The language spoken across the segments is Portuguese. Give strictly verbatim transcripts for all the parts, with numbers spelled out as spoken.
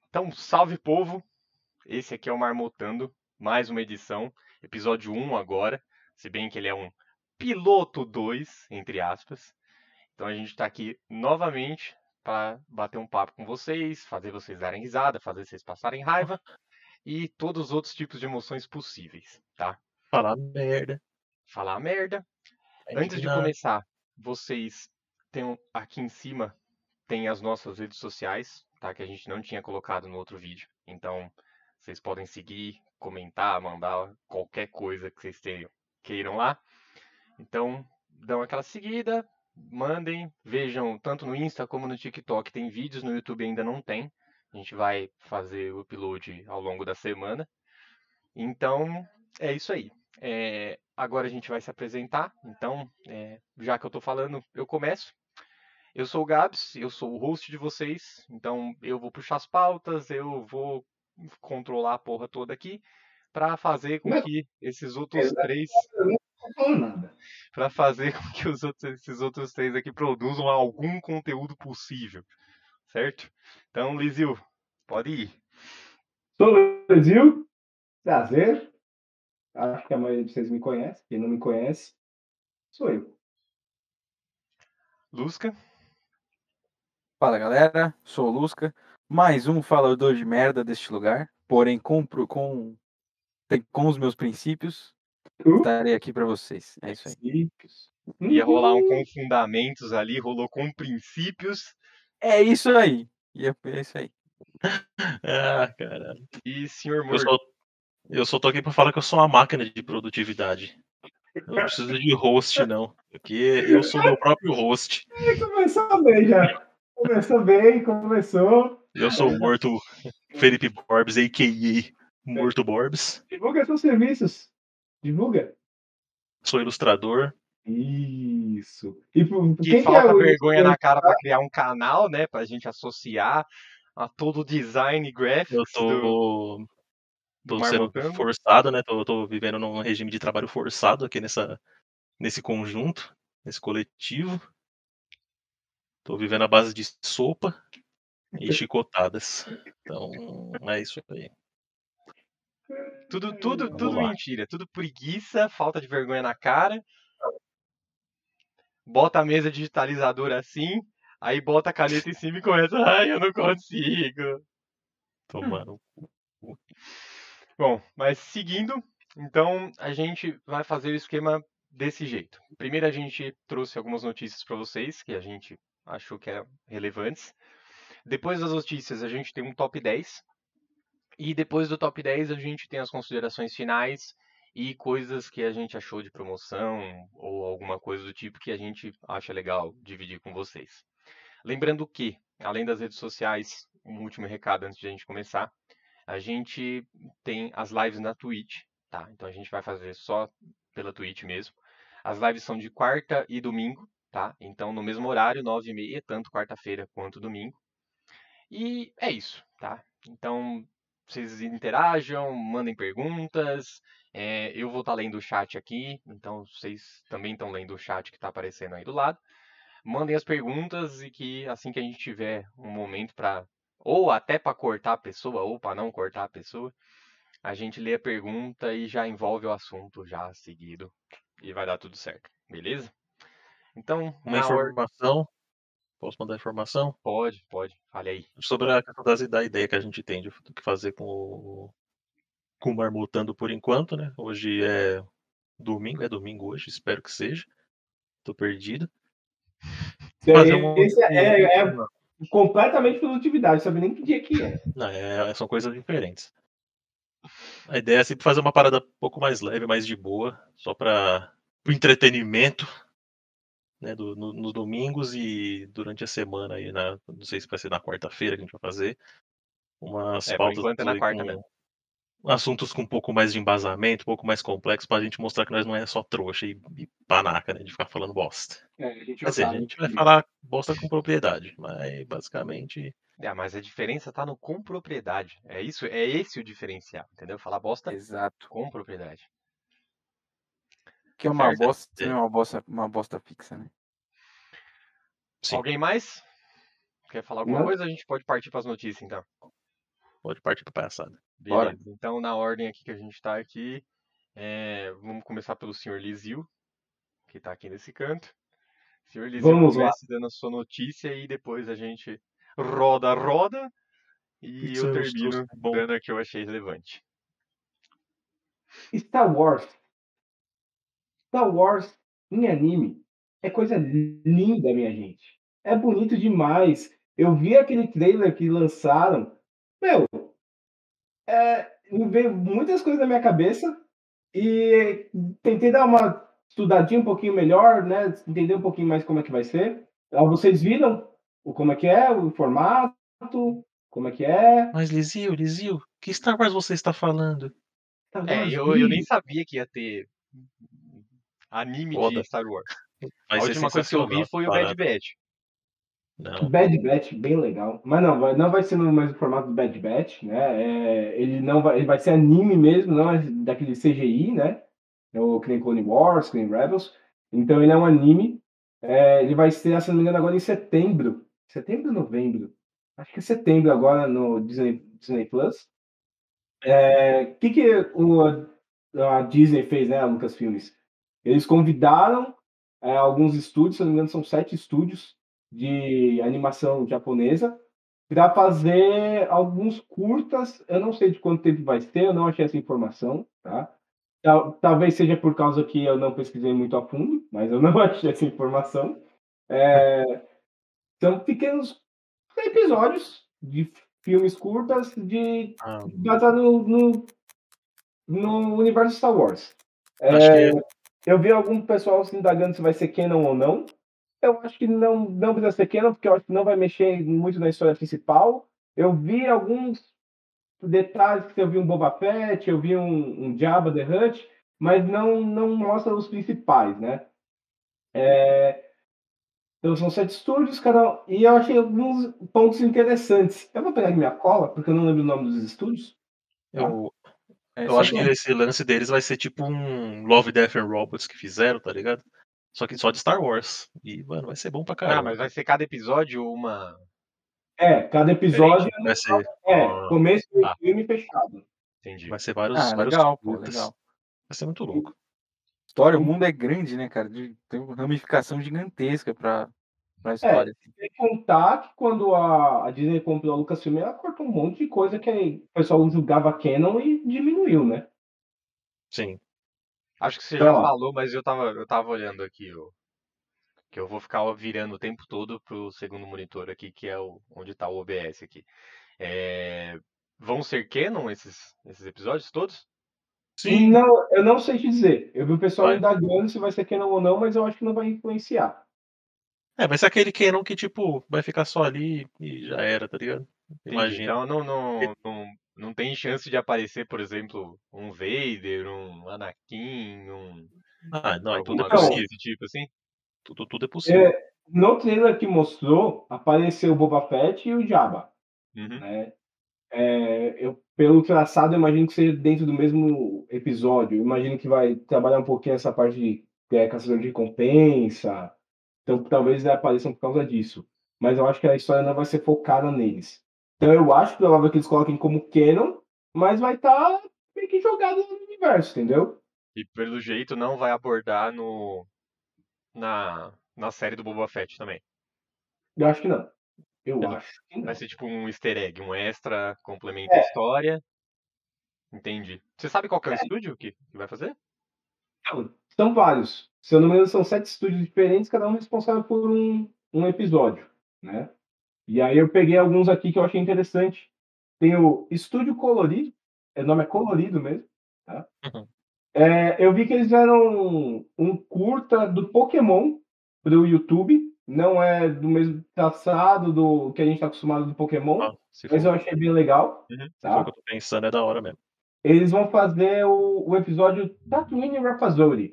Então, salve povo! Esse aqui é o Marmotando, mais uma edição, episódio um agora, se bem que ele é um piloto dois, entre aspas. Então a gente está aqui novamente para bater um papo com vocês, fazer vocês darem risada, fazer vocês passarem raiva e todos os outros tipos de emoções possíveis, tá? Falar merda. Falar merda. Tá Antes de indignado. começar, vocês têm um- aqui em cima tem as nossas redes sociais, tá? Que a gente não tinha colocado no outro vídeo. Então, vocês podem seguir, comentar, mandar qualquer coisa que vocês tenham, queiram lá. Então, dão aquela seguida, mandem, vejam tanto no Insta como no TikTok. Tem vídeos, no YouTube ainda não tem. A gente vai fazer o upload ao longo da semana. Então, é isso aí. É, agora a gente vai se apresentar. Então, é, já que eu tô falando, eu começo. Eu sou o Gabs, eu sou o host de vocês, então eu vou puxar as pautas, eu vou controlar a porra toda aqui para fazer com Não, que esses outros exato, três, eu não tô falando nada. para fazer com que os outros, esses outros três aqui produzam algum conteúdo possível, certo? Então, Lizil, pode ir. Sou o Brasil, prazer. Acho que a maioria de vocês me conhece. Quem não me conhece, sou eu. Lusca, Fala galera, sou o Lusca, mais um falador de merda deste lugar, porém com, pro- com, tem- com os meus princípios, Uh, estarei aqui pra vocês. É isso aí. princípios. ia rolar um Uhum. com fundamentos ali, rolou com princípios É isso aí. E é, é isso aí. Ah, cara. e senhor Eu Morto. só, eu só tô aqui pra falar que eu sou uma máquina de produtividade. Eu não preciso de host, não. Porque eu sou meu próprio host. Começou bem já. Começou bem, começou. Eu sou o Morto Felipe Borbs, a k a. Morto Borbs. Divulga seus serviços. Divulga. Sou ilustrador. Isso. E por- Que quem que é falta o vergonha na cara para criar um canal, né? Pra gente associar a todo o design Eu graphics do, tô, do tô sendo Marmotando. forçado, né? Tô, tô vivendo num regime de trabalho forçado aqui nessa, nesse conjunto, nesse coletivo. Tô vivendo à base de sopa e chicotadas. Então, é isso aí. Tudo, tudo, Vamos tudo lá. mentira. Tudo preguiça, falta de vergonha na cara. Bota a mesa digitalizadora assim, aí bota a caneta em cima e começa. Ai, eu não consigo. Tomando. Bom, mas seguindo, então a gente vai fazer o esquema desse jeito. Primeiro a gente trouxe algumas notícias para vocês que a gente achou que eram relevantes. Depois das notícias, a gente tem um top dez. E depois do top dez, a gente tem as considerações finais e coisas que a gente achou de promoção ou alguma coisa do tipo que a gente acha legal dividir com vocês. Lembrando que, além das redes sociais, um último recado antes de a gente começar, a gente tem as lives na Twitch, tá? Então a gente vai fazer só pela Twitch mesmo. As lives são de quarta e domingo, tá? Então no mesmo horário, nove e meia, tanto quarta-feira quanto domingo. E é isso, tá? Então, vocês interajam, mandem perguntas. É, eu vou estar lendo o chat aqui, então vocês também estão lendo o chat que está aparecendo aí do lado. Mandem as perguntas e que assim que a gente tiver um momento para, ou até para cortar a pessoa, ou para não cortar a pessoa, a gente lê a pergunta e já envolve o assunto já seguido e vai dar tudo certo, beleza? Então, Uma na hora. informação. Posso mandar informação? Pode, pode, fale aí. Sobre a questão das- da ideia que a gente tem de do que fazer com o, com o Marmotando por enquanto, né? Hoje é domingo, é domingo hoje, espero que seja. Tô perdido. Fazer um. Esse é, é completamente produtividade, sabe nem que dia que é. Não, é, são coisas diferentes. A ideia é sempre fazer uma parada um pouco mais leve, mais de boa, só para o entretenimento, né? Do, no, nos domingos e durante a semana aí, né? Não sei se vai ser na quarta-feira que a gente vai fazer. Umas É, por pautas enquanto é na aí quarta mesmo. com assuntos com um pouco mais de embasamento, um pouco mais complexos, pra gente mostrar que nós não é só trouxa e, e panaca, né? De ficar falando bosta. É, a gente Quer dizer, a otário, gente vai né? falar bosta com propriedade, mas basicamente. É, mas a diferença tá no com propriedade. É isso, é esse o diferencial, entendeu? Falar bosta Exato. com propriedade. Que é uma Certo. bosta, É. não é uma bosta, uma bosta fixa, né? Sim. Alguém mais? Quer falar alguma Não. coisa? A gente pode partir para as notícias, então. Pode partir pra palhaçada. Bora. Beleza. Então, na ordem aqui que a gente tá aqui, é, vamos começar pelo senhor Lizio, que tá aqui nesse canto. senhor Lizio, Vamos lá. comece dando a sua notícia e depois a gente roda, roda e eu Isso é termino gostoso, bom. dando a que eu achei relevante. Star Wars. Star Wars em anime é coisa linda, minha gente. É bonito demais. Eu vi aquele trailer que lançaram. Meu, é, me veio muitas coisas na minha cabeça e tentei dar uma estudadinha um pouquinho melhor, né? Entender um pouquinho mais como é que vai ser. Ah, vocês viram o como é que é, o formato, como é que é? Mas, Lizio, Lizio, que Star Wars você está falando? Star É, Wars eu, eu nem Vive. sabia que ia ter anime Foda. de Star Wars. Vai A ser última coisa que eu vi sensacional essa foi o Bad parada. Batch. Não. Bad Batch, bem legal. Mas não, vai, não vai ser no mesmo formato do Bad Batch, né? É, ele não vai, ele vai ser anime mesmo, não é daquele C G I, né? É o que nem Clone Wars, que nem Rebels. Então ele é um anime. É, ele vai ser, se não me engano, agora em setembro. Setembro ou novembro? Acho que é setembro agora no Disney, Disney Plus. O que, que o, a Disney fez, né? A Lucasfilmes? Eles convidaram é, alguns estúdios, se não me engano, são sete estúdios de animação japonesa para fazer alguns curtas. Eu não sei de quanto tempo vai ser, eu não achei essa informação, tá? Tal- Talvez seja por causa que eu não pesquisei muito a fundo, mas eu não achei essa informação. É, são pequenos episódios de filmes curtas de Ah, baseado no, no, no universo Star Wars. acho que Eu vi algum pessoal se indagando se vai ser canon ou não. Eu acho que não, não precisa ser canon, porque eu acho que não vai mexer muito na história principal. Eu vi alguns detalhes que eu vi um Boba Fett, eu vi um, um Jabba the Hutt, mas não, não mostra os principais, né? Então são sete estúdios, cada e eu achei alguns pontos interessantes. Eu vou pegar aqui minha cola, porque eu não lembro o nome dos estúdios. eu, É, eu acho sim, que esse lance deles vai ser tipo um Love, Death and Robots que fizeram, tá ligado? Só que só de Star Wars. E, mano, vai ser bom pra Ah, caramba. mas vai ser cada episódio uma É, cada episódio diferente? Vai ser, é Ah, começo do tá, filme fechado. entendi. vai ser vários, Ah, vários legal, pô, curtas. legal. Vai ser muito louco. História, o mundo é grande, né, cara? De- Tem uma ramificação gigantesca pra, pra É, história. sem contar que quando a, a Disney comprou a Lucasfilm, ela cortou um monte de coisa que o pessoal julgava canon e diminuiu, né? Sim. Acho que você já Então, ó, falou, mas eu tava, eu tava olhando aqui, ó, que eu vou ficar virando o tempo todo pro segundo monitor aqui, que é o, onde tá o O B S aqui. É, vão ser canon esses, esses episódios todos? Sim, não, eu não sei te dizer. Eu vi o pessoal vai. indagando se vai ser canon ou não, mas eu acho que não vai influenciar. É, vai ser aquele canon que, tipo, vai ficar só ali e já era, tá ligado? Entendi. Imagina. Então não, não, não, não tem chance de aparecer, por exemplo, um Vader, um Anakin, um, Ah, não, aí tudo é alguma Então, coisa possível. desse tipo assim? Tudo, tudo é possível. é, no trailer que mostrou, apareceu o Boba Fett e o Jabba, Uhum. né? É, eu, pelo traçado, eu imagino que seja dentro do mesmo episódio. Eu imagino que vai trabalhar um pouquinho essa parte de é, caçador de recompensa. Então, talvez eles apareçam por causa disso. Mas eu acho que a história não vai ser focada neles. Então, eu acho provável que eles coloquem como canon, mas vai estar meio que jogado no universo, entendeu? E pelo jeito não vai abordar no, na, na série do Boba Fett também. Eu acho que não. Eu Pelo- acho que Vai não. ser tipo um easter egg, um extra, complementa a É, história. Entendi. Você sabe qual que é o estúdio que, que vai fazer? então, são vários. Se eu não me engano, são sete estúdios diferentes, cada um responsável por um, um episódio, né? E aí eu peguei alguns aqui que eu achei interessante. Tem o Estúdio Colorido, o nome é Colorido mesmo, tá? Uhum. É, eu vi que eles fizeram um, um curta do Pokémon para o YouTube. Não é do mesmo traçado do que a gente está acostumado do Pokémon, Ah, se mas for, eu achei bem legal, Uhum. se for o que tá? eu tô pensando, é da hora mesmo. Eles vão fazer o, o episódio Tatooine Rhapsody.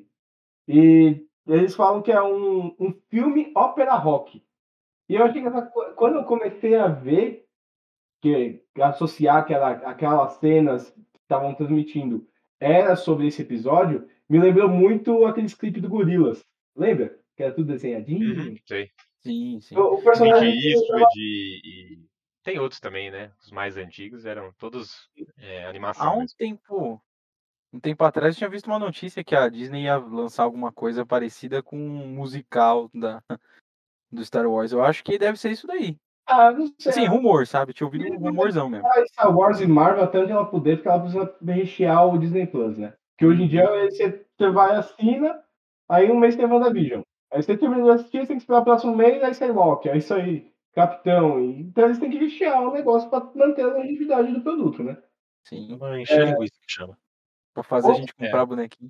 E eles falam que é um, um filme ópera rock. E eu achei que essa, co- quando eu comecei a ver, que associar aquela, aquelas cenas que estavam transmitindo era sobre esse episódio, me lembrou muito aqueles clipes do Gorillaz. Lembra? Que era tudo Uhum, desenhadinho. sei. Sim, sim. O, o Clint personagem. Eastwood e, e Tem outros também, né? Os mais antigos eram todos é, Há animação um mesmo. tempo, um tempo atrás eu tinha visto uma notícia que a Disney ia lançar alguma coisa parecida com um musical da, do Star Wars. Eu acho que deve ser isso daí. Ah, não sei. Assim, rumor, sabe? Tinha ouvido um Eles vão rumorzão mesmo. deixar Star Wars e Marvel até onde ela puder, porque ela precisa rechear o Disney Plus, né? Porque hoje em dia você, você vai assina, aí um mês tem WandaVision. Aí você termina de assistir, você tem que esperar o próximo mês, aí sai Loki, é isso aí, Capitão. E- Então eles têm que rechear o negócio pra manter a longevidade do produto, né? Sim. Vai encher linguiça que chama. Pra fazer a Ou- gente É. comprar bonequinho.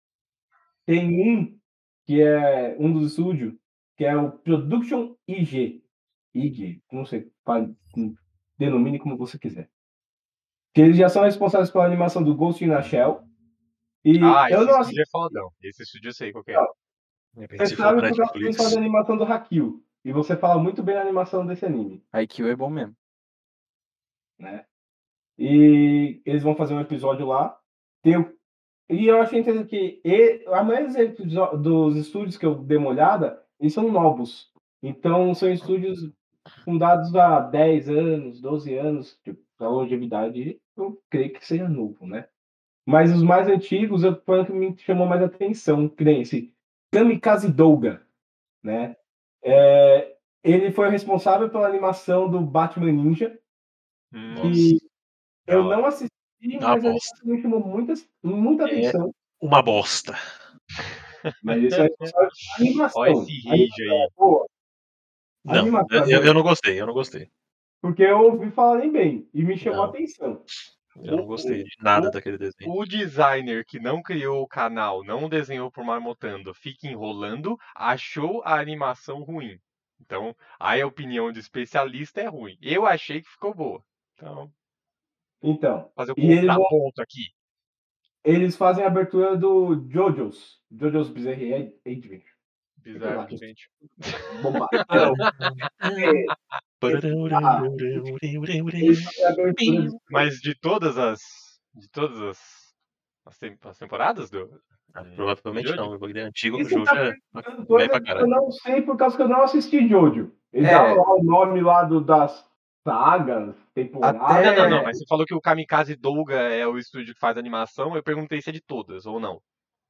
Tem um que é um dos estúdios, que é o Production I G. I G, não sei, fale- denomine como você quiser. Que eles já são responsáveis pela animação do Ghost in a Shell. E Ah, eu esse não assisti, estúdio é fodão. Esse estúdio eu sei qual que é. não, De repente, você se for sabe da porque eles Netflix. fazem a animação do Haikyuu. E você fala muito bem da animação desse anime, A I Q é bom mesmo. né? E eles vão fazer um episódio lá. Tem o- E eu achei interessante que e- a maioria dos, episo- dos estúdios que eu dei uma olhada, eles são novos. Então, são estúdios fundados há dez anos, doze anos. Tipo, a longevidade, eu creio que seja novo, né? Mas os mais antigos, eu- foi o que me chamou mais atenção, que nem esse Kamikaze Douga, né? É, ele foi responsável pela animação do Batman Ninja, Hum, que da eu hora. não assisti, Uma mas a bosta. animação me chamou muita, muita É. atenção. Uma bosta. Mas esse é responsável pela animação. Olha esse A rage animação aí. é boa, A Não, animação é eu, boa. eu não gostei, eu não gostei. porque eu ouvi falarem bem e me chamou a Não. atenção. Eu não gostei de nada daquele desenho. O designer que não criou o canal, não desenhou por Marmotando, fica enrolando, achou a animação ruim. Então, a opinião de especialista é ruim. Eu achei que ficou boa. Então, Então, fazer o e eles, vão, contraponto aqui. eles fazem a abertura do JoJo's, JoJo's Bizarre Adventure. Bizarro, lá, gente. Bombadão. Eles fazem a abertura de Mas de todas as. De todas as. As, tem- as temporadas do. Ah, de- provavelmente de não. Jojo? O bagulho é antigo. E O você Jojo tá é perguntando velho coisa pra que eu caralho. não sei por causa que eu não assisti Jojo. Eles É. davam lá o nome lá do, das sagas, temporadas. Até- Não, não, É. não, mas você falou que o Kamikaze Douga é o estúdio que faz animação. Eu perguntei se é de todas ou não.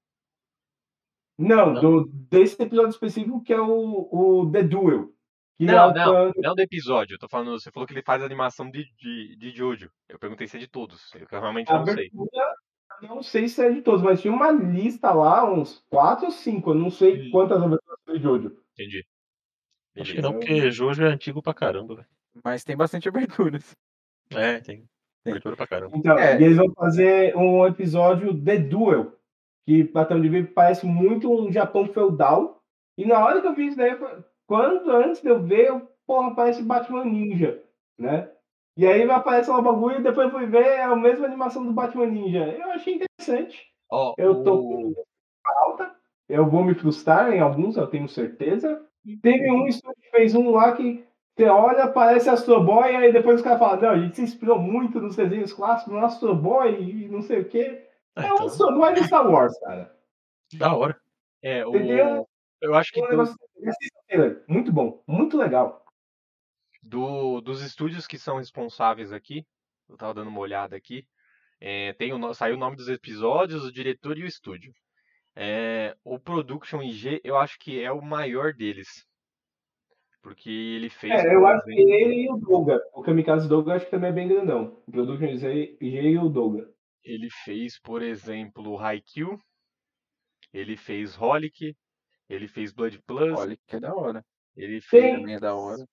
Não, Não. do, desse episódio específico que é o, o The Duel. Que é Não, o não, plano- não do episódio. Eu tô falando, você falou que ele faz animação de, de, de Jojo. Eu perguntei se é de todos. Eu realmente a não sei. abertura, não sei se é de todos, mas tinha uma lista lá, uns quatro ou cinco, eu não sei Hum. quantas aberturas foi de Jojo. Entendi. Acho Beleza. que não, porque Jojo é antigo pra caramba, velho. Mas tem bastante aberturas. É, tem Tem. abertura pra caramba. Então, É. e eles vão fazer um episódio The Duel, que até onde vi parece muito um Japão feudal. E na hora que eu vi isso daí, eu falei, quando antes de eu ver, eu, porra, parece Batman Ninja, né? E aí aparece lá o bagulho e depois eu fui ver é a mesma animação do Batman Ninja. Eu achei interessante. Ó, Eu tô o... com alta, eu vou me frustrar em alguns, eu tenho certeza. Teve um estúdio que fez um lá que você olha, parece Astro Boy, aí depois os caras falam, não, a gente se inspirou muito nos desenhos clássicos, no Astro Boy e não sei o quê. Ah, É o então, Astro Boy do Star Wars, cara. da hora. É, Entendeu? o... Eu acho que Um do, negócio trailer, muito bom, muito legal. do- dos estúdios que são responsáveis aqui, eu tava dando uma olhada aqui, é, tem o, no- saiu o nome dos episódios, o diretor e o estúdio. É, o Production I G, eu acho que é o maior deles. Porque ele fez, É, por eu acho que exemplo, ele e o Doga. O Kamikaze Doga eu acho que também é bem grandão. O Production G e o Doga. ele fez, por exemplo, Haikyuu, ele fez Holic, ele fez Blood Plus, Olha que é da hora. ele Tem, fez Também é da hora.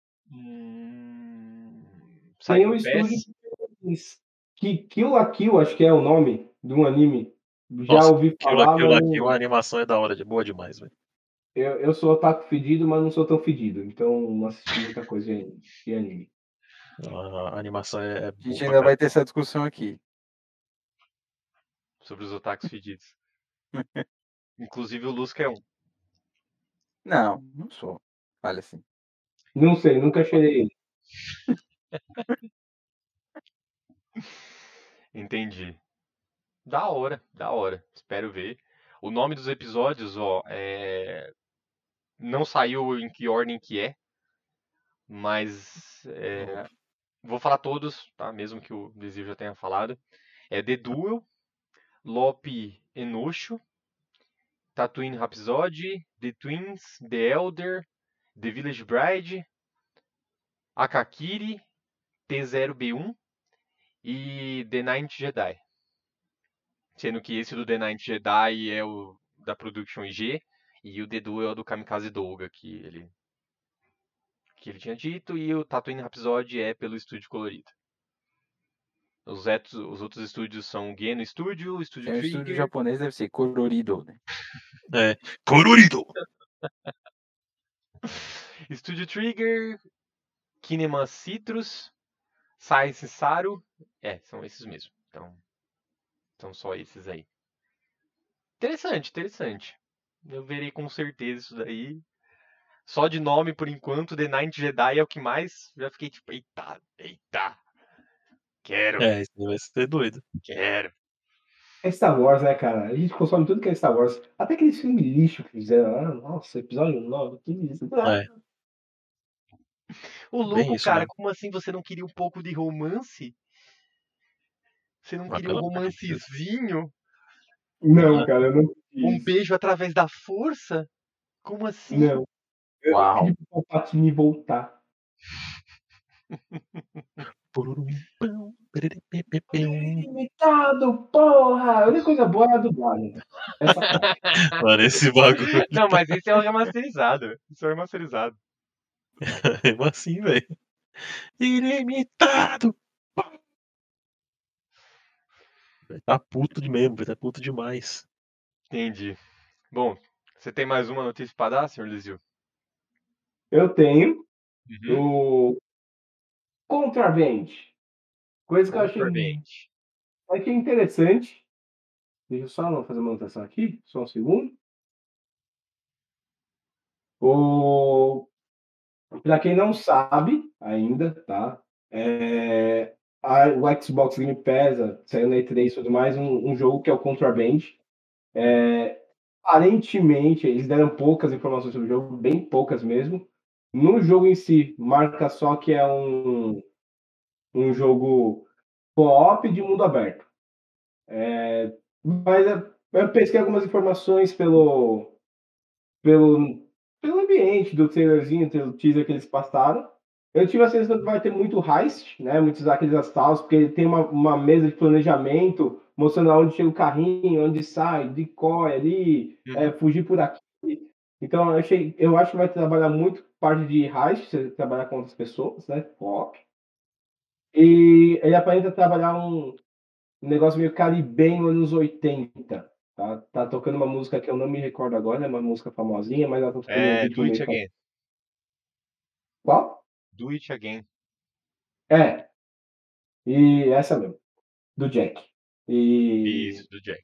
hum, tem um Psycho estúdio Pass. que fez que Kill la Kill, acho que é o nome de um anime. Já Nossa, ouvi Kill la falar, Kill mas la não- Kill, a animação é da hora, de boa demais, velho. eu, eu sou otaku fedido, mas não sou tão fedido. Então não assisti muita coisa de de anime. A, a animação é, é A boa gente pra ainda vai caramba. ter essa discussão aqui. Sobre os otakus fedidos. Inclusive o Lusca é um. Não, não sou. Olha assim. Não sei, nunca cheirei ele. Entendi. Da hora, da hora. Espero ver. O nome dos episódios, ó, é... não saiu em que ordem que é, mas é, vou falar todos, tá? Mesmo que o Desir já tenha falado. É The Duel, Lope Enocho, Tatooine Rhapsody, The Twins, The Elder, The Village Bride, Akakiri, T zero B um e The Ninth Jedi. Sendo que esse do The Ninth Jedi é o da Production I G e o The Duel é o do Kamikaze Douga, que ele, que ele tinha dito, e o Tatooine Rhapsody é pelo Estúdio Colorido. Os, etos, os outros estúdios são o Geno Studio, o Estúdio É, o estúdio Trigger, japonês deve ser colorido, né? É. Colorido! Estúdio Trigger, Kinema Citrus, Science Saru. É, são esses mesmo. Então, são só esses aí. Interessante, interessante. Eu verei com certeza isso daí. Só de nome, por enquanto, The Ninth Jedi é o que mais. Já fiquei tipo, eita, eita. Quero, É, isso vai ser doido. quero. É Star Wars, né, cara? A gente consome tudo que é Star Wars. Até aqueles filmes lixo que fizeram. Ah, nossa, episódio nove, que isso? Ah, É, O bem louco, isso cara, mesmo. como assim você não queria um pouco de romance? Você não Mas queria um pelo amor de Deus. romancezinho? não, Ah, cara, eu não Um fiz. beijo através da força? Como assim? Não. Eu não Uau. pedi pro Palpatine voltar. pururum, pão, pererepepepeu. Limitado, porra! A única coisa boa é a dublagem. Essa parte. Mano, esse bagulho Não, mas esse é o remasterizado. Isso é o remasterizado. é mesmo assim, velho. Ilimitado! Vai tá puto de mesmo, vai tá puto demais. Entendi. Bom, você tem mais uma notícia pra dar, senhor Lizio? Eu tenho Uhum. o Contravent. Coisa que eu achei, Contravent. achei interessante. Deixa eu só fazer uma anotação aqui, só um segundo. O... Para quem não sabe ainda, tá? É... A, o Xbox Game Pass saiu na E três e tudo mais, um, um jogo que é o Contraband. É... Aparentemente, eles deram poucas informações sobre o jogo, bem poucas mesmo. No jogo em si, marca só que é um, um jogo co-op de mundo aberto. É... Mas eu pesquei algumas informações pelo, pelo, pelo ambiente do trailerzinho, do teaser que eles passaram. Eu tive a sensação que vai ter muito heist, né? Muitos aqueles assaltos, porque ele tem uma, uma mesa de planejamento mostrando aonde chega o carrinho, onde sai, decoy ali, é, Uhum. fugir por aqui. Então eu, achei, eu acho que vai trabalhar muito parte de heist, você trabalhar com outras pessoas, né? Co-op. E ele aparenta trabalhar um negócio meio caribenho anos oitenta. Tá, tá tocando uma música que eu não me recordo agora, é uma música famosinha, mas ela tá tocando um É, ritmo Do It meio. Again. Qual? Do It Again. É, e essa mesmo, do Jack. E, Isso, do Jack.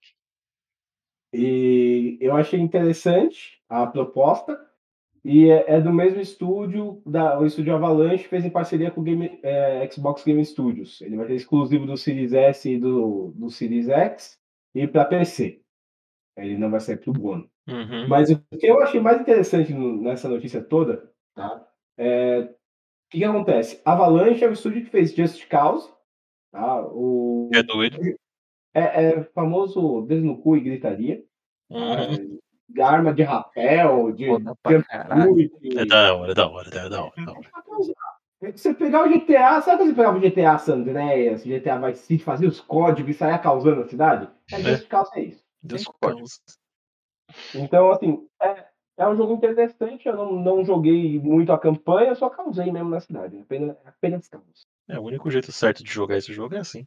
e eu achei interessante a proposta, e é, é do mesmo estúdio, da, o estúdio Avalanche fez em parceria com o Game, é, Xbox Game Studios. Ele vai ter exclusivo do Series S e do, do Series X e para P C. Ele não vai sair para o One. Uhum. Mas o que eu achei mais interessante no- nessa notícia toda, tá? É, o que, que acontece? Avalanche é o estúdio que fez Just Cause, tá? O, É doido. é, é famoso dedo no cu e gritaria, tá? Uhum. Arma de rapel, de Foda pra caralho. É jumpsuit. da hora, é da hora, é da hora. É da hora. Você pegar o G T A, sabe quando você pegava o G T A San Andreas, G T A Vice City, fazia os códigos e saia causando a cidade? É Just Cause, é isso. Deus Sem código. causa. Então, assim, é, é um jogo interessante. Eu não, não joguei muito a campanha, só causei mesmo na cidade. Apenas, apenas caos. É, o único jeito certo de jogar esse jogo é assim.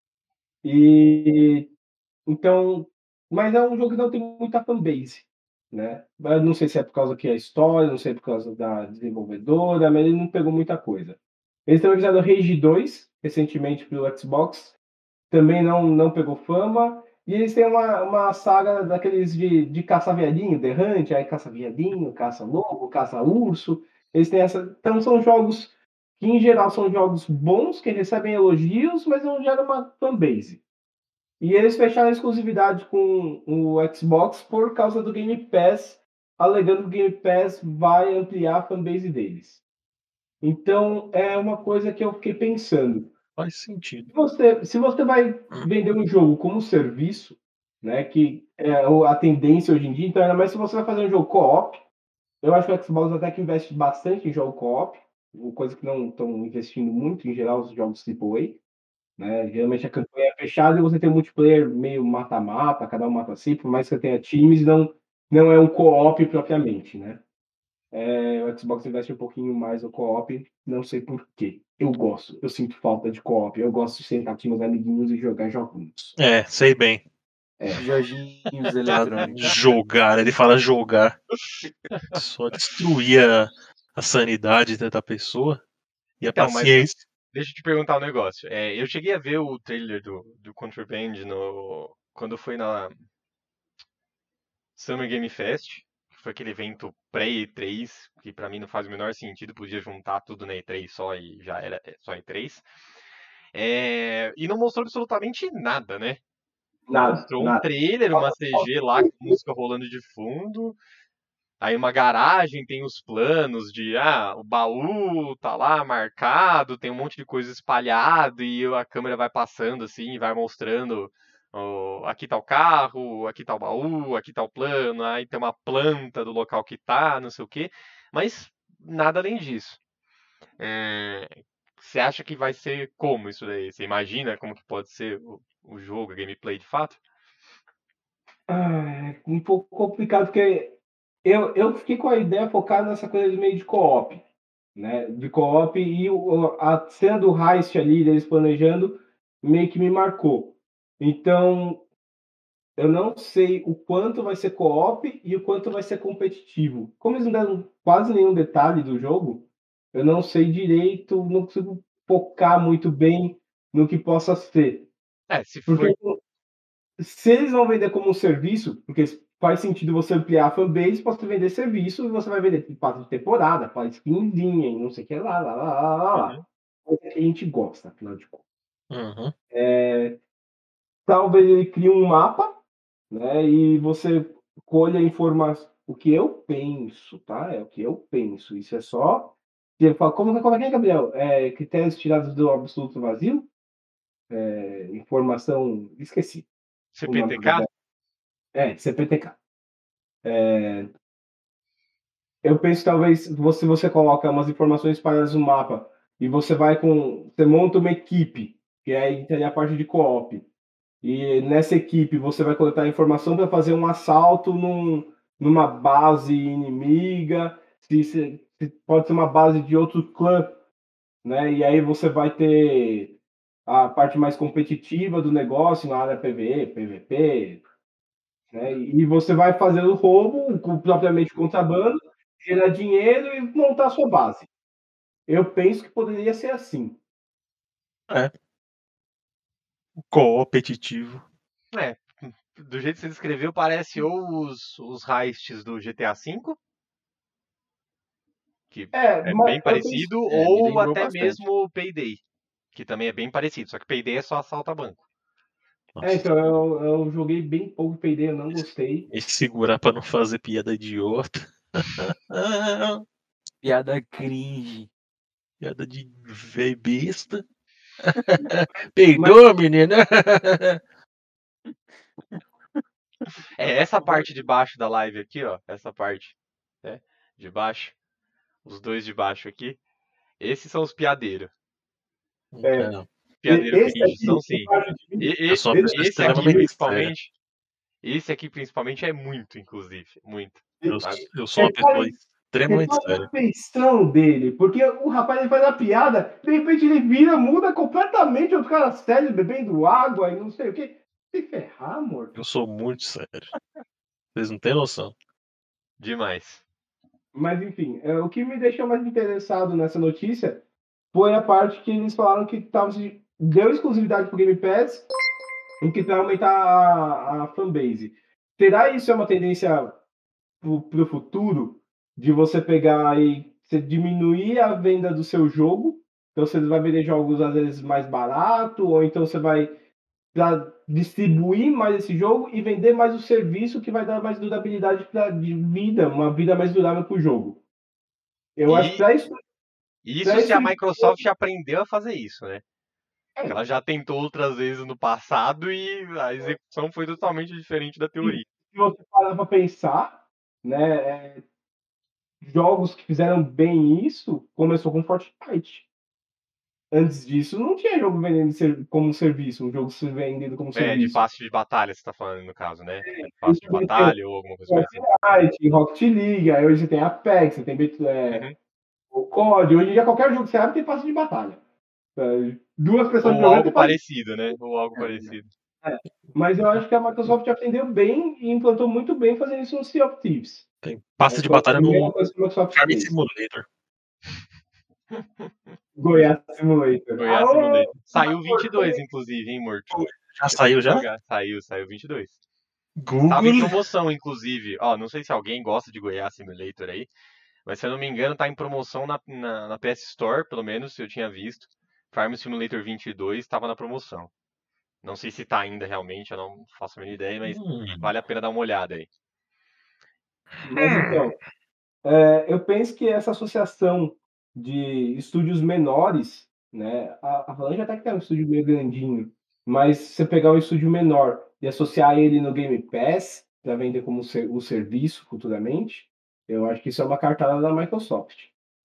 E então, mas é um jogo que não tem muita fanbase, né? Eu não sei se é por causa que é a história, não sei se é por causa da desenvolvedora, mas ele não pegou muita coisa. Eles também fizeram Rage dois recentemente pelo Xbox, também não, não pegou fama. E eles têm uma, uma saga daqueles de, de caça viadinho, The Hunt, aí caça viadinho, caça lobo, caça urso. Eles têm essa. Então são jogos que, em geral, são jogos bons, que recebem elogios, mas não geram uma fanbase. E eles fecharam a exclusividade com o Xbox por causa do Game Pass, alegando que o Game Pass vai ampliar a fanbase deles. Então, é uma coisa que eu fiquei pensando. Faz sentido. Se você, se você vai vender um jogo como serviço, né, que é o- a tendência hoje em dia, então ainda mais se você vai fazer um jogo co-op, eu acho que o Xbox até que investe bastante em jogo co-op, uma coisa que não estão investindo muito em geral os jogos triplo A, né? Geralmente a campanha é fechada e você tem um multiplayer meio mata-mata, cada um mata si, por mais que você tenha times, não, não é um co-op propriamente, né? É, o Xbox investe um pouquinho mais no co-op, não sei por quê. Eu gosto, eu sinto falta de co-op, eu gosto de sentar com meus amiguinhos e jogar joguinhos. É, sei bem. É. Jorginhos Ah, eletrônicos. Jogar, ele fala jogar. Só destruir a, a sanidade da da pessoa e a Então, mas paciência. deixa eu te perguntar um negócio. É, eu cheguei a ver o trailer do, do Contraband no, quando foi na Summer Game Fest, que foi aquele evento pré-E três, que pra mim não faz o menor sentido, podia juntar tudo na E três só e já era é, só E três. É, e não mostrou absolutamente nada, né? Nada, Mostrou um nada. trailer, uma C G lá com música rolando de fundo. Aí uma garagem tem os planos de, ah, o baú tá lá marcado, tem um monte de coisa espalhado e a câmera vai passando assim, vai mostrando, ó, aqui tá o carro, aqui tá o baú, aqui tá o plano, aí tem uma planta do local que tá, não sei o quê, mas nada além disso. É, você acha que vai ser como isso daí? Você imagina como que pode ser o, o jogo, a gameplay de fato? Ah, é um pouco complicado, porque eu, eu fiquei com a ideia focada nessa coisa de meio de co-op, né? De co-op e o, a cena do heist ali, deles planejando, meio que me marcou. Então, eu não sei o quanto vai ser co-op e o quanto vai ser competitivo. Como eles não deram quase nenhum detalhe do jogo, eu não sei direito, não consigo focar muito bem no que possa ser. É, se Porque for. se eles vão vender como um serviço, porque faz sentido você ampliar a fanbase para você vender serviço e você vai vender passe de temporada, faz skinzinha e não sei o que lá, lá, lá, lá, lá, lá. Uhum. Coisa que a gente gosta, afinal de contas. Uhum. Talvez ele crie um mapa, né? E você colha informações. O que eu penso, tá? É o que eu penso. Isso é só. Você fala, como, como é que é, Gabriel? É, critérios tirados do absoluto vazio? É, informação. Esqueci o nome do C P T K? Gabriel. É, C P T K. É, eu penso que talvez você, você coloca umas informações espalhadas no mapa e você vai com. Você monta uma equipe, que aí tem a parte de co-op. E nessa equipe você vai coletar informação para fazer um assalto num, numa base inimiga, se, se, se pode ser uma base de outro clã, né? E aí você vai ter a parte mais competitiva do negócio, na área P V E, P V P, né? E você vai fazer o roubo, com, propriamente contrabando, gerar dinheiro e montar a sua base. Eu penso que poderia ser assim. É. Competitivo. É, do jeito que você descreveu, parece ou os, os heists do G T A V, que É, é mas bem eu penso. parecido, É, me ou lembrou até bastante. mesmo o Payday, que também é bem parecido, só que Payday é só assalto a banco. É, Nossa. então eu, eu joguei bem pouco P D, eu não gostei. E segurar pra não fazer piada idiota. Piada cringe. Piada de véi besta. Peidou, menina? É essa parte de baixo da live aqui, ó, essa parte, né, de baixo, os dois de baixo aqui, esses são os piadeiros. É, Não, Piadeiro esse cringe, são aqui, sim. embaixo de mim, E, eu e- sou uma esse, pessoa esse aqui extremamente séria. principalmente, esse aqui principalmente é muito, inclusive, muito, Eu, sabe? eu sou uma pessoa repare, extremamente repare séria. a feição dele, porque o rapaz ele faz a piada, de repente ele vira, muda completamente, outro cara sério, bebendo água e não sei o que. Se ferrar, amor. Eu sou muito sério. Vocês não têm noção. Demais. Mas enfim, é, o que me deixou mais interessado nessa notícia foi a parte que eles falaram que tava, deu exclusividade pro Game Pass e que vai aumentar a, a fanbase. Será isso é uma tendência para o futuro de você pegar e você diminuir a venda do seu jogo? Então você vai vender jogos às vezes mais barato, ou então você vai pra distribuir mais esse jogo e vender mais o serviço que vai dar mais durabilidade pra, de vida, uma vida mais durável para o jogo. Eu acho que E para isso Isso Daí se a surgiu- Microsoft aprendeu a fazer isso, né? É. Ela já tentou outras vezes no passado e a execução foi totalmente diferente da teoria. Se você parar pra pensar, né, é, jogos que fizeram bem isso, começou com Fortnite. Antes disso, não tinha jogo vendendo ser- como serviço, um jogo se vendido como É, de serviço. passe de batalha, você tá falando no caso, né? Isso Passe de vai ter batalha ou alguma coisa assim. Fortnite, Rocket League, aí hoje você tem Apex, você tem Bet- é, Uhum. o C O D, hoje em dia qualquer jogo que você abre tem passe de batalha. É, duas pessoas Ou jogando algo tem passe de parecido, né? Ou algo parecido. Mas eu acho que a Microsoft aprendeu bem e implantou muito bem fazendo isso no Sea of Thieves. Tem passe É, de foi a batalha primeira no coisa que a Microsoft Farming fez. Simulator. Goiás Simulator. Goiás Aô, Simulator. Saiu vinte e dois, inclusive, hein, Morto? Já Você saiu pode já? jogar. Saiu, saiu vinte e dois. Tava em Google. promoção, inclusive. Ó, não sei se alguém gosta de Goiás Simulator aí, mas se eu não me engano, tá em promoção na, na, na P S Store, pelo menos, eu tinha visto. Farm Simulator vinte e dois estava na promoção. Não sei se tá ainda realmente, eu não faço a mínima ideia, mas Hum. vale a pena dar uma olhada aí. Mas então, é, eu penso que essa associação de estúdios menores, né? A, a Avalanche até que é um estúdio meio grandinho, mas se você pegar um estúdio menor e associar ele no Game Pass para vender como ser, o serviço futuramente, eu acho que isso é uma cartada da Microsoft.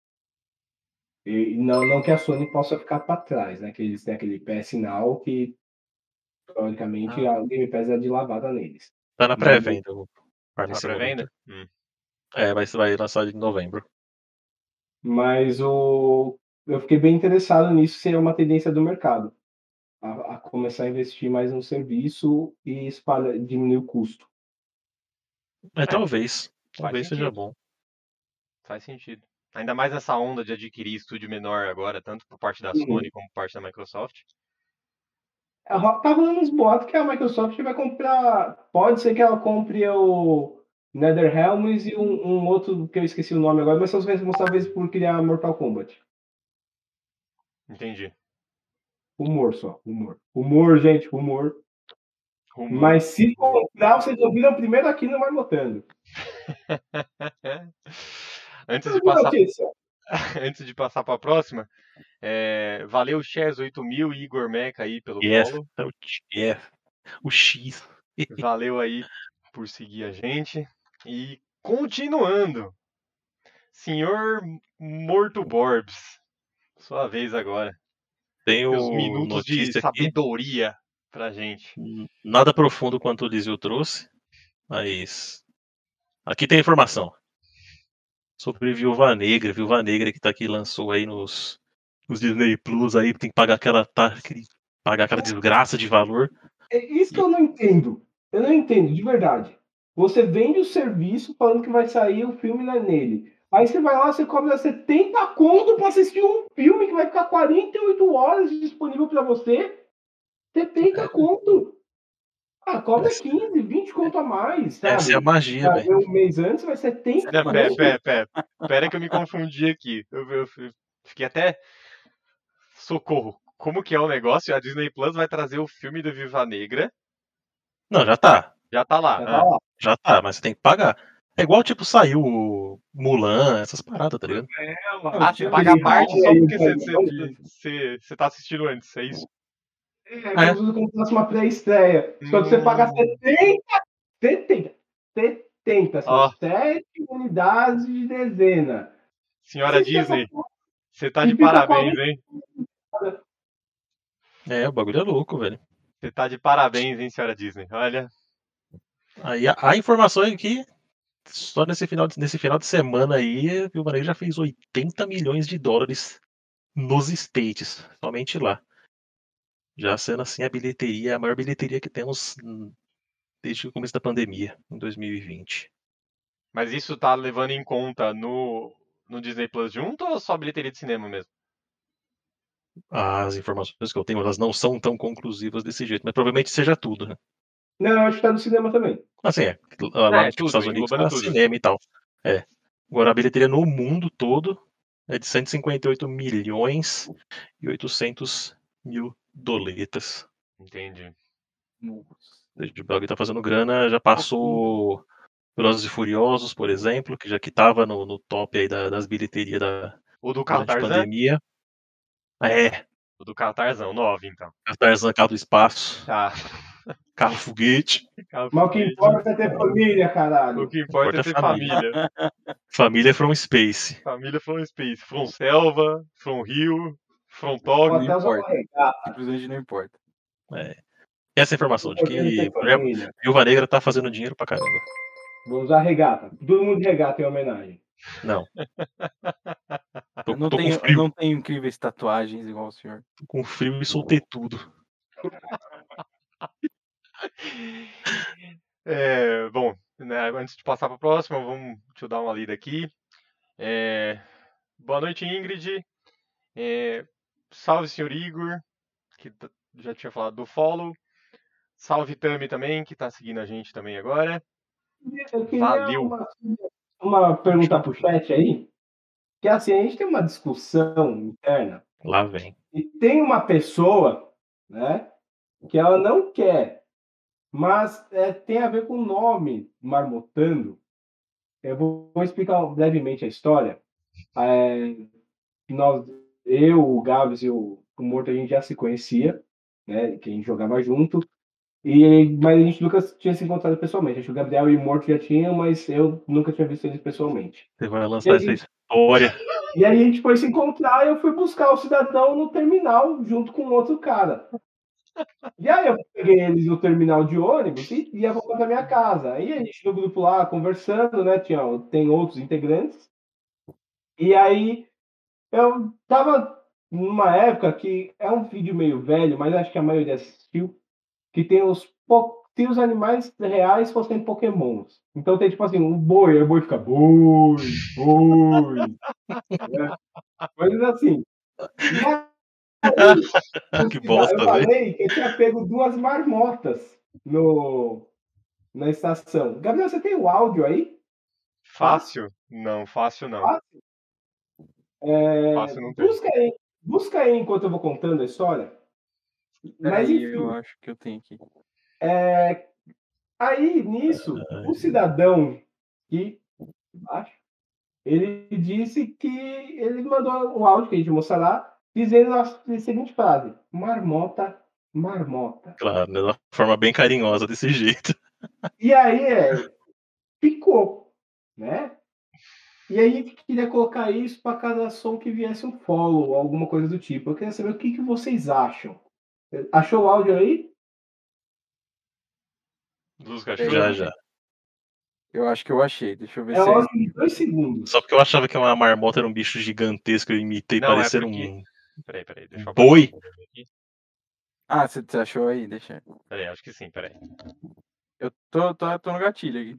E não, não que a Sony possa ficar para trás, né? Que eles têm aquele P S Now que, teoricamente, Ah. a Game Pass é de lavada neles. Tá na Mas- pré-venda o Farming Tá pré-venda? Simulator. Hum. É, vai, vai lançar em novembro. Mas o... eu fiquei bem interessado nisso ser uma tendência do mercado. A, a começar a investir mais no serviço e espalhar, diminuir o custo. É, talvez. Talvez sentido. seja bom. Faz sentido. Ainda mais nessa onda de adquirir estúdio menor agora, tanto por parte da Uhum. Sony como por parte da Microsoft. Tá rolando uns boatos que a Microsoft vai comprar. Pode ser que ela compre o NetherRealms e um, um outro que eu esqueci o nome agora, mas são os responsáveis por criar Mortal Kombat. Entendi. Humor só, humor. Humor, gente, humor. Rumor. Mas se comprar, vocês ouviram primeiro aqui no Marmotando. Antes de passar, Notícia. antes de passar para a próxima, é, valeu Chess oito mil e Igor Meca aí pelo Yes, follow. é o X- é, o X. Valeu aí por seguir a gente. E continuando, senhor Morto Borbs, sua vez agora. Tenho Os minutos de notícia aqui, sabedoria pra gente. n- nada profundo quanto o Lizio trouxe, mas aqui tem informação sobre Viúva Negra. Viúva Negra que tá aqui, lançou aí nos, nos Disney Plus aí, tem que pagar aquela, tá, aquele- pagar aquela desgraça de valor. É isso que eu não entendo. Eu não entendo, de verdade. Você vende o serviço falando que vai sair o filme lá nele. Aí você vai lá, você cobra setenta conto pra assistir um filme que vai ficar quarenta e oito horas disponível pra você. setenta conto. Ah, cobra Essa- quinze, vinte conto a mais, sabe? Essa é a magia, Ah, velho. um mês antes vai setenta Não, pera, conto. pera, pera. Pera que eu me confundi aqui. Eu, eu- eu fiquei até. Socorro. Como que é o negócio? A Disney Plus vai trazer o filme do Viúva Negra. Não, já tá. Já tá lá. Já ah. tá lá. Já tá, mas você tem que pagar. É igual, tipo, saiu o Mulan, essas paradas, tá ligado? Ah, você paga a parte só porque você, você, você, você tá assistindo antes, é isso? É, como se você comprasse uma pré-estreia. Só que você paga Hum. setenta, setenta, setenta, são Ó. sete unidades de dezena. Senhora Assiste essa Disney, porra você tá e de fica parabéns, quarenta. hein? É, o bagulho é louco, velho. Você tá de parabéns, hein, senhora Disney? Olha. Aí a, a informação é que só nesse final, de, nesse final de semana aí, a Viúva Negra já fez oitenta milhões de dólares nos States, somente lá. Já sendo assim a bilheteria, a maior bilheteria que temos hum, desde o começo da pandemia, em dois mil e vinte. Mas isso tá levando em conta no, no Disney Plus junto ou só bilheteria de cinema mesmo? As informações que eu tenho, elas não são tão conclusivas desse jeito, mas provavelmente seja tudo, né? Não, eu acho que tá no cinema também. Assim, é, lá É, nos tudo, Estados Unidos englobando tá tudo. cinema e tal. É. Agora a bilheteria no mundo todo é de cento e cinquenta e oito milhões e oitocentos mil doletas. Entendi. O bagulho tá fazendo grana, já passou Velozes e Furiosos, por exemplo, que já que tava no, no top aí da- das bilheterias da, O do carro durante a Tarzan? pandemia. É, O do carro Tarzan, o nove, então. Tarzan, carro do espaço, Tá. carro foguete. Carro Mas o que foguete. importa é ter família, O caralho. que importa é ter família. Família from Space. Família from Space. From Selva, from Rio, from Ou Tóquio. até usar uma importa. regata. Simplesmente não importa. É. E essa informação de Podendo que ter por exemplo, família. Viúva Negra tá fazendo dinheiro pra caramba. Vou usar regata. Todo mundo de regata em homenagem. Não. Tô, Eu não, tô com tenho, eu frio. não tenho incríveis tatuagens igual o senhor. Tô com frio e soltei tudo. É, bom, né, antes de passar para a próxima, vamos, deixa eu dar uma lida aqui. É, boa noite, Ingrid. É, salve, senhor Igor, que t- já tinha falado do follow. Salve, Tami também, que está seguindo a gente também agora. Eu queria Valeu. uma, uma pergunta pro chat aí. Que assim, a gente tem uma discussão interna Lá vem. e tem uma pessoa, né, que ela não quer, mas é, tem a ver com o nome marmotando. Eu vou, vou explicar brevemente a história. É, nós, eu, o Gabs e o, o Morto, a gente já se conhecia, né, que a gente jogava junto. E, mas a gente nunca tinha se encontrado pessoalmente. Acho que o Gabriel e o Morto já tinham, mas eu nunca tinha visto eles pessoalmente. Você vai E lançar essa aí, história. e aí a gente foi se encontrar e eu fui buscar o cidadão no terminal junto com outro cara. E aí eu peguei eles no terminal de ônibus e ia voltar pra minha casa. Aí a gente no grupo lá conversando, né? Tinha, tem outros integrantes. E aí eu tava numa época que é um vídeo meio velho, mas acho que a maioria assistiu, que tem os, po- tem os animais reais fossem pokémons. Então tem tipo assim, um boi, aí o boi fica boi, boi, né? Coisas assim. E aí, Que eu bosta, velho. falei que eu tinha pego duas marmotas no, na estação. Gabriel, você tem o áudio aí? Fácil? Não, fácil não. Fácil? É, Fácil não tem. busca aí, busca aí enquanto eu vou contando a história. Mas Peraí, enfim, eu acho que eu tenho aqui. é, aí nisso, o cidadão que acho, ele disse que ele mandou um áudio que a gente mostra lá, dizendo a seguinte frase: marmota, marmota. Claro, né, de uma forma bem carinhosa desse jeito. E aí é, ficou, né? E aí a gente queria colocar isso para cada som que viesse um follow, alguma coisa do tipo. Eu queria saber o que, que vocês acham. Achou o áudio aí? Dos Peraí, cachorros? Já, já. Eu acho que eu achei. Deixa eu ver É se o é áudio isso. de dois segundos. Só porque eu achava que uma marmota era um bicho gigantesco, eu imitei Não, é parecendo porque- um Peraí, peraí, deixa eu boi. abaixar o volume aqui. Ah, você você achou aí? Deixa. Peraí, acho que sim, peraí. Eu tô, tô, tô no gatilho aqui.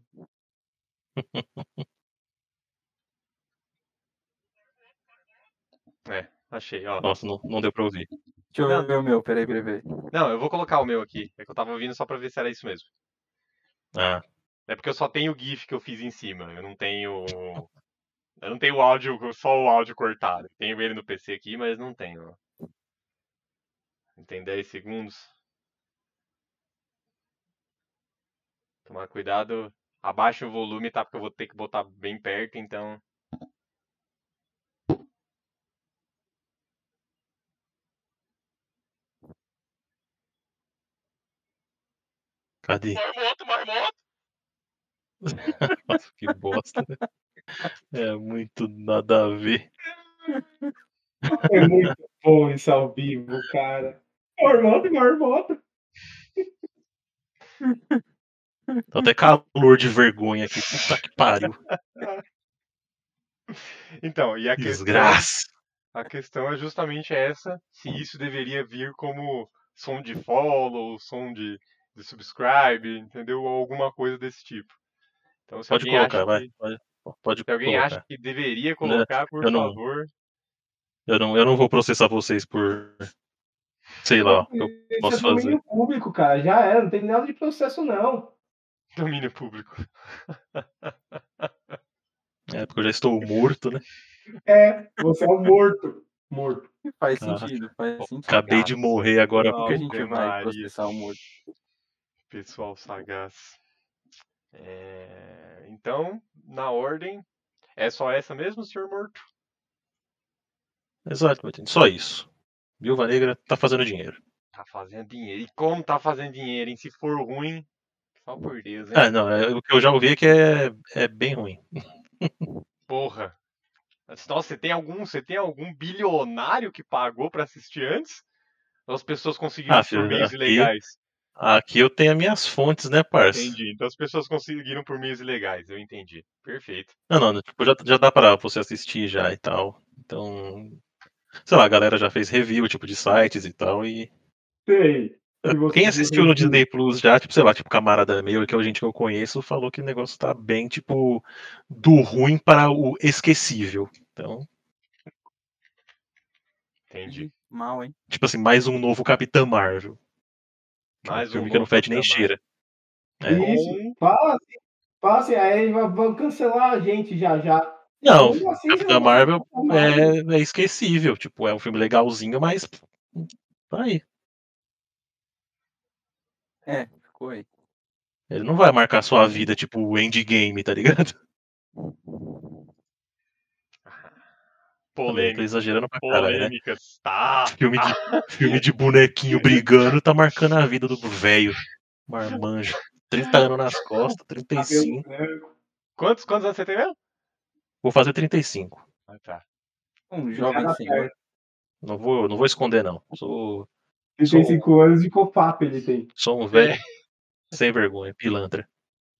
É, achei, ó. Nossa, não, não deu pra ouvir. Deixa eu Não. ver o meu. Peraí, peraí, peraí. Não, eu vou colocar o meu aqui. É que eu tava ouvindo só pra ver se era isso mesmo. Ah, É porque eu só tenho o GIF que eu fiz em cima. Eu não tenho. Eu não tenho o áudio, só o áudio cortado. Tenho ele no P C aqui, mas não tenho. Ó. Tem dez segundos. Tomar cuidado. Abaixa o volume, tá? Porque eu vou ter que botar bem perto, então. cadê? Marmoto, marmoto! Nossa, que bosta, né? É muito nada a ver. É muito bom isso ao vivo, cara. Marmota, marmota. Tá até calor de vergonha aqui. Puta que pariu. Então, e a questão. Desgraça. A questão é justamente essa, se isso deveria vir como som de follow, som de, de subscribe, entendeu? Ou alguma coisa desse tipo. Então, se Pode alguém acha colocar, vai. que, Pode, pode se alguém acha colocar. que deveria Né? colocar, por Eu não, favor. eu, não, eu não vou processar vocês por. Sei lá, o que eu Isso é posso fazer. domínio público, cara. Já é, não tem nada de processo, não. Domínio público. É, porque eu já estou morto, né? É, você é um morto. Morto. Faz Ah, sentido, faz sentido. Acabei de morrer agora. Como que a gente Ave vai Maria. processar o morto? Pessoal sagaz. É, então, na ordem, é só essa mesmo, senhor Morto? Exatamente, só isso. Viúva Negra tá fazendo dinheiro. Tá fazendo dinheiro. E como tá fazendo dinheiro, hein? Se for ruim, só por Deus, hein? Ah, não, é, o que eu já ouvi é que é, é bem ruim. Porra. Nossa, você tem algum, você tem algum bilionário que pagou pra assistir antes? Ou as pessoas conseguiram Ah, por filho, meios aqui, ilegais? aqui eu tenho as minhas fontes, né, parça? Entendi. Então as pessoas conseguiram por meios ilegais, eu entendi. Perfeito. Não, não, tipo, já, já dá pra você assistir já e tal. Então, sei lá, a galera já fez review, tipo, de sites e tal, e Sei. Se você quem viu assistiu no review. Disney Plus já, tipo, sei lá, tipo, camarada meu, que é gente que eu conheço, falou que o negócio tá bem, tipo, do ruim para o esquecível. Então, Entendi. Ih, mal, hein? tipo assim, mais um novo Capitã Marvel. Que é um Mais um filme que não novo fede nem Capitã cheira. É. Isso. Com- Fala assim, fala assim, aí va- vão cancelar a gente já já. Não, Como assim você Capitã vai gostar de Marvel Capitã Marvel? é, é esquecível. Tipo, é um filme legalzinho, mas. Tá aí. É, ficou aí. Ele não vai marcar sua vida, tipo, o endgame, tá ligado? Também, tô polêmica. exagerando pra caralho, né? Polêmicas. Tá. Filme de, tá. filme de bonequinho brigando tá marcando a vida do velho. Marmanjo. trinta anos nas costas, trinta e Cabelo cinco. branco. Quantos, quantos anos você tem mesmo? Vou fazer trinta e cinco. Ah, tá. Um Em jovem cada senhor. Não vou, não vou esconder, não. Sou, trinta e sou, cinco anos de cofap ele tem. sou um É. velho sem vergonha, pilantra.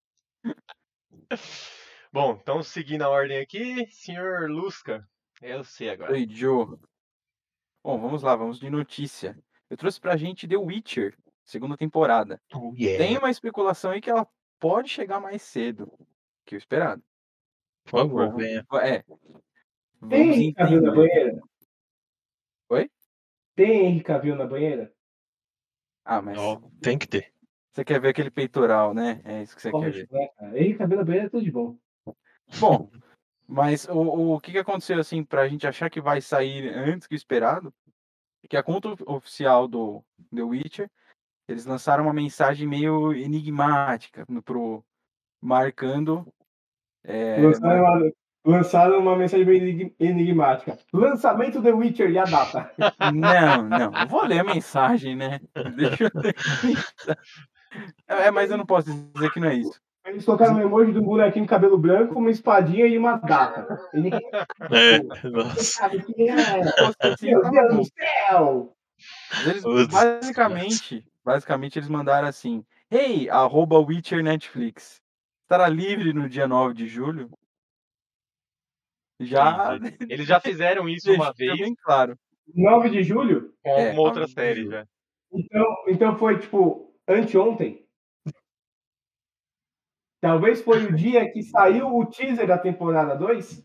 Bom, então seguindo a ordem aqui, senhor Lusca, é você agora. Oi, Joe. Bom, vamos lá, vamos de notícia. Eu trouxe pra gente The Witcher, segunda temporada. Oh, Tem yeah. uma especulação aí que ela pode chegar mais cedo que o esperado. Por favor, Vamos, venha. é, Tem vamos Henrique Cavill na entender. banheira? Oi? Tem Henrique Cavill na banheira? Ah, mas Ó, tem que ter. você quer ver aquele peitoral, né? É isso que você quer Lógico, ver. né, cara? Henrique Cavill na banheira é tudo de bom. Bom, mas o, o que, que aconteceu assim pra gente achar que vai sair antes que o esperado? Que a conta oficial do The Witcher, eles lançaram uma mensagem meio enigmática no, pro, marcando. É, Lançaram, mar- uma, lançaram uma mensagem bem enig- enigmática. Lançamento The Witcher e a data. Não, não, eu vou ler a mensagem, né? Deixa eu ler a mensagem. É, mas eu não posso dizer que não é isso. Eles colocaram um emoji de um bonequinho de cabelo branco, uma espadinha e uma data. E ninguém É, nossa. sabe o que é. Se fosse assim, Meu tava Deus bom. do céu! Mas eles, Putz, basicamente, basicamente, eles mandaram assim: Hey, arroba Witcher Netflix. Estará livre no dia nove de julho? Já Entendi. Eles já fizeram isso uma deixou vez bem claro. nove de julho? com É, alguma outra nove de série julho. já. Então, então foi tipo anteontem. Talvez foi o dia que saiu o teaser da temporada dois.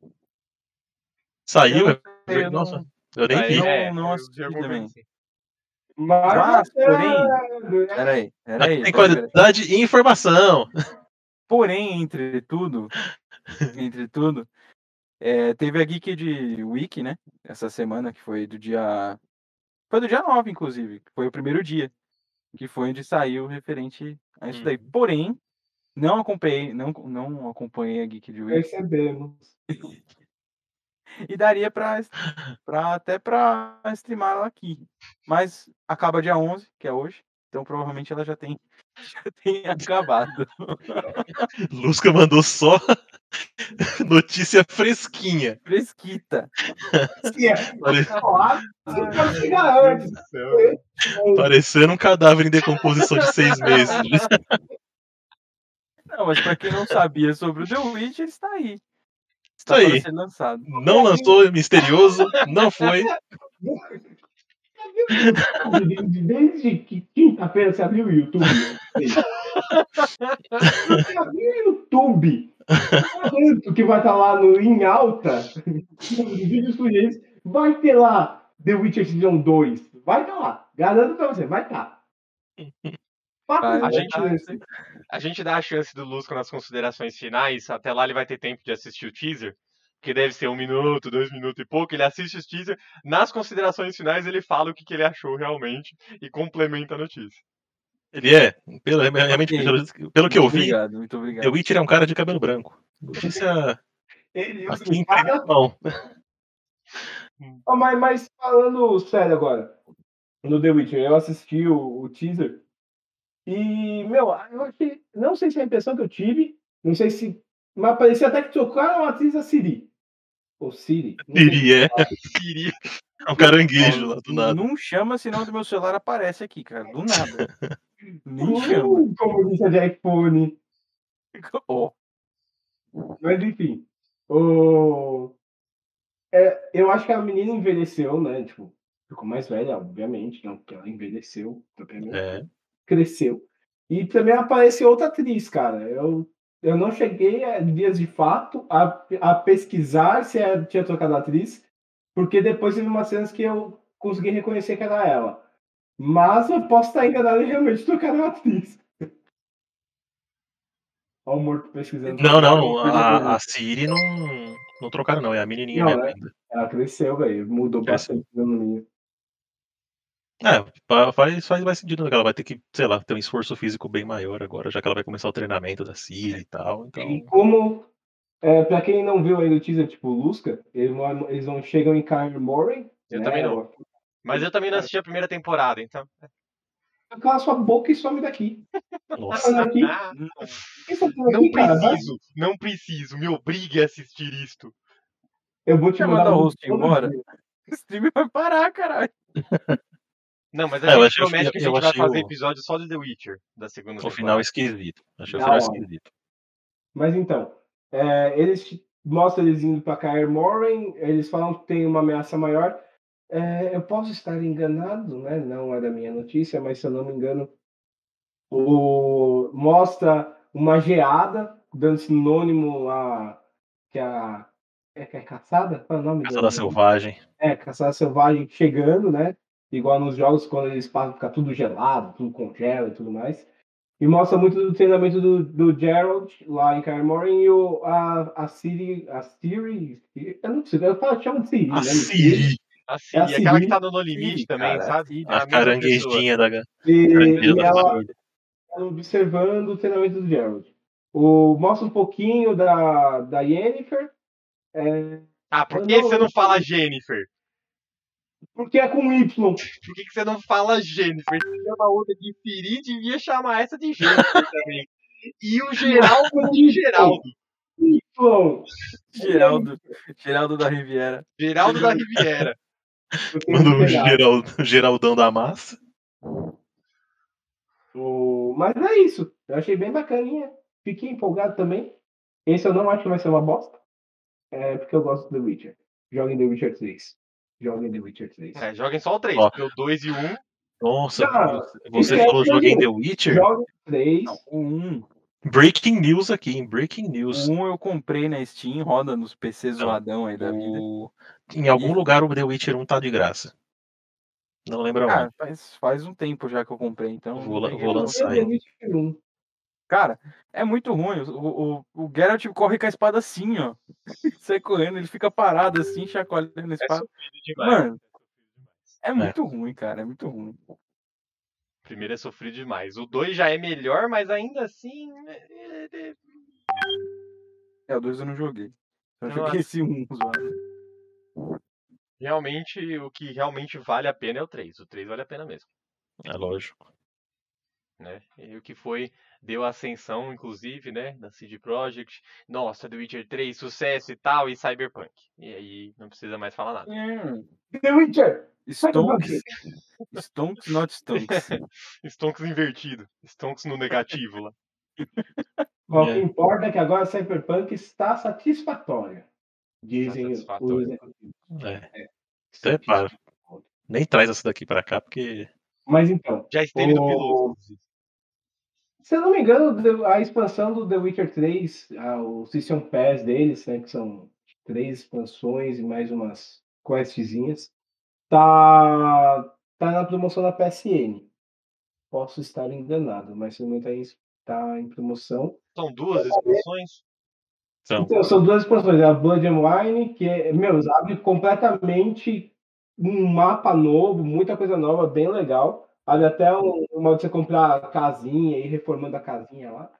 Saiu? Eu é não, eu Nossa, não, eu nem Aí, vi. não, é, não eu vi assisti alguma coisa também. assim. Mas, Mas, porém, né? peraí, peraí, Aqui tem peraí, peraí. qualidade e informação. Porém, entretudo, entretudo, é, teve a Geek de Week, né? Essa semana, que foi do dia. Foi do dia nove, inclusive. Que foi o primeiro dia. Que foi onde saiu referente a isso daí. Uhum. Porém, não acompanhei, não, não acompanhei a Geek de Week. Percebemos. E daria pra, pra, até pra streamar ela aqui. Mas acaba dia onze, que é hoje. Então provavelmente ela já tem, já tem acabado. Lusca mandou só notícia fresquinha. Fresquita. Se é Pare- claro, você Ai, pode chegar Meu Deus antes. do céu, velho. Parecendo um cadáver em decomposição de seis meses. Não, mas pra quem não sabia sobre o The Witcher, ele está aí. Está Isso para aí. ser lançado. Não lançou, misterioso, não foi. Desde, desde que quinta-feira você abriu o YouTube. Você abriu o YouTube. Garanto que vai estar lá no em alta, no vídeo sugeridos, vai ter lá The Witcher Season dois. Vai estar lá. Garanto pra você, vai estar. Fato Vai, A vai gente, tá- a gente dá a chance do Lusco nas considerações finais. Até lá ele vai ter tempo de assistir o teaser. Que deve ser um minuto, dois minutos e pouco. Ele assiste o teaser. Nas considerações finais ele fala o que, que ele achou realmente e complementa a notícia. Ele é, pelo, realmente, Ok. pelo, pelo que Muito eu vi, obrigado, muito The obrigado. Witcher é um cara de cabelo branco. Notícia Ele, aqui em primeira mão. Oh, mas, mas falando sério agora, no The Witcher, eu assisti o, o teaser e, meu, eu achei, não sei se é a impressão que eu tive, não sei se, mas parecia até que trocaram a atriz a Siri. Ou Siri, não sei. Siri, é. Siri. É um caranguejo lá do nada. Não chama, senão do meu celular aparece aqui, cara. Do nada. Nem chama. Uh, comunista de iPhone. Ó, Mas enfim, o... é, eu acho que a menina envelheceu, né? Tipo, ficou mais velha, obviamente, não que ela envelheceu, propriamente, É. cresceu. E também aparece outra atriz, cara. Eu, eu não cheguei a dias de fato a, a pesquisar se ela tinha trocado a atriz, porque depois teve umas cenas que eu consegui reconhecer que era ela. Mas eu posso estar enganado e realmente trocaram a atriz. Olha o morto pesquisando. Não, não, Alguma coisa a, boa. a Siri não, não trocaram, não. É a menininha Não, mesmo né? ainda. Ela cresceu, velho. Mudou Cresceu. bastante no menino. É, fa- faz, faz mais sentido, né? Que ela vai ter que, sei lá, ter um esforço físico bem maior agora, já que ela vai começar o treinamento da Siri e tal. E Então, como, é, pra quem não viu ainda o teaser, tipo, Lusca, eles vão, eles vão chegam em Kaer Morhen, Eu né? também não. Mas eu também não assisti a primeira temporada, então. Cala sua boca e some daqui. nossa. Olha aqui. Ah, O que você tá fazendo não aqui, cara? Vai. preciso, não preciso. Me obrigue a assistir isto. Eu vou te Quer mandar mandar o um host todo embora? dia. O stream vai parar, caralho. Não, mas a É, eu gente achei, promete que a eu gente vai achei fazer o, episódio só de The Witcher, da segunda o final temporada. esquisito. Achei o Da final hora. esquisito. Mas então, é, eles te- mostram eles indo pra Kaer Morhen, eles falam que tem uma ameaça maior. É, eu posso estar enganado, né? Não é da minha notícia, mas se eu não me engano, o, mostra uma geada, dando sinônimo a que a é, que é caçada? Qual é o nome Caça do, da do- Selvagem. É, caçada selvagem chegando, né? Igual nos jogos quando eles passam, fica tudo gelado, tudo congela e tudo mais. E mostra muito do treinamento do, do Gerald lá em Kaer Morhen e o, a, a Siri, a Siri, eu não sei, eu falo, chamo de Siri, A né? Siri. A É a Siri, aquela que Siri, tá no No Limite Siri, também, cara, sabe? Siri. É A a mesma pessoa. caranguejinha da, e, carangueja e da ela, Ford. ela observando o treinamento do Gerald. O, mostra um pouquinho da, da Yennefer. É, Ah, por eu que não você não lembro fala Jennifer? porque é com Y. Por que que você não fala Jennifer? Você chama outra de Siri, devia chamar essa de Jennifer também. E o Geraldo de Geraldo. Y. Geraldo. Geraldo da Riviera. Geraldo da Riviera. Eu tenho Manda o Geraldo. Gerald, Geraldão da massa. O... Mas é isso. Eu achei bem bacaninha. Fiquei empolgado também. Esse eu não acho que vai ser uma bosta. É porque eu gosto do The Witcher. Joguem The Witcher três. Joguem The Witcher três. É, joguem só o três, Ó. porque o dois e o um. Nossa, Não, você esquece falou o joguei dois e The um. Witcher? Joguem três. Não, o um. Breaking news aqui, hein? Breaking O news. um eu comprei na Steam, roda nos P C zoadão aí da vida. O... Em algum E- lugar o The Witcher um tá de graça. Não lembro Ah, onde. faz, faz um tempo já que eu comprei, então Vou não la- peguei vou não. lançar The ele. Witcher um. Cara, é muito ruim. O, o, o Geralt corre com a espada assim, ó. Sai correndo, ele fica parado assim, chacoalhando a É espada. sofrido demais. Mano, é muito ruim, cara. É muito ruim. O primeiro é sofrido demais. O dois já é melhor, mas ainda assim. é- é- É, o dois eu não joguei. Eu Não, joguei esse um zoado. Realmente, o que realmente vale a pena é o três. O três vale a pena mesmo. É lógico. Né? E o que foi, deu ascensão, inclusive, né, da C D Projekt. Nossa, The Witcher três, sucesso e tal, e Cyberpunk. E aí não precisa mais falar nada. É, The Witcher! Stonks. Stonks, not Stonks. Stonks invertido. Stonks no negativo lá. Bom, o É. que importa é que agora Cyberpunk está satisfatória. Dizem os satisfatória. executivos. É. É, Até para. satisfatória. Nem traz essa daqui pra cá, porque. Mas então, Já esteve no o- piloto, inclusive. se eu não me engano, a expansão do The Witcher três, ah, o Season Pass deles, né, que são três expansões e mais umas questzinhas, tá, tá na promoção da P S N. Posso estar enganado, mas se não tá em, tá em promoção. São duas expansões? Então, Então, são duas expansões. A Blood and Wine, que é, meu, abre completamente um mapa novo, muita coisa nova, bem legal. Abre até um, uma de você comprar casinha e ir reformando a casinha lá.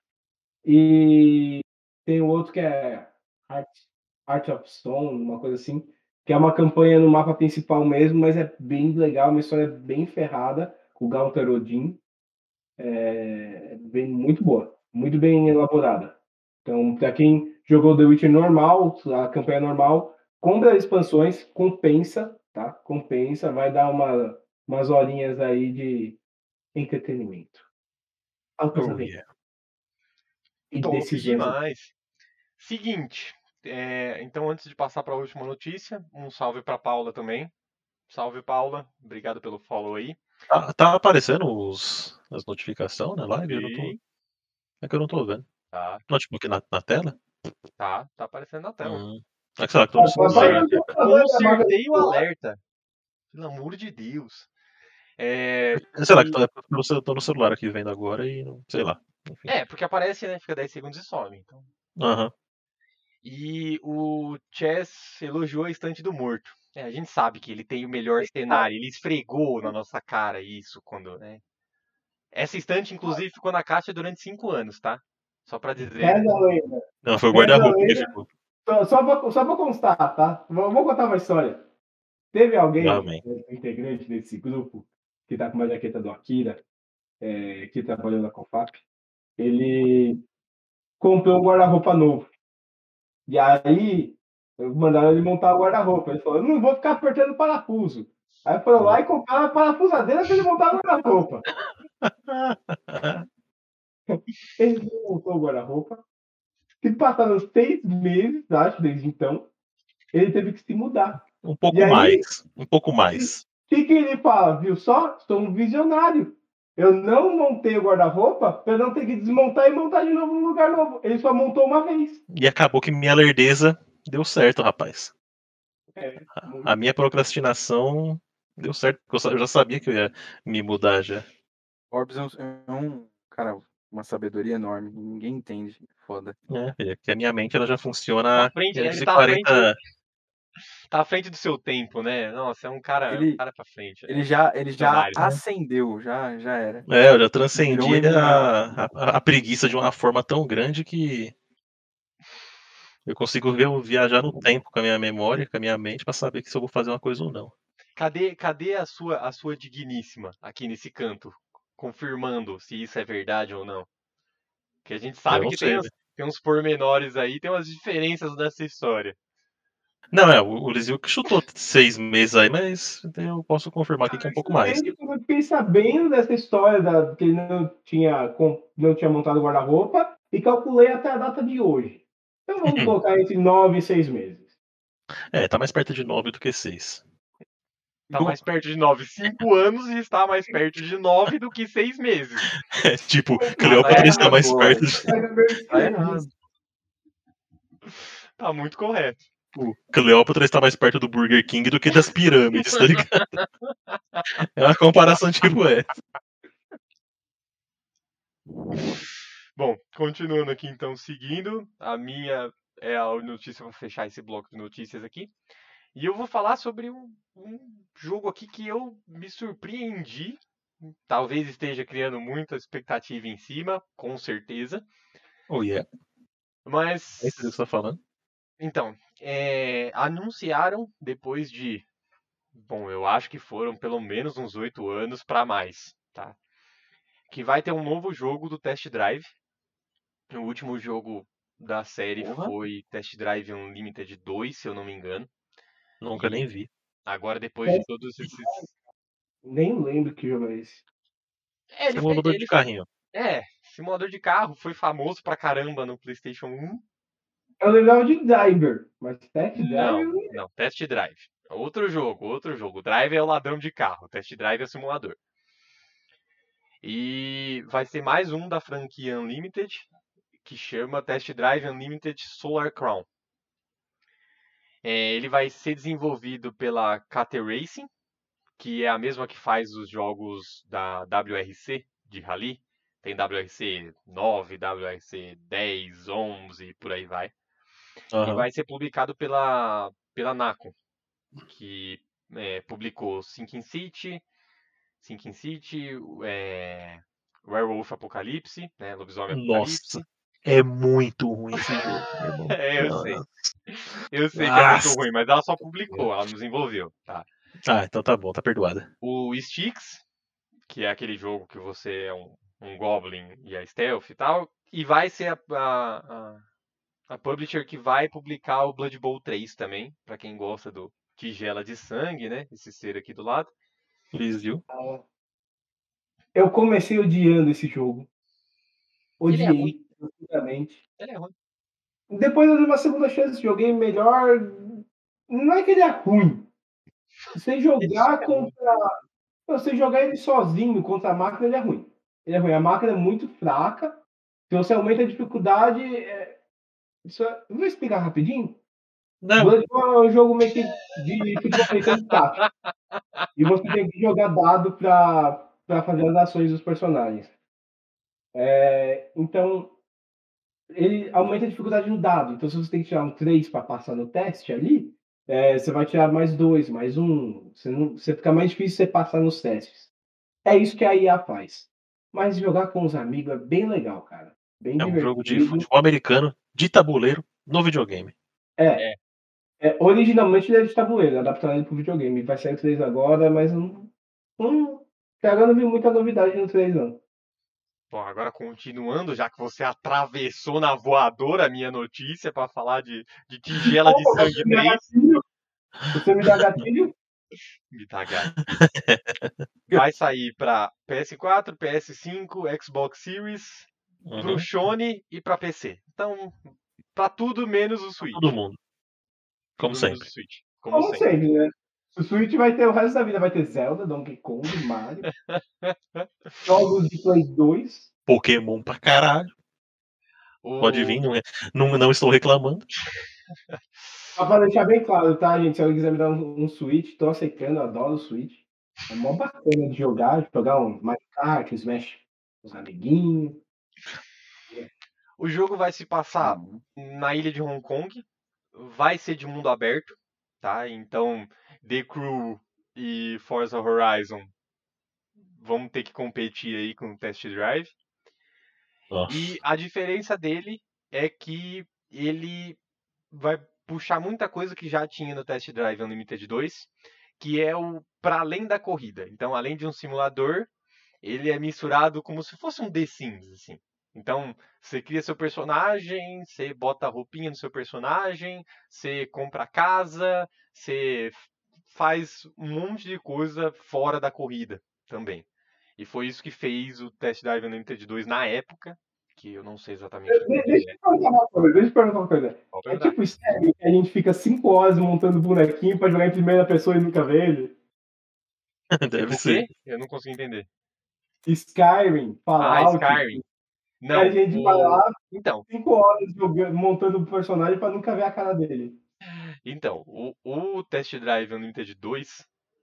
E tem o outro que é Art, Art of Stone, uma coisa assim, que é uma campanha no mapa principal mesmo, mas é bem legal, uma história bem ferrada, com o Galter Odin. É bem, muito boa, muito bem elaborada. Então, para quem jogou The Witcher normal, a campanha normal, compra as expansões, compensa, tá? Compensa, vai dar uma, umas horinhas aí de entretenimento. Altas Oh, aventuras yeah. e Top decisões. demais. Seguinte, é, então antes de passar para a última notícia, um salve para Paula também. Salve, Paula. Obrigado pelo follow aí. Tá, tá aparecendo os, as notificações na live? Eu não tô, Sim, é que eu não tô vendo. tá, Notebook na, na tela? tá, tá aparecendo na tela. Hum. É que sei lá, que tô Ah, no só- só celular no aqui, cara. computador, né? Mas- Consertei o alerta. Pelo amor de Deus. É, Sei lá, e- que tô, tô no celu- tô no celular aqui vendo agora e não sei lá. Enfim. é, porque aparece, né? Fica dez segundos e some. Então. Aham. E o Chess elogiou a estante do morto. É, a gente sabe que ele tem o melhor cenário. Ele esfregou na nossa cara isso quando, né? Essa estante, inclusive, ficou na caixa durante cinco anos, tá? Só pra dizer. Reza a lenda. Não, foi o Reza a guarda-roupa que lenda. ficou. Só, só, pra, só pra constar, tá? Vou, vou contar uma história. Teve alguém, Amém. um integrante desse grupo, que tá com uma jaqueta do Akira, é, que trabalhou na Confap, ele comprou um guarda-roupa novo. E aí, mandaram ele montar o guarda-roupa. Ele falou, eu não vou ficar apertando parafuso. Aí foram lá e compraram a parafusadeira para ele montar o guarda-roupa. Ele montou o guarda-roupa. Se passaram seis meses, acho, desde então, ele teve que se mudar. Um pouco E aí, mais. Um pouco mais. o que, que ele fala? Viu só? Sou um visionário. Eu não montei o guarda-roupa para eu não ter que desmontar e montar de novo num lugar novo. Ele só montou uma vez. E acabou que minha lerdeza deu certo, rapaz. É, A minha procrastinação deu certo, porque eu sa- eu já sabia que eu ia me mudar já. Orbs é um, é um, cara, uma sabedoria enorme. Ninguém entende. Foda. É, filha, porque a minha mente ela já Tá funciona à há frente, né? Ele tá à frente, quinhentos e quarenta. tá à frente do seu tempo, né? Nossa, é um cara, é um Ele, cara pra frente. ele É já, ele já visionário. ascendeu, já, já era. É, eu já Virou um transcendi iluminado. a, a, a preguiça de uma forma tão grande que eu consigo ver, viajar no tempo com a minha memória, com a minha mente, pra saber que se eu vou fazer uma coisa ou não. Cadê, cadê a sua, a sua digníssima aqui nesse canto, confirmando se isso é verdade ou não? Que a gente Eu sabe não que tem sei, uns, velho. tem uns pormenores aí, tem umas diferenças nessa história. Não, é, o, o Lizio que chutou seis meses aí, mas eu posso confirmar aqui que é um pouco mais. Desde quando eu fiquei sabendo dessa história da, que ele não tinha, com- não tinha montado o guarda-roupa e calculei até a data de hoje. Então vamos colocar entre nove e seis meses. É, tá mais perto de nove do que seis. Tá mais perto de nove, cinco anos e está mais perto de nove do que seis meses. É, tipo, tá Cleópatra está errado, mais pô. perto de... Tá errado. Tá muito correto. O Cleópatra está mais perto do Burger King do que das pirâmides, tá ligado? É uma comparação tipo essa. Bom, continuando aqui então, seguindo, a minha é a notícia, vou fechar esse bloco de notícias aqui. E eu vou falar sobre um, um jogo aqui que eu me surpreendi. Talvez esteja criando muita expectativa em cima, com certeza. Oh, yeah. Mas, É isso que você tá falando? então, é, anunciaram depois de, bom, eu acho que foram pelo menos uns oito anos para mais, tá? Que vai ter um novo jogo do Test Drive. O último jogo da série Porra. foi Test Drive Unlimited dois, se eu não me engano. Nunca E nem vi. agora, depois de todos esses. Nem lembro que jogo é esse. É, ele, fe... Simulador de ele carrinho. É, simulador de carro, foi famoso pra caramba no PlayStation um. Eu lembrava de Driver, mas Test Drive Não, eu não não, Test Drive. Outro jogo, outro jogo. Drive é o ladrão de carro, Test Drive é o simulador. E vai ser mais um da franquia Unlimited, que chama Test Drive Unlimited Solar Crown. É, ele vai ser desenvolvido pela K T Racing, que é a mesma que faz os jogos da W R C de Rally. Tem W R C nove, W R C dez, onze e por aí vai. Aham. E vai ser publicado pela, pela Nacon, que é, publicou Sinking City, Sinking City, é, Werewolf Apocalipse, né, Lobisomem Nossa. Apocalipse, É muito ruim esse jogo, meu irmão. É, eu sei. Nossa. Eu sei que é muito Nossa. ruim, mas ela só publicou, ela não desenvolveu, tá? Ah, então tá bom, tá perdoada. O Styx, que é aquele jogo que você é um, um Goblin e é stealth e tal, e vai ser a, a, a, a publisher que vai publicar o Blood Bowl três também, pra quem gosta do Tigela de Sangue, né? Esse ser aqui do lado. Liz, viu? Eu comecei odiando esse jogo. Ele é ruim. Odiei profundamente. Ele é ruim. Depois eu dei uma segunda chance, joguei melhor. Não é que ele é ruim. Você Ele jogar só é ruim. contra. Você jogar ele sozinho contra a máquina, ele é ruim. Ele é ruim. A máquina é muito fraca. Se você aumenta a dificuldade. É... Isso é... Vou explicar rapidinho. Não, Blood Bowl é um jogo meio que de futebol americano tático. E você tem que jogar dado para fazer as ações dos personagens. É, então, ele aumenta a dificuldade no dado. Então, se você tem que tirar um três para passar no teste ali, é, você vai tirar mais dois, mais um. Você, não, você fica mais difícil você passar nos testes. É isso que a I A faz. Mas jogar com os amigos é bem legal, cara. Bem é um jogo de divertido. futebol americano, de tabuleiro, no videogame. É, é, originalmente ele é de tabuleiro, adaptado ele pro videogame. Vai sair o três agora, mas não. Hum, cara, eu não vi muita novidade no três, não. Bom, agora continuando, já que você atravessou na voadora a minha notícia pra falar de, de Tigela de Opa, Sangue você me dá três. gatilho? Você me dá gatilho? Me dá gato. Vai sair pra P S quatro, P S cinco, Xbox Series, pro Uhum. Sony e pra P C. Então, pra tudo menos o Switch. Todo mundo. Como Tudo menos sempre. o Switch. Como, Como sempre. sempre, né? O Switch vai ter o resto da vida, vai ter Zelda, Donkey Kong, Mario, jogos de Play dois. Pokémon pra caralho. O... Pode vir, não, é- não, não estou reclamando. Só pra deixar bem claro, tá, gente? Se alguém quiser me dar um, um Switch, tô aceitando, adoro o Switch. É mó bacana de jogar, de jogar um Mario Kart, Smash com os amiguinhos. o jogo vai se passar Uhum. na ilha de Hong Kong. Vai ser de mundo aberto, tá? Então, The Crew e Forza Horizon vão ter que competir aí com o Test Drive. Nossa. E a diferença dele é que ele vai puxar muita coisa que já tinha no Test Drive Unlimited dois, que é o para além da corrida. Então, além de um simulador, ele é misturado como se fosse um The Sims, assim. Então, você cria seu personagem, você bota a roupinha no seu personagem, você compra casa, você faz um monte de coisa fora da corrida também. E foi isso que fez o Test Drive Unlimited dois na época, que eu não sei exatamente De- quando Deixa ele eu é. te perguntar uma coisa, deixa eu te perguntar uma coisa. Pode É perguntar. tipo Skyrim, que a gente fica cinco horas montando bonequinho pra jogar em primeira pessoa e nunca vê ele? Deve Tipo o ser. quê? Eu não consegui entender. Skyrim, Ah, Fallout, Skyrim. e a Não, gente vai o... lá Então, cinco horas jogando, montando o personagem pra nunca ver a cara dele. então o, o Test Drive Unlimited dois,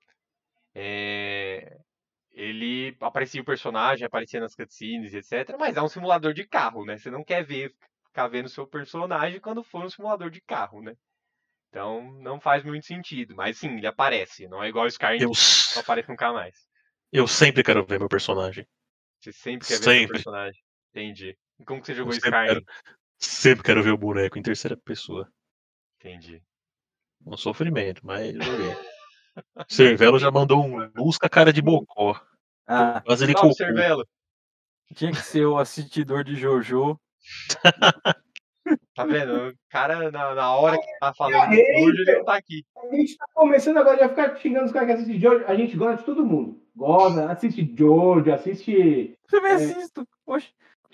é... ele aparecia o personagem, aparecia nas cutscenes, etcétera. Mas é um simulador de carro, né? Você não quer ver, ficar vendo o seu personagem quando for um simulador de carro, né? Então não faz muito sentido. Mas sim, ele aparece. Não é igual o Skyrim Eu, que não aparece nunca mais. eu sempre quero ver meu personagem. Você sempre quer ver seu Sempre. personagem. Entendi. E como que você Eu jogou sempre quero, Skyrim? sempre quero ver o boneco em terceira pessoa. Entendi. Um sofrimento, mas joguei. Cervelo já mandou um busca cara de bocó. Ah, Quase ele Salve, cocô. Cervelo. tinha que ser o assistidor de Jojo. Tá vendo? O cara, na, na hora que tá falando de Hater. Jojo, ele não tá aqui. A gente tá começando agora já ficar xingando os caras que assistem Jojo. A gente gosta de todo mundo. Gosta, assiste Jojo, assiste. Eu também É. assisto. Oxe.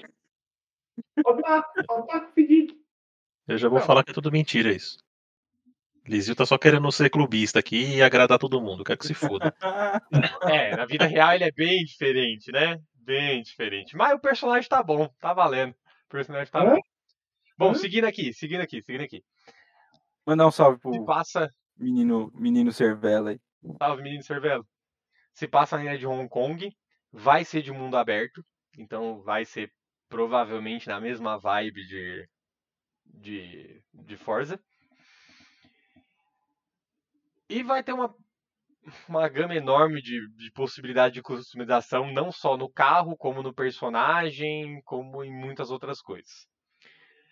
Opa, opa, pedi. Eu já vou Não. falar que é tudo mentira isso. Lizio tá só querendo ser clubista aqui e agradar todo mundo. Quero que se foda. É, na vida real ele é bem diferente, né? Bem diferente. Mas o personagem tá bom, tá valendo. O personagem tá Hã? bom. Bom, Hã? seguindo aqui, seguindo aqui, seguindo aqui. Mandar um salve Se pro passa. menino, menino Cervela aí. Salve, menino Cervelo. Se passa na ilha de Hong Kong, vai ser de mundo aberto. Então vai ser provavelmente na mesma vibe de. de. de Forza. E vai ter uma. uma gama enorme de, de possibilidade de customização, não só no carro, como no personagem, como em muitas outras coisas.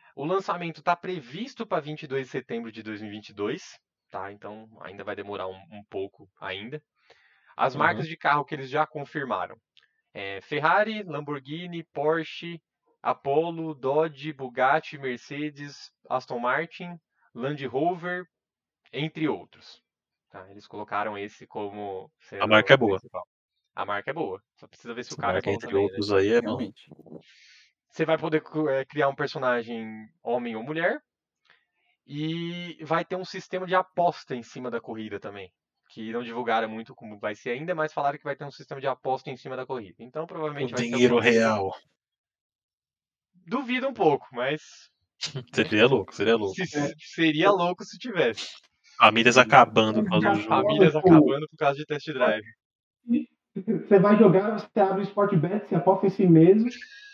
O lançamento está previsto para vinte e dois de setembro de dois mil e vinte e dois, tá? Então ainda vai demorar um, um pouco ainda. As Uhum. marcas de carro que eles já confirmaram: é Ferrari, Lamborghini, Porsche, Apollo, Dodge, Bugatti, Mercedes, Aston Martin, Land Rover, entre outros. Tá? Eles colocaram esse como A sendo marca é o boa. principal. A marca é boa, só precisa ver se o Essa carro é marca, bom entre também, né? outros, aí é bom. Realmente. Você vai poder eh, criar um personagem homem ou mulher e vai ter um sistema de aposta em cima da corrida também, que não divulgaram muito como vai ser ainda, mas falaram que vai ter um sistema de aposta em cima da corrida. Então O provavelmente vai ser dinheiro alguma coisa. real. Duvido um pouco, mas Seria louco, seria louco. se- É. seria louco se tivesse. Famílias acabando por causa do Mas, jogo. Famílias Tipo, acabando por causa de test drive. Você vai jogar, você abre o Sportbet, você aposta em si mesmo.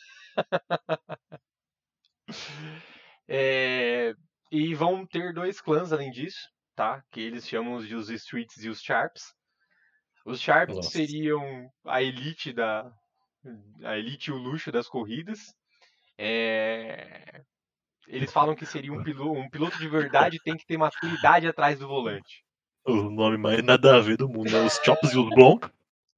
É, e vão ter dois clãs além disso, tá? Que eles chamam de os Streets e os Sharps. Os Sharps Nossa. seriam a elite da a elite e o luxo das corridas. É, eles falam que seria um piloto, um piloto de verdade tem que ter maturidade atrás do volante. O nome mais nada a ver do mundo, né? Os Chops e os Blonk.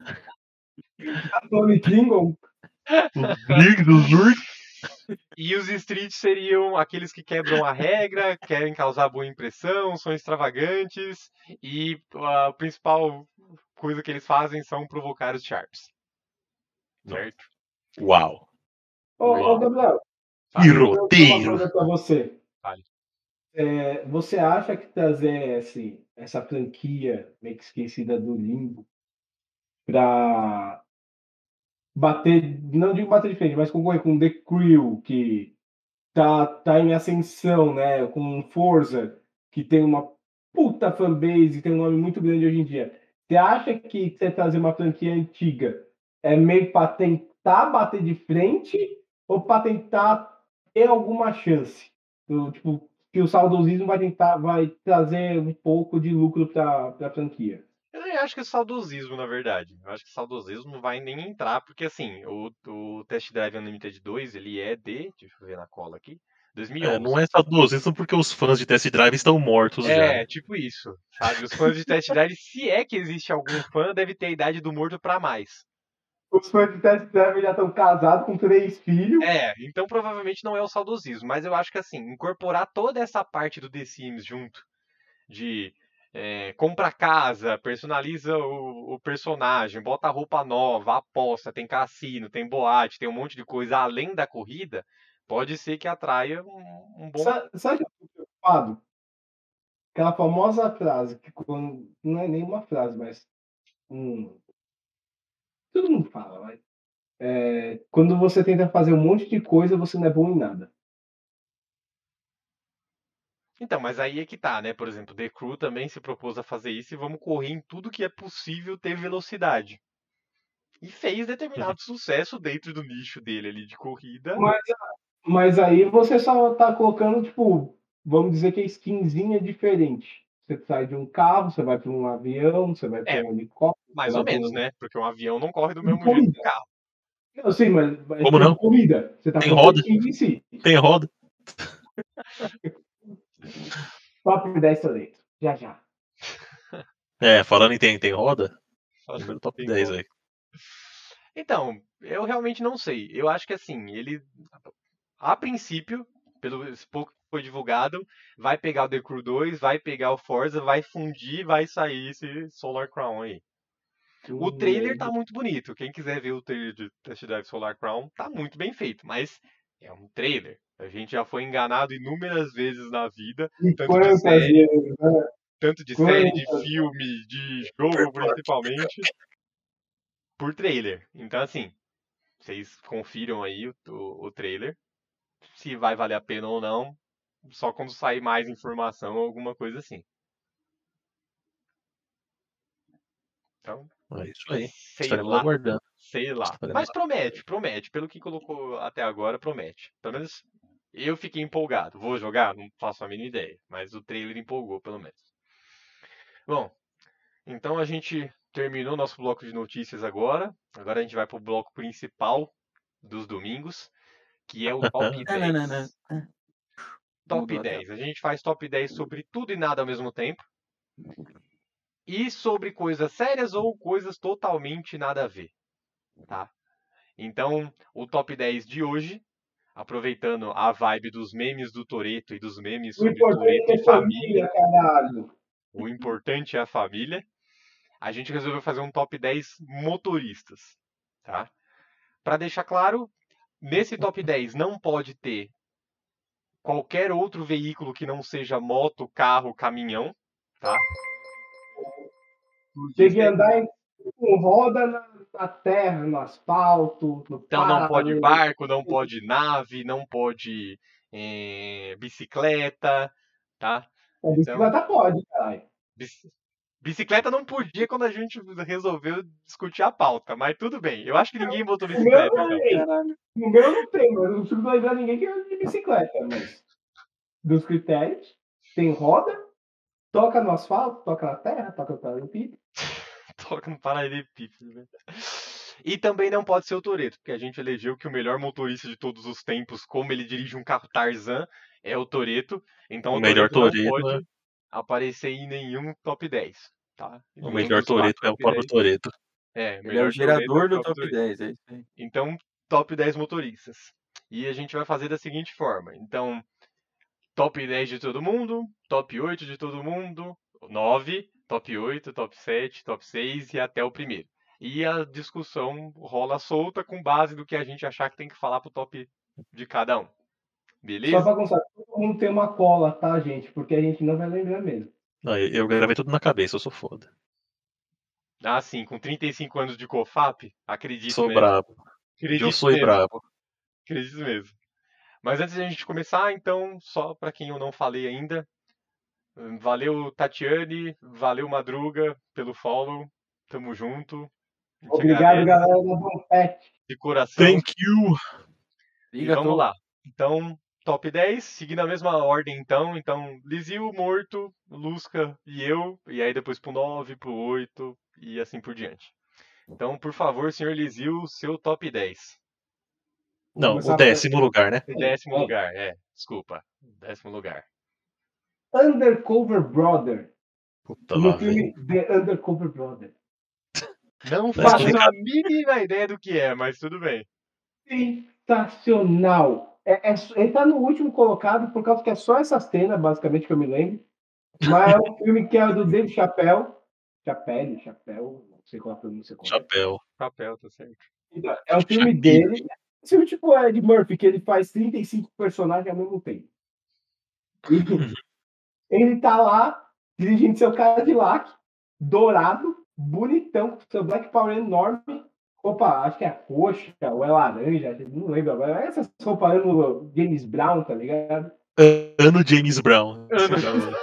Tony Klingon. Os Bliggs, os Lurk. E os streets seriam aqueles que quebram a regra, querem causar boa impressão, são extravagantes e a principal coisa que eles fazem são provocar os Sharps. Certo? Uau. Ô, ô, Gabriel, Que deixa eu perguntar uma roteiro. coisa pra você. Vale. É, você acha que trazer esse, essa franquia meio que esquecida do Limbo pra bater, não digo bater de frente, mas concorrer com The Crew, que tá, tá em ascensão, né? Com Forza, que tem uma puta fanbase, tem um nome muito grande hoje em dia. Você acha que você trazer uma franquia antiga é meio para tentar bater de frente ou para tentar ter alguma chance? Do, tipo, que o saudosismo vai tentar, vai trazer um pouco de lucro para a franquia. Eu nem acho que é saudosismo, na verdade. Eu acho que saudosismo não vai nem entrar, porque assim, o, o Test Drive Unlimited dois, ele é de, deixa eu ver na cola aqui, É, dois mil e onze. não é saudosismo porque os fãs de Test Drive estão mortos já, É, né? tipo isso, sabe? Os fãs de Test Drive, se é que existe algum fã, deve ter a idade do morto pra mais. Os fãs de Test Drive já estão casados com três filhos. É, então provavelmente não é o saudosismo, mas eu acho que assim, incorporar toda essa parte do The Sims junto, de é, compra casa, personaliza o, o personagem, bota roupa nova, aposta, tem cassino, tem boate, tem um monte de coisa além da corrida, pode ser que atraia um, um bom. Sabe, sabe o que eu fico preocupado? Aquela famosa frase, que quando, não é nem uma frase, mas um, todo mundo fala, vai. É, quando você tenta fazer um monte de coisa, você não é bom em nada. Então, mas aí é que tá, né? Por exemplo, The Crew também se propôs a fazer isso e vamos correr em tudo que é possível ter velocidade. E fez determinado sucesso dentro do nicho dele ali de corrida. Mas, mas aí você só tá colocando, tipo, vamos dizer que a skinzinha é diferente. Você sai de um carro, você vai para um avião, você vai para É, um helicóptero, você mais ou vai para menos, um né? Porque um avião não corre do de mesmo jeito que corrida. um carro. Não, sim, mas é Como tipo não? de corrida. Você tá Tem roda. competindo em si. Tem roda. Top dez talentos. Já, já. É, falando em tem, tem roda, número top Tem dez roda. aí. Então, eu realmente não sei. Eu acho que assim, ele, a princípio, pelo pouco que foi divulgado, vai pegar o The Crew dois, vai pegar o Forza, vai fundir, vai sair esse Solar Crown aí. O trailer tá muito bonito. Quem quiser ver o trailer de Test Drive Solar Crown, tá muito bem feito, mas é um trailer. A gente já foi enganado inúmeras vezes na vida, E tanto de quantas série, vezes, né? tanto de série, de Quantas. filme, de jogo principalmente, por trailer. Então assim, vocês confiram aí o, o, o trailer, se vai valer a pena ou não, só quando sair mais informação ou alguma coisa assim. Então, É isso aí. sei Estaremos lá. aguardando. Sei lá. Estaremos Mas promete, promete. Pelo que colocou até agora, promete. Pelo menos eu fiquei empolgado. Vou jogar? Não faço a mínima ideia. Mas o trailer empolgou, pelo menos. Bom, então a gente terminou nosso bloco de notícias agora. Agora a gente vai pro bloco principal dos domingos, que é o top Nananana. dez. top Mudou a dez. A gente faz top dez sobre tudo e nada ao mesmo tempo. E sobre coisas sérias ou coisas totalmente nada a ver, tá? Então, o top dez de hoje, aproveitando a vibe dos memes do Toretto e dos memes O sobre importante Toretto é e família, família, caralho. o importante é a família, a gente resolveu fazer um top dez motoristas, tá? Para deixar claro, nesse top dez não pode ter qualquer outro veículo que não seja moto, carro, caminhão, tá? Tem que andar em, com roda na, na terra, no asfalto, no Então não pode paralelo. barco, não pode nave, não pode eh, bicicleta, tá? A Então, bicicleta pode, caralho. bici- bicicleta não podia quando a gente resolveu discutir a pauta, mas tudo bem. Eu acho que ninguém botou O meu bicicleta, não então. tem. Caralho. No meu não tem, mas não preciso lembrar ninguém que é de bicicleta, mas dos critérios, tem roda, toca no asfalto, toca na terra, toca no paralelepípedo. Toca no paralelepípedo, né? E também não pode ser o Toretto, porque a gente elegeu que o melhor motorista de todos os tempos, como ele dirige um carro Tarzan, é o Toretto. Então O o melhor Toretto não Toretto, pode né? aparecer em nenhum top dez, tá? O Nenhum melhor dos quatro Toretto é o top próprio dez. Toretto. É, o Ele é o melhor Toretto é gerador o do próprio top Toretto. dez, é isso aí. Então, top dez motoristas. E a gente vai fazer da seguinte forma. Então, top dez de todo mundo, top oito de todo mundo, nove, top oito, top sete, top seis e até o primeiro. E a discussão rola solta com base do que a gente achar que tem que falar pro top de cada um. Só Beleza? pra constar, todo mundo tem uma cola, tá, gente? Porque a gente não vai lembrar mesmo. Não, eu eu gravei tudo na cabeça, eu sou foda. Ah, sim, com trinta e cinco anos de COFAP, acredito Sou mesmo. brabo. Eu Acredito sou mesmo. brabo. Acredito mesmo. Mas antes de a gente começar, então, só para quem eu não falei ainda, valeu Tatiane, valeu Madruga pelo follow, tamo junto. A gente Obrigado, agradece galera da Bompet. de coração. Thank you! E Liga, vamos tô. lá. Então, top dez, seguindo a mesma ordem então. Então, Lizil, Morto, Lusca e eu. E aí depois pro nove, pro oito e assim por diante. Então, por favor, senhor Lizil, seu top dez. Vou Não, começar o décimo lugar, né? Décimo É. lugar, é. Desculpa. Décimo lugar. Undercover Brother. Puta No lá, filme velho. The Undercover Brother. Não Mas faço explica- a mínima ideia do que é, mas tudo bem. Sensacional. É, é, ele tá no último colocado por causa que é só essa cena, basicamente, que eu me lembro. Mas é um filme que é do Dave Chappelle. Chappelle, Chappelle, não sei qual é a pronúncia correta. Chapéu. Papel, tá certo. Então, é um filme dele. Esse filme tipo é de Murphy, que ele faz trinta e cinco personagens ao mesmo tempo. E ele tá lá, dirigindo seu Cadillac, dourado, bonitão, com seu Black Power enorme. Opa, acho que é roxa ou é laranja, não lembro agora. Essas roupas no James Brown, tá ligado? Ano James Brown. Ano.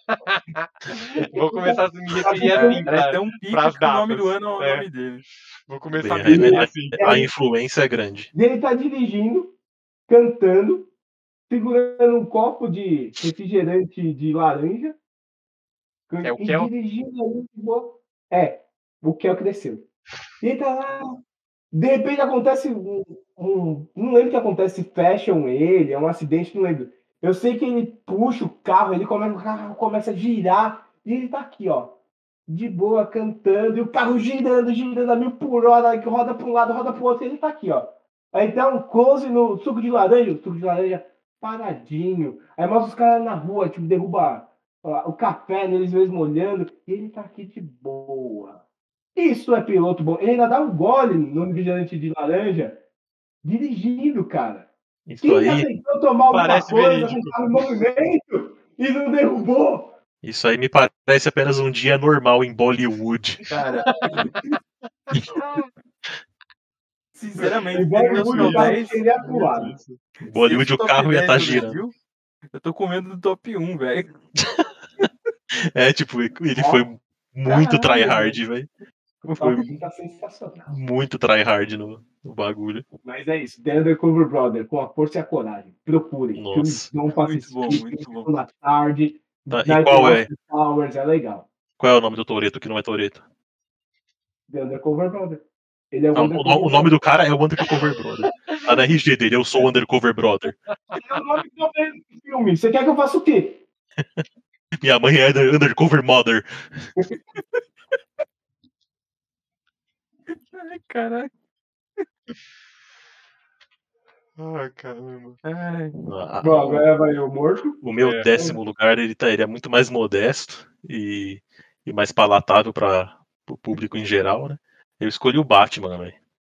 Vou começar a me referir assim Parece pra, ter um pique pras que o nome do datas. ano é o É. nome dele. Vou começar a me Bem, referir a, assim. a- a influência é grande. E ele tá dirigindo, cantando, segurando um copo de refrigerante de laranja. É o e Kel? dirigindo ali de boa. É, o Kel cresceu. E ele tá lá. De repente acontece um, um. Não lembro o que acontece, fecham ele, é um acidente, não lembro. Eu sei que ele puxa o carro, ele começa, o carro começa a girar. E ele tá aqui, ó. De boa, cantando, e o carro girando, girando a mil por hora, que roda para um lado, roda pro outro, e ele tá aqui, ó. Aí dá um close no suco de laranja, o suco de laranja paradinho. Aí mostra os caras na rua, tipo, derruba ó, o café neles mesmo olhando, e ele tá aqui de boa. Isso é piloto bom. Ele ainda dá um gole no refrigerante de laranja, dirigindo, cara. Isso Quem já aí, tentou tomar alguma Parece coisa verídico. com o carro em movimento e não derrubou? isso aí me parece apenas um dia normal em Bollywood. Cara, sinceramente, Em tendo esse Bollywood, top o carro dez, seria atuado. Isso. Bollywood se esse o carro ia top estar dez do girando. Brasil, eu tô com medo do top um, velho. É, tipo, ele Ó, foi muito caralho, tryhard, velho. O Foi top um tá sensacional. muito tryhard no, no bagulho. Mas é isso. The Undercover Brother, com a força e a coragem. Procurem. Nossa. Filmes bom pra Muito assistir. bom, muito filmes bom. na tarde. Tá, e Night qual é? Austin Powers, é legal. Qual é o nome do Toretto que não é Toretto? The Undercover Brother. Ele é o Não, o, Undercover no- o nome do cara é o Undercover Brother. Tá na R G dele, eu sou o Undercover Brother. Brother. É o nome que eu vejo no filme. Você quer que eu faça o quê? Minha mãe é undercover mother. Ai, caraca. Ai, caramba. Ai. Ah, Bom, agora vai eu morto. O meu É. décimo lugar ele, tá, ele é muito mais modesto e, e mais palatável para o público em geral, né? Eu escolhi o Batman, velho.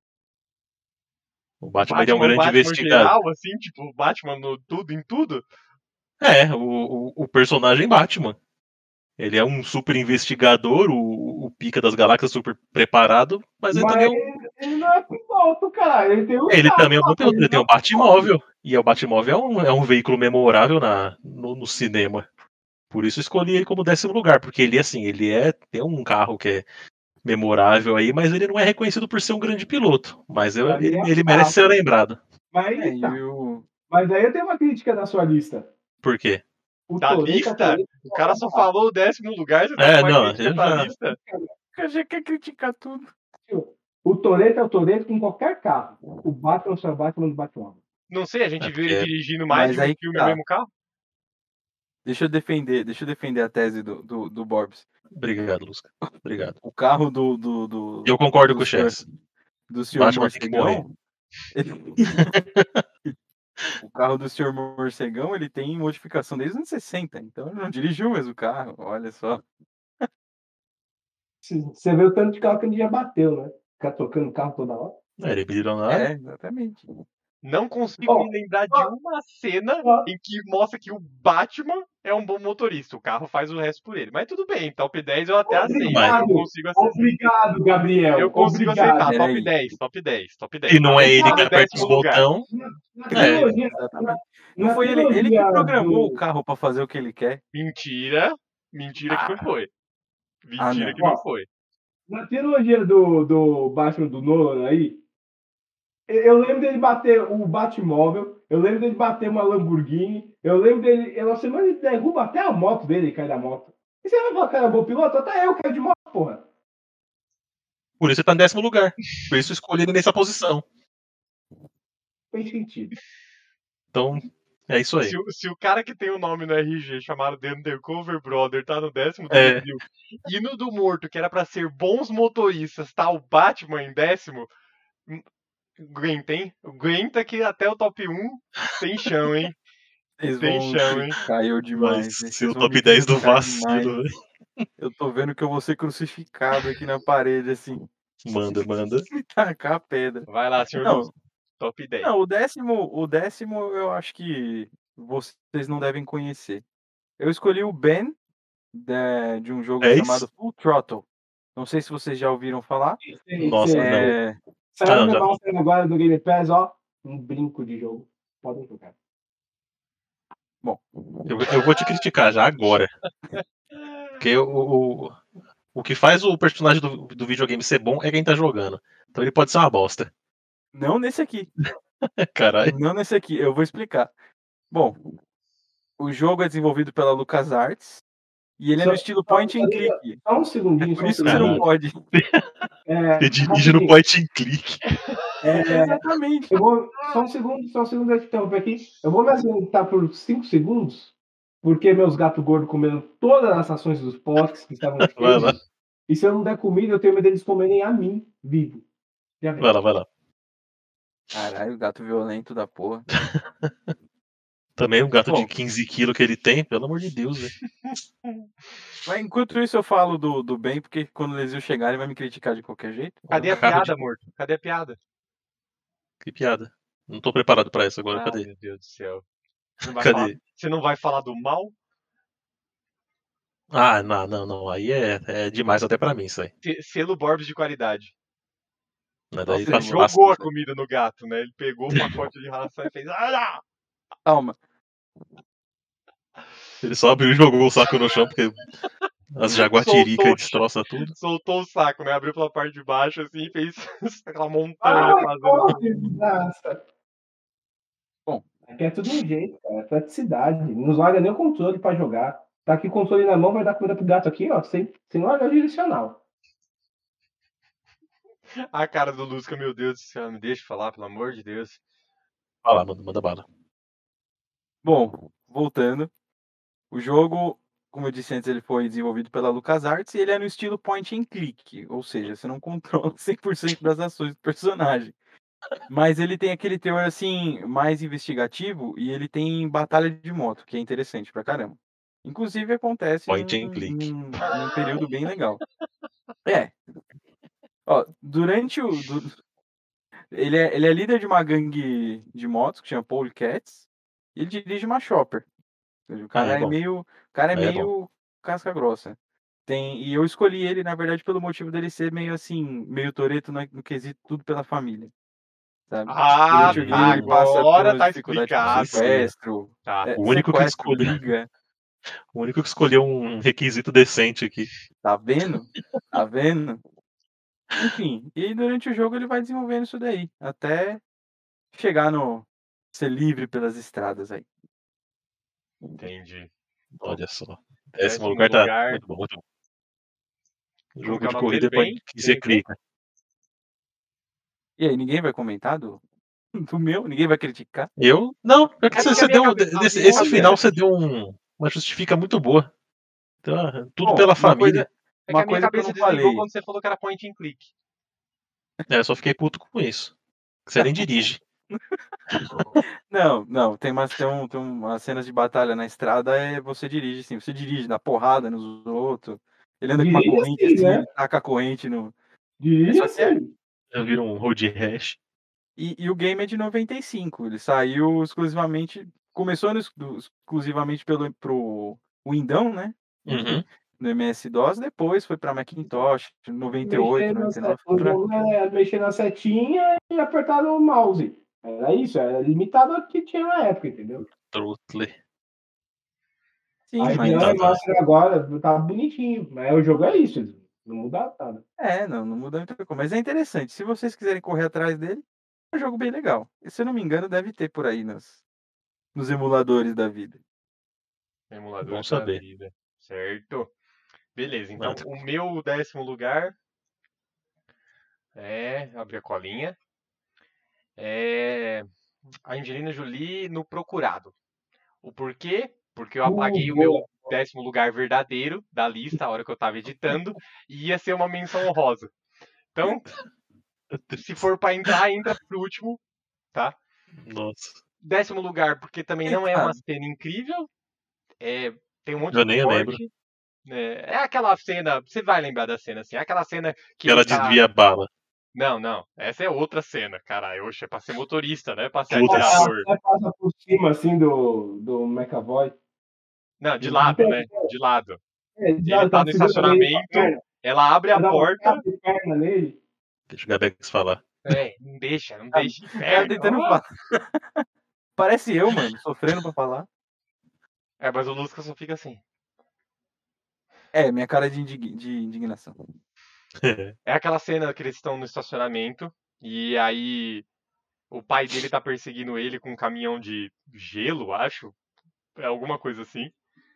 O Batman, ele é um Batman, grande Batman investigador. geral, assim, tipo, Batman no tudo, em tudo? É, o, o, o personagem Batman. Ele é um super investigador, o, o pica das galáxias super preparado, mas ele também é Mas um, ele não é piloto, cara. Ele tem um ele carro também é um lá, bom mas piloto, ele ele tem não o Batmóvel. E o Batmóvel é um, é um veículo memorável na, no, no cinema. Por isso eu escolhi ele como décimo lugar, porque ele assim, ele é tem um carro que é memorável aí, mas ele não é reconhecido por ser um grande piloto. Mas eu- pra mim ele, é um ele merece ser carro. lembrado. Mas É, aí e tá. o... Mas aí eu tenho uma crítica na sua lista. Por quê? O Da Toretto é lista? Toretto. O cara só falou o décimo lugar, você tá É, com uma não, crítica eu pra já. lista? Eu já quer criticar tudo. O Toretto é o Toretto com qualquer carro. O Batman só é o Batman do Batman. Não sei, a gente É viu ele porque. dirigindo mais Mas de um aí que filme tá. no mesmo carro? Deixa eu defender, deixa eu defender a tese do, do, do Borbs. Obrigado, Lusca. Obrigado. O carro do, do, do, Eu concordo do com o senhor, Chess. do senhor Batman tem que morrer. Morcegão. ele- O carro do senhor Morcegão, ele tem modificação desde os anos sessenta, então ele não dirigiu o mesmo carro, olha só. Você vê o tanto de carro que ele já bateu, né? Ficar tocando carro toda hora. É, ele é bilionário. É, exatamente. Não consigo Ó, me lembrar de ó, uma cena ó. em que mostra que o Batman é um bom motorista. O carro faz o resto por ele. Mas tudo bem, top dez eu até aceito. Obrigado. Eu consigo aceitar. Obrigado, Gabriel. Eu consigo Obrigado. aceitar. Top Peraí. dez, top dez, top dez. E não é ele que No aperta os décimo lugar. botões. Na É, trilogia, Exatamente. na Não foi ele, ele que trilogia programou do- o carro pra fazer o que ele quer. Mentira. Mentira que não foi. Ah, Mentira não. que não Ó. foi. Na trilogia do, do Batman do Nolan aí, eu lembro dele bater o Batmóvel, eu lembro dele bater uma Lamborghini, eu lembro dele, ela semana ele derruba até a moto dele e cai da moto. E você vai falar que era bom piloto? Até eu caio de moto, porra. Por isso ele tá em décimo lugar. Por isso eu escolhi ele nessa posição. Fez sentido. Então, é isso aí. Se, o- se o cara que tem o nome no R G chamado The Undercover Brother tá no décimo do É. Brasil e no do Morto, que era pra ser bons motoristas, tá o Batman em décimo, hum, aguenta, hein? Aguenta que até o top um tem chão, hein? Vocês Tem vão chão, hein? criticar eu demais. Mas né? seu Vocês vão top me dez do criticar vacilo, demais. velho. Eu tô vendo que eu vou ser crucificado aqui na parede, assim. Manda, manda. Me tacar a pedra. Vai lá, senhor Não, Lúcio. Top dez. não, o décimo, o décimo eu acho que vocês não devem conhecer. Eu escolhi o Ben, de, de um jogo dez? chamado Full Throttle. Não sei se vocês já ouviram falar. Nossa, Sei, não. É, Saiu Ah, não, um já. negócio agora do Game Pass, ó. Um brinco de jogo. Podem jogar. bom, Eu, eu vou te criticar já agora. Porque o, o, o que faz o personagem do, do videogame ser bom é quem tá jogando. Então ele pode ser uma bosta. não nesse aqui. Caralho. Não nesse aqui, eu vou explicar. Bom, o jogo é desenvolvido pela LucasArts e ele é Só- no estilo só- point and só- click. Só um É segundinho, por só um isso que você não segundinho. pode. É, Você dirige rapidinho. no point and click. É, Exatamente. eu vou, só um segundo, só um segundo, eu te interromper aqui. Eu vou me ausentar por cinco segundos, porque meus gatos gordos comeram todas as ações dos postes que estavam Vai cheios. lá, E se eu não der comida, eu tenho medo deles comerem a mim, vivo. Já vem. vai lá, vai lá. Caralho, gato violento da porra. Também um gato de Bom. quinze quilos que ele tem, pelo amor de Deus, velho. Mas enquanto isso eu falo do, do bem, porque quando o Lesil chegar ele vai me criticar de qualquer jeito. Cadê a Um carro de- piada, morto? Cadê a piada? Que piada. Não tô preparado pra isso agora, Ah, cadê? meu Deus do céu. Você não vai, Cadê? falar, você não vai falar do mal? Ah, não, não, não. Aí é, é demais até pra mim isso aí. Se- Selo Borbs de qualidade. Né? Daí Ele tá jogou fácil. a comida no gato, né? Ele pegou o pacote de ração e fez. Ah, Calma. Ele só abriu e jogou o saco no chão, porque as jaguatiricas Soltou. destroçam tudo. soltou o saco, né? Abriu pela parte de baixo assim e fez aquela montanha Ah, fazendo. porra, que desgraça. Bom. Aqui é tudo um jeito, cara. É praticidade. Não larga nem o controle pra jogar. Tá aqui o controle na mão, vai dar comida pro gato aqui, ó. Sem, sem largar o direcional. A cara do Lusca, meu Deus do céu, me deixa falar, pelo amor de Deus. Vai lá, manda, manda bala. Bom, voltando. O jogo, como eu disse antes, ele foi desenvolvido pela LucasArts e ele é no estilo point and click, ou seja, você não controla cem por cento das ações do personagem. Mas ele tem aquele teor, assim, mais investigativo e ele tem batalha de moto, que é interessante pra caramba. Inclusive acontece Point num, and click. num, num período bem legal. É. Ó, durante o... du- Ele é, ele é líder de uma gangue de motos que chama Polecats e ele dirige uma Chopper. Ou seja, o Ah, cara é é bom. meio, o cara é Aí é bom. meio casca grossa. Tem, e eu escolhi ele, na verdade, pelo motivo dele ser meio assim, meio Toretto no, no quesito tudo pela família, sabe? Ah, Durante o game ele Hum, passa por agora umas tá dificuldades com aí explicado. sim. sequestro, Tá. é, O único que sequestro, escolheu, briga, o único que escolheu um requisito decente aqui. tá vendo? Tá vendo? Enfim, e durante o jogo ele vai desenvolvendo isso daí, até chegar no ser livre pelas estradas aí. Entendi. Olha só. Décimo Décimo lugar tá lugar. muito bom, muito bom. Como que Jogo é o de nome corrida dele? pode Bem? ser Bem o quê? clica. E aí, ninguém vai comentar do, do meu? Ninguém vai criticar? Eu? Não, é que É você, porque a você minha deu. cabeça. A Desse, minha esse cabeça. final você deu um, uma justifica muito boa. Então, tudo Bom, pela uma família. coisa, É que uma a minha coisa que eu cabeça não desligou falei. quando você falou que era point and click. É, eu só fiquei puto com isso. Que você nem dirige. Não, não, tem umas, tem, um, tem umas cenas de batalha na estrada, é você dirige, sim. Você dirige, dá porrada nos outros. Ele anda com uma Dirige corrente assim, assim, né? ele taca a corrente no. Dirige Isso é. assim. Eu viro um road rash. E, e o game é de noventa e cinco. Ele saiu exclusivamente. Começou no, do- exclusivamente pelo pro Windão, né? Uhum. No M S-DOS, depois foi pra Macintosh, noventa e oito, Mexer na, noventa e se- nove foi o pra. jogo é mexer na setinha e apertar no mouse. Era isso, era limitado ao que tinha na época, entendeu? Trutle. Sim, Aí mas. fizeram Limitado, né? remaster agora, tá bonitinho. Mas o jogo é isso, não muda nada. É, não, não muda muita coisa. Mas é interessante. Se vocês quiserem correr atrás dele, é um jogo bem legal. E se eu não me engano, deve ter por aí nos, nos emuladores da vida. Bom Emuladores da saber. vida. Certo. Beleza, então Manda. o meu décimo lugar é. Abrir a colinha. É. A Angelina Jolie no Procurado. O porquê? Porque eu Uh, apaguei o meu boa. décimo lugar verdadeiro da lista a hora que eu tava editando e ia ser uma menção honrosa. Então, se for pra entrar, entra pro último, tá? Nossa. Décimo lugar, porque também não é uma Coitado. cena incrível. É, tem um monte Eu de nem lembro. corte. Né? É aquela cena. Você vai lembrar da cena assim. É aquela cena que Que ela ele tá. desvia a bala. Não, não. Essa é outra cena, caralho. Oxe, é pra ser motorista, né? Pra ser Putz. atirador. Até passa por cima, assim, do, do McAvoy. Não, de lado, né? De lado. É, Ele já tá tá no segurando ele com a estacionamento. perna. Ela abre a Vai dar uma porta. capa de perna nele. Deixa o Gabex falar. É, não deixa, não Ah, deixa. O cara Inferno. tentando Oh! falar. Parece eu, mano, sofrendo pra falar. É, mas o Lusca só fica assim. É, minha cara de, indig- de indignação. É aquela cena que eles estão no estacionamento. E aí o pai dele tá perseguindo ele com um caminhão de gelo, acho. É alguma coisa assim.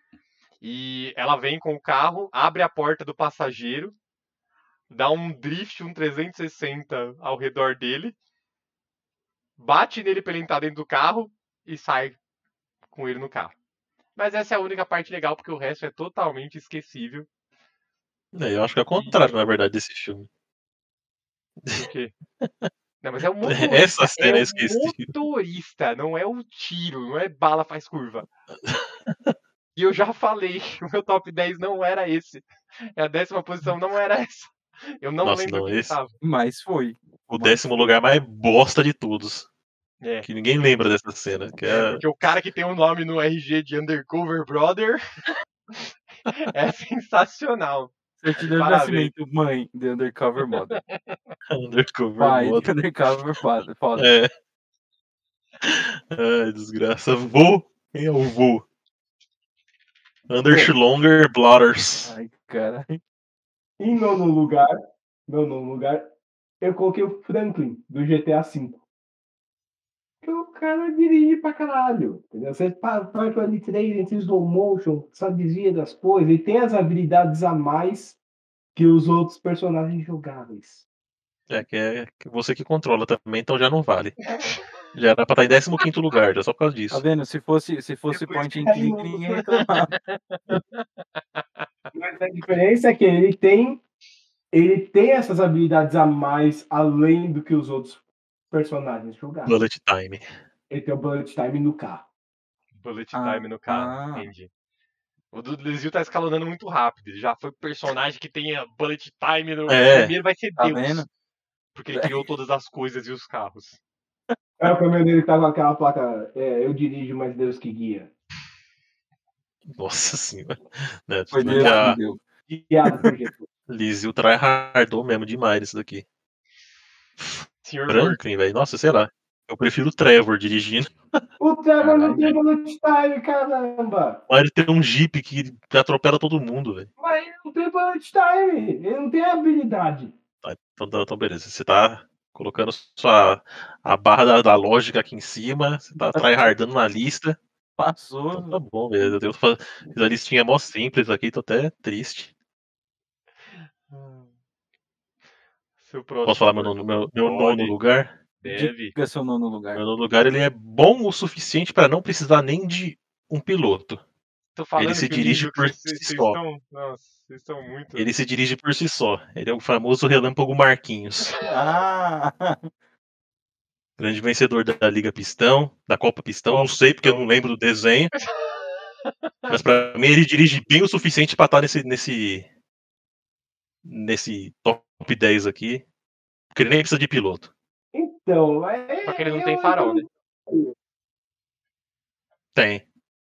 E ela vem com o carro, abre a porta do passageiro, dá um drift, um trezentos e sessenta ao redor dele, bate nele pra ele entrar dentro do carro e sai com ele no carro. Mas essa é a única parte legal, porque o resto é totalmente esquecível. É, eu acho que é o contrário, na verdade, desse filme. Por quê? Não, mas é o Essa motorista, cena é eu o esqueci. motorista, não é o tiro, não é bala faz curva. E eu já falei, o meu top dez não era esse. A décima posição não era essa. Eu não Nossa, lembro não, quem esse. tava. Mas foi. O Mas décimo foi. lugar mais bosta de todos. É. Que ninguém lembra dessa cena. Que É, é... porque o cara que tem o nome no R G de Undercover Brother é sensacional. Certidão de Parabéns. nascimento, mãe de Undercover Mother. Undercover Pai de Mother. Undercover Father. Foda. É. Ai, desgraça. Vô. Quem é o vô? Underschlonger Blotters. Ai, caralho. Em nono lugar, meu nono lugar, eu coloquei o Franklin, do G T A V. Porque o cara dirige pra caralho. Entendeu? Você faz ali três entre slow motion, só desvia das coisas, e tem as habilidades a mais que os outros personagens jogáveis. É que é você que controla também, então já não vale. Já era pra estar em décimo quinto lugar, já só por causa Tá disso. vendo? Se fosse, se fosse Depois point and cai click, no- ninguém reclamava. Mas a diferença é que ele tem, ele tem essas habilidades a mais além do que os outros personagens jogaram. Bullet time. Ele tem o bullet time no carro. Bullet Ah, time no carro, ah. entendi. O do Desvio tá escalonando muito rápido. Ele já foi personagem que tenha bullet time no. É. Primeiro vai ser Tá Deus. vendo? Porque ele criou todas as coisas e os carros. É, o caminhão dele tá com aquela placa, é, eu dirijo, mas Deus que guia. Nossa senhora. Né, Foi tudo Deus que a que deu. Guiado por Jesus. Lizzie tryhardou mesmo demais isso daqui. Senhor Morto. Franklin, velho. Nossa, sei lá. Eu prefiro o Trevor dirigindo. O Trevor não Caralho, tem velho. bullet time, caramba! Mas ele tem um Jeep que atropela todo mundo, velho. Mas ele não tem bullet time, ele não tem habilidade. Tá, então, então, então, beleza. Você tá colocando sua, a barra da, da lógica aqui em cima. Você tá tryhardando na lista. Passou. Então tá bom, velho. Eu fa- fiz a listinha mó simples aqui, tô até triste. Seu próximo. Posso falar meu, nono- meu, meu Pode. nono lugar? Deve. Diga seu nono lugar. Meu nono lugar, ele é bom o suficiente pra não precisar nem de um piloto. Tô falando Ele se que o dirige nível que por vocês, si vocês só. estão. Nossa, vocês estão muito. Ele se dirige por si só. Ele é o famoso Relâmpago Marquinhos. Ah! Grande vencedor da Liga Pistão, da Copa Pistão. Copa Não sei porque eu não Pistão. lembro do desenho. Mas pra mim ele dirige bem o suficiente pra estar nesse, nesse, nesse top dez aqui. Porque ele nem precisa de piloto. Então, é. Só que ele não eu- tem farol, né? Tem.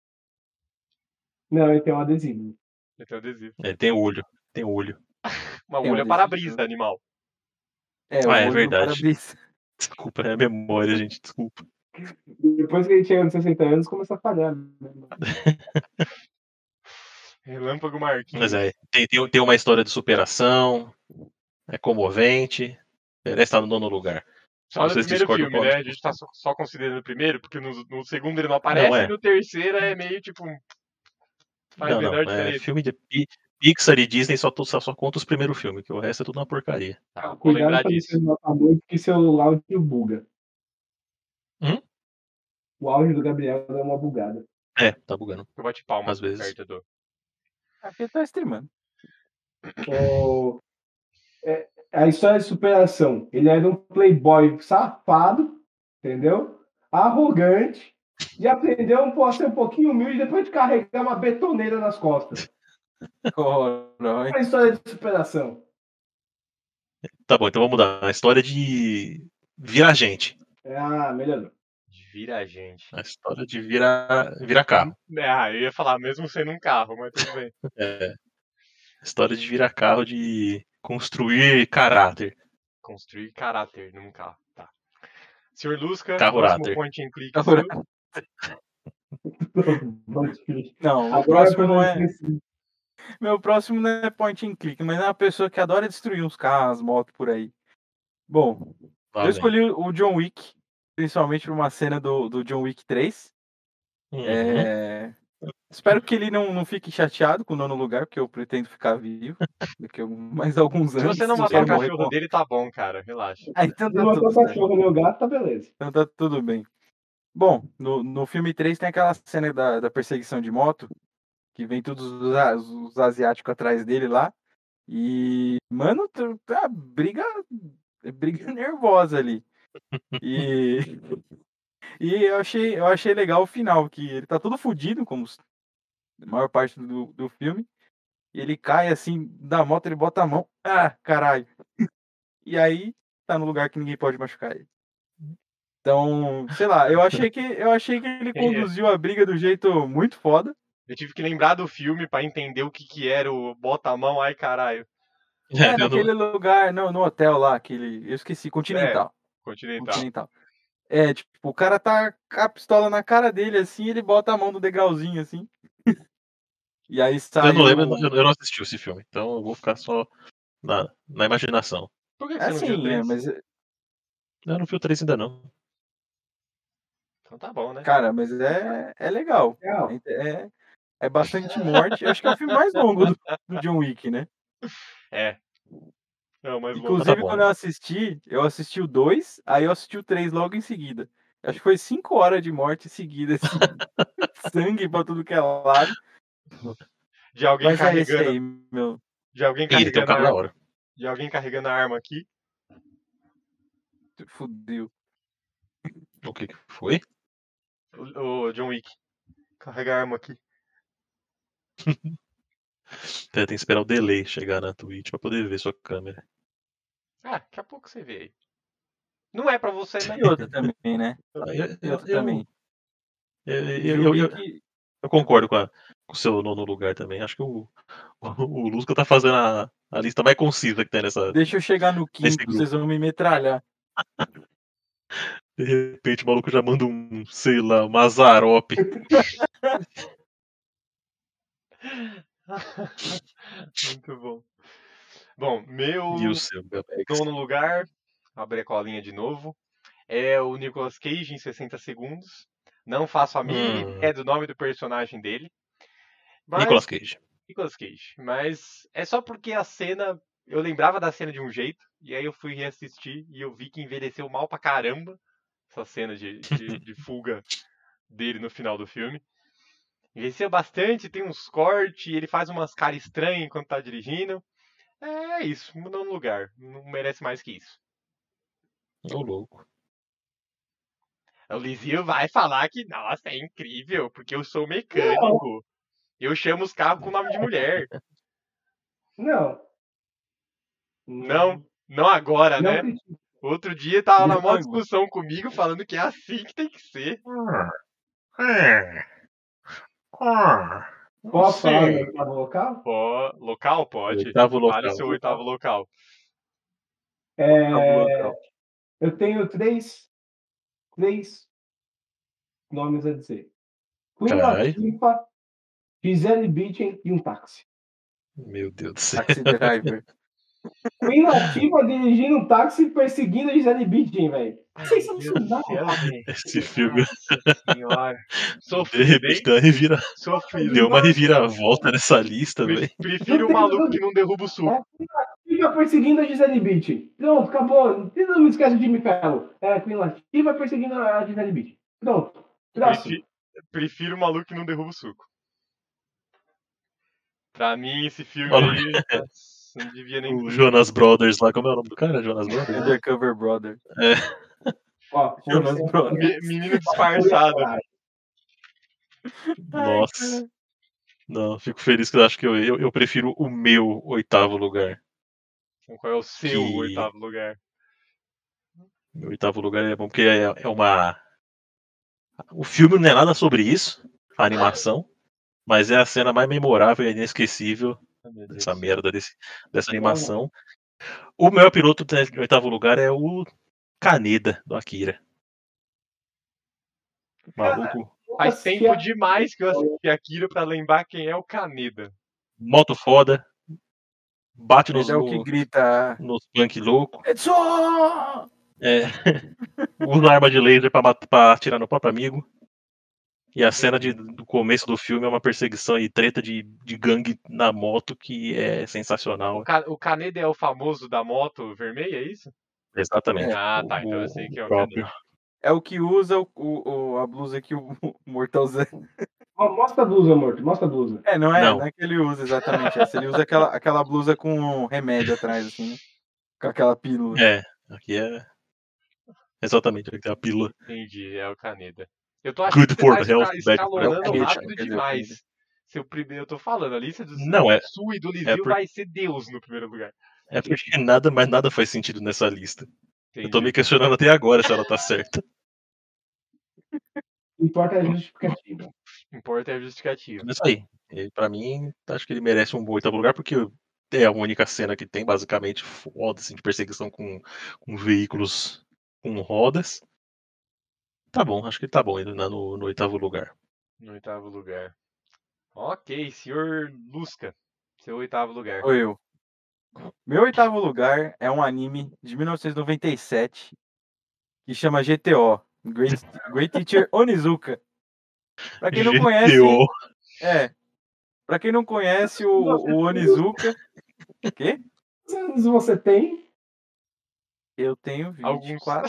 Não, ele tem um adesivo. Ele tem adesivo. Ele tem olho. Tem olho. Mas o Tem um olho é adesivo. para-brisa, animal. É, Ah, o é olho do verdade. para-brisa. Desculpa, é a memória, gente. Desculpa. Depois que ele chega nos sessenta anos, começa a falhar. Relâmpago Marquinhos. Mas é, tem, tem, tem uma história de superação. É comovente. Merece estar no nono lugar. Só no Vocês primeiro discordam filme, com- né? A gente tá só, só considerando o primeiro, porque no, no segundo ele não aparece, Não, é. e no terceiro é meio tipo. Faz Não, a não. menor É, diferença. filme de Pi- Pixar e Disney só, só, só conta os primeiros filmes, que o resto é tudo uma porcaria. Tá, vou Cuidado lembrar pra disso. você não notar muito que seu áudio buga. Hum? O áudio do Gabriel é uma bugada. É, tá bugando. Eu bate palma Às vezes. perto do. Aqui tá streamando. O- é, a história de superação. Ele era um playboy safado, entendeu? Arrogante. E aprendeu a ser um pouquinho humilde depois de carregar uma betoneira nas costas. Corói. A história de superação. Tá bom, então vamos mudar. A história de virar gente. Ah, melhorou. De vira a gente. A história de virar, virar carro. Ah, eu ia falar, mesmo sendo um carro, mas tudo bem. É. A história de virar carro, de construir caráter. Construir caráter num carro. Tá. senhor Lusca, Carro próximo Rater. point and click. Carro seu. Não, o Agora próximo não é. quando- Meu próximo não é point and click, mas é uma pessoa que adora destruir uns carros, motos por aí. Bom, Lá eu vem. escolhi o John Wick, principalmente por uma cena do, do John Wick três. Uhum. É, Espero que ele não, não fique chateado com o nono lugar, porque eu pretendo ficar vivo daqui a mais alguns Se anos. você não se matar o eu morrer cachorro com- dele, tá bom, cara. Relaxa. Ah, então Se tá não matou tudo o certo. cachorro nem o gato, tá beleza. Então tá tudo bem. Bom, no, no filme três tem aquela cena da, da perseguição de moto, que vem todos os, a- os asiáticos atrás dele lá. E, mano, tá tá briga, briga nervosa ali. E, e eu achei, eu achei legal o final, que ele tá todo fudido, como s- a maior parte do, do filme. E ele cai assim da moto, ele bota a mão. Ah, caralho. E aí tá no lugar que ninguém pode machucar ele. Então, sei lá, eu achei que eu achei que ele conduziu a briga do jeito muito foda. Eu tive que lembrar do filme pra entender o que que era o bota a mão, ai caralho. É, É, eu não- naquele lugar, no, no hotel lá, aquele. Eu esqueci, Continental. Continental. Continental. É, tipo, o cara tá com a pistola na cara dele, assim, ele bota a mão no degrauzinho, assim. E aí sai. eu não lembro, o- eu eu não assisti esse filme, então eu vou ficar só na, na imaginação. Por que, que É você não viu assim, é, três? mas. Eu não vi o três ainda não. Então tá bom, né? Cara, mas é, é legal. Legal. É, é bastante morte. Eu acho que é o filme mais longo do, do John Wick, né? É. Não, mas longo. Inclusive, tá bom, quando né? eu assisti, eu assisti o dois, aí eu assisti o três logo em seguida. Acho que foi cinco horas de morte seguida, assim. Sangue pra tudo que é lado. De alguém Mas é esse carregando. aí, meu. De alguém E ele tem um carregando carro a da arma. hora. De alguém carregando a arma aqui. Fudeu. O que que foi? O, o John Wick. Carrega a arma aqui. Tem que esperar o delay chegar na Twitch pra poder ver sua câmera. Ah, daqui a pouco você vê aí. Não é pra você, né? E outra também, né? Ah, eu, E eu, outra eu, também. eu, O eu, John eu- eu- Wick. eu concordo com, a- com o seu nono lugar também. Acho que o, o, o Lusca tá fazendo a, a lista mais concisa que tem nessa, Deixa eu chegar no nesse quinto, grupo. vocês vão me metralhar. De repente o maluco já manda um, sei lá, um Mazarope. Muito bom. Bom, meu E o seu, Gabex? nono lugar, abri a colinha de novo, é o Nicolas Cage em sessenta segundos. Não faço a mínima Hum. ideia do nome do personagem dele. Mas, Nicolas Cage. Nicolas Cage. Mas é só porque a cena. Eu lembrava da cena de um jeito, e aí eu fui reassistir e eu vi que envelheceu mal pra caramba essa cena de, de, de fuga dele no final do filme. Envelheceu bastante, tem uns cortes, ele faz umas caras estranhas enquanto tá dirigindo. É isso, mudou no lugar. Não merece mais que isso. Ô, louco. O Lizio vai falar que, nossa, é incrível, porque eu sou mecânico. Eu chamo os carros com nome de mulher. Não. Não, não agora, Não né? critico. Outro dia tava na Não maior agora. discussão comigo falando que é assim que tem que ser. Posso falar sei. no oitavo local? Pô, local pode. Oitavo Fale o local. seu oitavo local. É, eu tenho três, três nomes a dizer. Queen Carai. Latifah, Gisele Bündchen e um táxi. Meu Deus do céu. Taxi Driver. Queen Latifah dirigindo um táxi perseguindo a Gisele Bündchen, velho. Ai, Sensacional. Deus do céu, velho. Esse filme, Nossa senhora. de Sofrido, repente, hein? deu uma, revira... Sofrido. deu uma reviravolta nessa lista, Pre- velho. Prefiro o maluco que não derruba o suco. Fica perseguindo a Gisele Bündchen. Pronto, acabou. Não me esquece de Jimmy Fallon. É, Queen Latifah perseguindo a Gisele Bündchen. Pronto. Próximo. Prefi- Prefiro o maluco que não derruba o suco. Pra mim, esse filme Maluco. aí nossa, não devia nem. O Jonas Brothers lá, como é o nome do cara? Jonas Brothers? Undercover Brother. É. Ó, Jonas força- Brothers. Me- Menino disfarçado. Nossa. Não, fico feliz que eu acho que eu, eu, eu prefiro o meu oitavo lugar. Então, qual é o seu Que- oitavo lugar? Meu oitavo lugar é bom porque é, é uma. O filme não é nada sobre isso, a animação, mas é a cena mais memorável e inesquecível Ai, meu Deus dessa do céu. merda desse, dessa animação. O meu piloto em oitavo lugar é o Kaneda, do Akira. Maluco. Faz tempo demais que eu assisti Akira pra lembrar quem é o Kaneda. Moto foda. Bate nos, Ele é o que no- grita. nos punk louco. Edson! É. Usa arma de laser pra, mat- pra atirar no próprio amigo. E a cena de- do começo do filme é uma perseguição e treta de, de gangue na moto que é sensacional. O, Ka- o Kaneda é o famoso da moto vermelha, é isso? Exatamente. Ah, tá. O- Então eu sei que é o próprio. Kaneda. É o que usa o, o- o- a blusa que o, o Mortal usa. Ó, mostra a blusa, morto. Mostra a blusa. É, não é, Não. não é que ele usa exatamente essa. Ele usa aquela, aquela blusa com um remédio atrás, assim, né? Com aquela pílula. É, aqui é. Exatamente, aqui tem a pílula. Entendi, é o Kaneda. Eu tô achando Good que você for tá health, esca- bad for escalonando health. rápido Quer dizer, demais. Seu primeiro, eu tô falando, a lista do Não, é- Su e do Lizio é por- vai ser Deus no primeiro lugar. É porque nada, mas nada faz sentido nessa lista. Eu tô Entendi. me questionando até agora se ela tá certa. O que importa é a justificativa. Importa é a justificativa. Mas isso aí. E pra mim, acho que ele merece um bom oitavo lugar, porque é a única cena que tem, basicamente, foda assim, de perseguição com, com veículos com rodas. Tá bom, acho que tá bom indo na- no, no oitavo lugar. No oitavo lugar. Ok, senhor Lusca. Seu oitavo lugar. Sou eu. Meu oitavo lugar é um anime de mil novecentos e noventa e sete que chama G T O. Great, Great Teacher Onizuka. Pra quem não conhece, G T O. é. Pra quem não conhece o, o Onizuka. O quê? Quantos anos você tem? Eu tenho vinte e Alguns. quatro.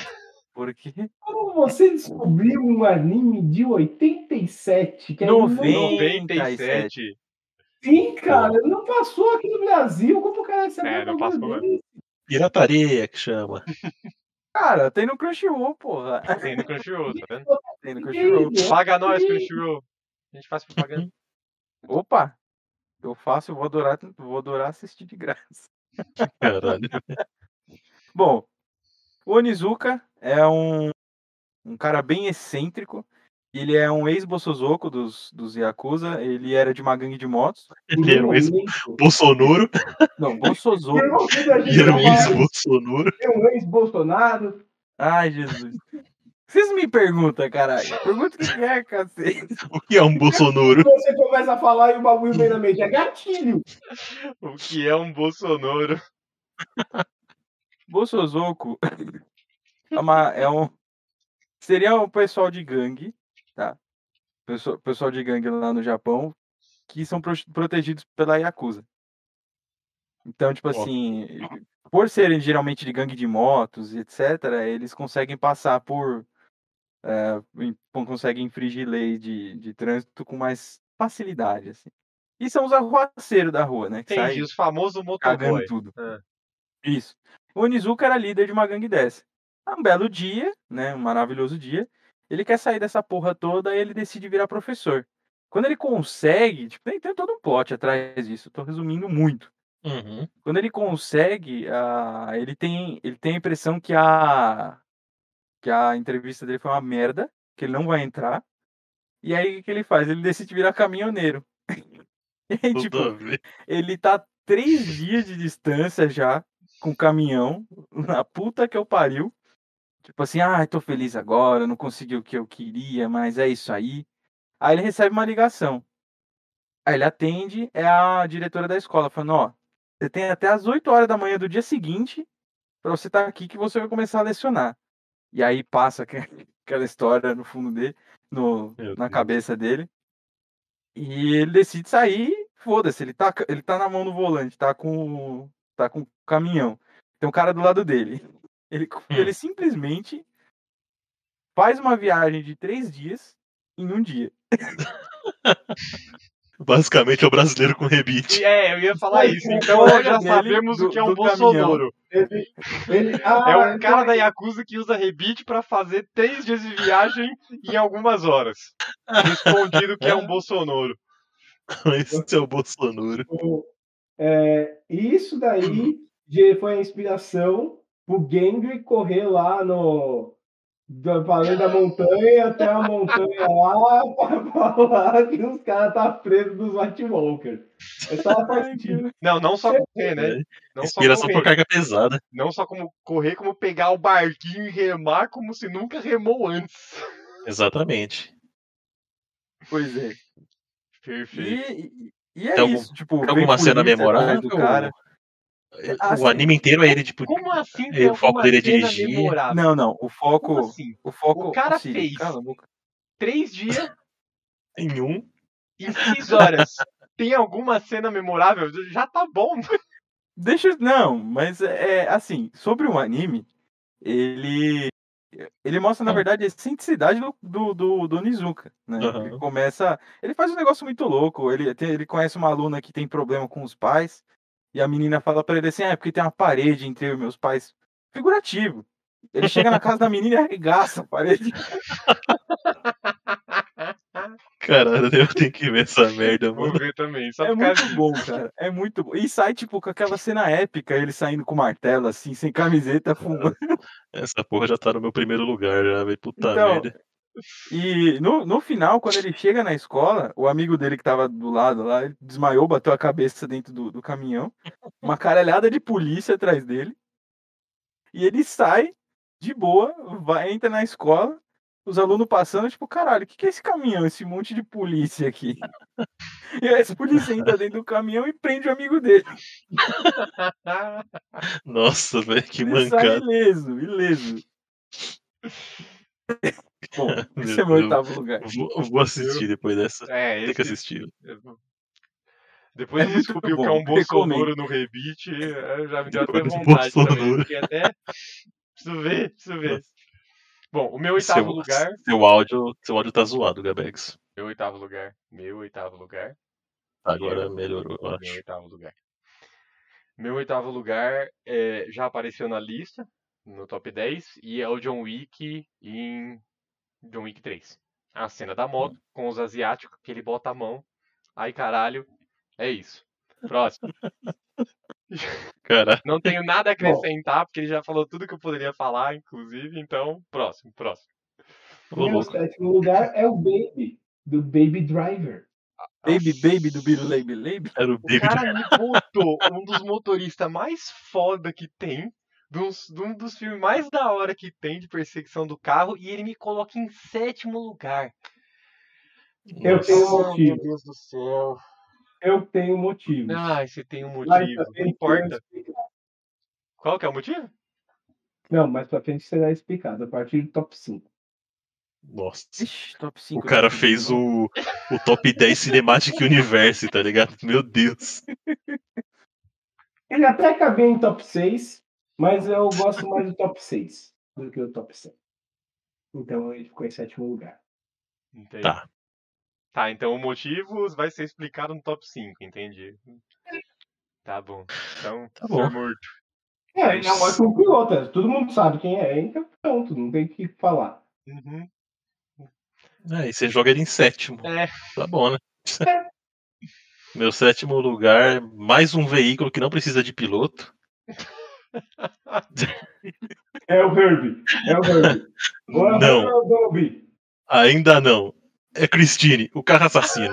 Porque Como você descobriu um anime de oitenta e sete? Que é noventa e sete. noventa e sete. Sim, cara, não passou aqui no Brasil. Como o cara recebeu É, um não bagulho passou, desse? Pirataria que chama. Cara, tem no Crunchyroll, porra. Tem no Crunchyroll, tá vendo? Tem no Crunchyroll. Querido, Paga nós, é Crunchyroll. A gente faz propaganda. Opa! Eu faço, eu vou adorar, vou adorar assistir de graça. Caralho. Bom, o Onizuka é um, um cara bem excêntrico. Ele é um ex-Bosozoku dos, dos Yakuza. Ele era de uma gangue de motos. Ele era um momento. ex-Bolsonaro. Não, Por Bosozoku. um momento a gente Ele era um tava- ex-Bolsonaro. é um ex-Bolsonaro. Ai, Jesus. Vocês me perguntam, caralho. Pergunta o que que é, cacete. O que é um Bolsonaro? Você começa a falar e o bagulho vem na mente. É gatilho. O que é um Bolsonaro? Bosozoku é, uma, é um. Seria o pessoal de gangue, tá? Pessoal, pessoal de gangue lá no Japão que são pro- protegidos pela Yakuza. Então, tipo Ó. assim, por serem geralmente de gangue de motos, etcétera, eles conseguem passar por. É, em- conseguem infringir lei de, de trânsito com mais facilidade, assim. E são os arruaceiros da rua, né? Que Entendi, saem os famosos cagando motoboy. tudo. Ah, Isso. O Onizuka era líder de uma gangue dessa. Um belo dia, né? Um maravilhoso dia. Ele quer sair dessa porra toda e ele decide virar professor. Quando ele consegue, tipo, tem, tem todo um plot atrás disso. Eu tô resumindo muito. Uhum. Quando ele consegue, ah, ele, tem, ele tem a impressão que a, que a entrevista dele foi uma merda, que ele não vai entrar. E aí o que que ele faz? Ele decide virar caminhoneiro. E aí, Tudo tipo, a ver. ele tá três dias de distância já com o caminhão, na puta que eu pariu. Tipo assim, ah, tô feliz agora, não consegui o que eu queria, mas é isso aí. Aí ele recebe uma ligação. Aí ele atende, é a diretora da escola, falando, ó, você tem até as oito horas da manhã do dia seguinte pra você estar aqui que você vai começar a lecionar. E aí passa aque- aquela história no fundo dele, no, Meu na Deus. cabeça dele. E ele decide sair, foda-se, ele tá, ele tá na mão do volante, tá com, o- tá com o caminhão. Tem um cara do lado dele. Ele, ele simplesmente faz uma viagem de três dias em um dia. Basicamente é o brasileiro com rebite. E é, eu ia falar Foi, isso. foi, Então colega já dele, sabemos do- o que é um do caminhão. Bolsonaro. Ele, ele, É ah, um cara então- da Yakuza que usa rebite pra fazer três dias de viagem em algumas horas. Escondido que é um Bolsonaro. Esse é o Bolsonaro. o- é, isso daí de- foi a inspiração pro Gendry correr lá no da além da montanha até a montanha lá para falar que os caras tá presos dos White Walker. É só faz Ai, sentido. cara. Não, não só correr, né? É. Não só Inspiração por correr. carga pesada. Não só como correr, como pegar o barquinho e remar como se nunca remou antes. Exatamente. Pois é. Perfeito. E, e, e é Tem algum- isso, tipo, Tem vem alguma cena polícia atrás memorável? do cara. Assim, O anime inteiro é ele, tipo. Como assim é, tem o foco alguma dele é cena dirigir. memorável? Não, não, o foco, Como assim? o foco, O cara Ô, Siri, fez. cala a boca. Três dias Em um. em seis horas. Tem alguma cena memorável? Já tá bom. Deixa, eu- não, mas é é, assim, sobre o anime, ele ele mostra na Ah. verdade a excentricidade do do, do, do Onizuka, né? Aham. Ele começa, ele faz um negócio muito louco. Ele tem, ele conhece uma aluna que tem problema com os pais e a menina fala pra ele assim, ah, é porque tem uma parede entre eu e meus pais. Figurativo. Ele chega na casa da menina e arregaça a parede. Caralho, eu tenho que ver essa merda, Vou mano. ver também. Só É por causa muito bom, cara. É muito bom. E sai, tipo, com aquela cena épica, ele saindo com martelo, assim, sem camiseta, fumando. Essa porra já tá no meu primeiro lugar já, velho. Puta Então, merda. e no, no final, quando ele chega na escola, o amigo dele que tava do lado lá, ele desmaiou, bateu a cabeça dentro do, do caminhão. Uma caralhada de polícia atrás dele. E ele sai de boa, vai, entra na escola, os alunos passando, tipo, caralho, o que, que é esse caminhão, esse monte de polícia aqui? E aí esse polícia entra dentro do caminhão e prende o amigo dele. Nossa, velho, que Ele sai mancada. ileso, ileso. Bom, Meu esse é meu Deus. oitavo lugar. Vou, vou assistir depois dessa. É, Tem que esse... assistir. Depois É de muito descobrir o bom, que é um Bolsonaro recomendo. no rebite, eh, já me deu até Depois do vontade também. Bolsonaro. Fiquei até... Preciso ver, preciso ver. Bom, o meu oitavo Seu, lugar. seu, áudio, seu áudio tá zoado, Gabex. Meu oitavo lugar. Meu oitavo lugar. Agora Meu, melhorou, eu meu acho. oitavo lugar. Meu oitavo lugar é, já apareceu na lista, no top dez, e é o John Wick em John Wick três. A cena da moto com os asiáticos, que ele bota a mão. Ai, caralho. É isso. Próximo. Cara, Não tenho nada a Bom, acrescentar, porque ele já falou tudo que eu poderia falar, inclusive. Então, próximo, próximo. ô meu louco. sétimo lugar é o Baby, do Baby Driver. Baby, Nossa. baby do Biru Baby, Baby. Era o O David. cara me botou um dos motoristas mais foda que tem, de, uns- de um dos filmes mais da hora que tem de perseguição do carro, e ele me coloca em sétimo lugar. Eu tenho Oh, meu motivo. Deus do céu. Eu tenho motivos. Ai, você tem um Mais pra motivo. Não frente será importa. explicado. Qual que é o motivo? Não, mais pra frente será explicado a partir do top cinco. Nossa. Ixi, top O cinco. cara tá fudido, fez não. o, o top dez Cinematic Universe, tá ligado? Meu Deus. Ele até cabia em top seis, mas eu gosto mais do top seis do que o top cem. Então ele ficou em sétimo lugar. Entendi. Tá. Tá, então o motivo vai ser explicado no top cinco, entendi. Tá bom. Então, Tá senhor bom. morto. É, ele é um ótimo piloto. Todo mundo sabe quem é, então pronto, não tem o que falar. Uhum. É, e você joga ele em sétimo. É. Tá bom, né? Meu sétimo lugar, mais um veículo que não precisa de piloto. É o Herbie. É o Herbie. Ou é o Não, Herbie ou é o Dolby? ainda não. É Christine, o carro assassino.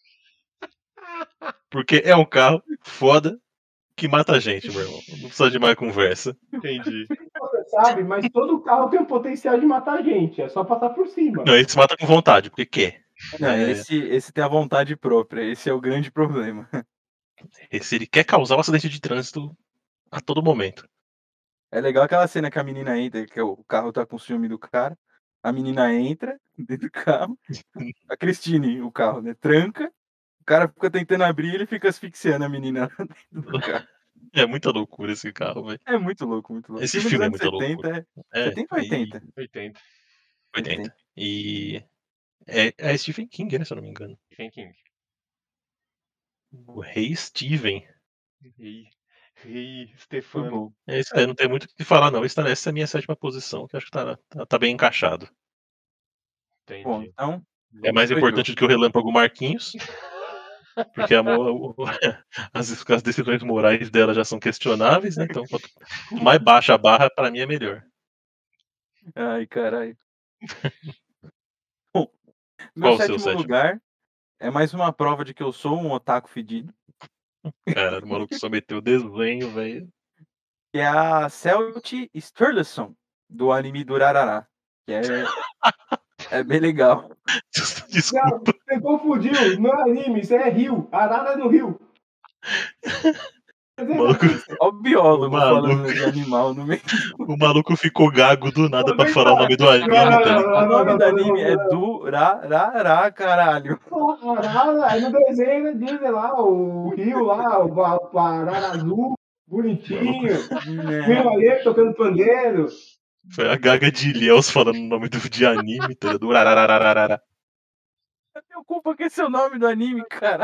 Porque é um carro foda que mata a gente, meu irmão. Não precisa de mais conversa. Entendi. Você sabe, mas todo carro tem o potencial de matar a gente. É só passar por cima. Não, ele se mata com vontade, porque quer. Não, É, esse, esse tem a vontade própria. Esse é o grande problema. esse ele quer causar um acidente de trânsito a todo momento. É legal aquela cena que a menina entra, que o carro tá com o ciúme do cara. A menina entra dentro do carro. A Christine, o carro, né? Tranca. O cara fica tentando abrir e ele fica asfixiando a menina lá dentro do carro. É muita loucura esse carro, velho. É muito louco, muito louco. Esse Filme filme é dos muita anos setenta loucura. é. É, setenta ou e- oitenta? oitenta. oitenta. E é, é Stephen King, né, se eu não me engano. Stephen King. O Rei Steven. Rei. Rei Muito Stefano. bom. É isso aí, não tem muito o que falar, não. Essa essa é a minha sétima posição, que eu acho que tá, tá, tá bem encaixado. Bom, Entendi. então. É mais sou importante do que o Relâmpago Marquinhos, porque a mo- o- as, as decisões morais dela já são questionáveis, né? Então, quanto mais baixa a barra, pra mim é melhor. eu. Ai, caralho. Bom, meu Qual o seu sétimo sétimo? lugar é mais uma prova de que eu sou um otaku fedido. Cara, o maluco só meteu desenho, velho. Que é a Celt Sturluson, do anime Durarara. Que é, é bem legal. Desculpa. Não, você confundiu. Não é anime, isso é rio. Arara é no rio. Maluco. Olha o biólogo O maluco. falando de animal no meio. O maluco ficou gago do nada Não, pra vem falar o cá. nome do anime, Não, não, tá ligado? não, O nome não, do não, anime não, é não. Durarara, caralho. Arara, aí no desenho dizem lá, o rio lá, o pa- Parara azul, bonitinho. Meu Não. ali tocando pandeiro. Foi a Gaga de Ilhéus falando o nome do, de anime, tá ligado? Urararararara. Eu culpa que esse é o nome do anime, cara.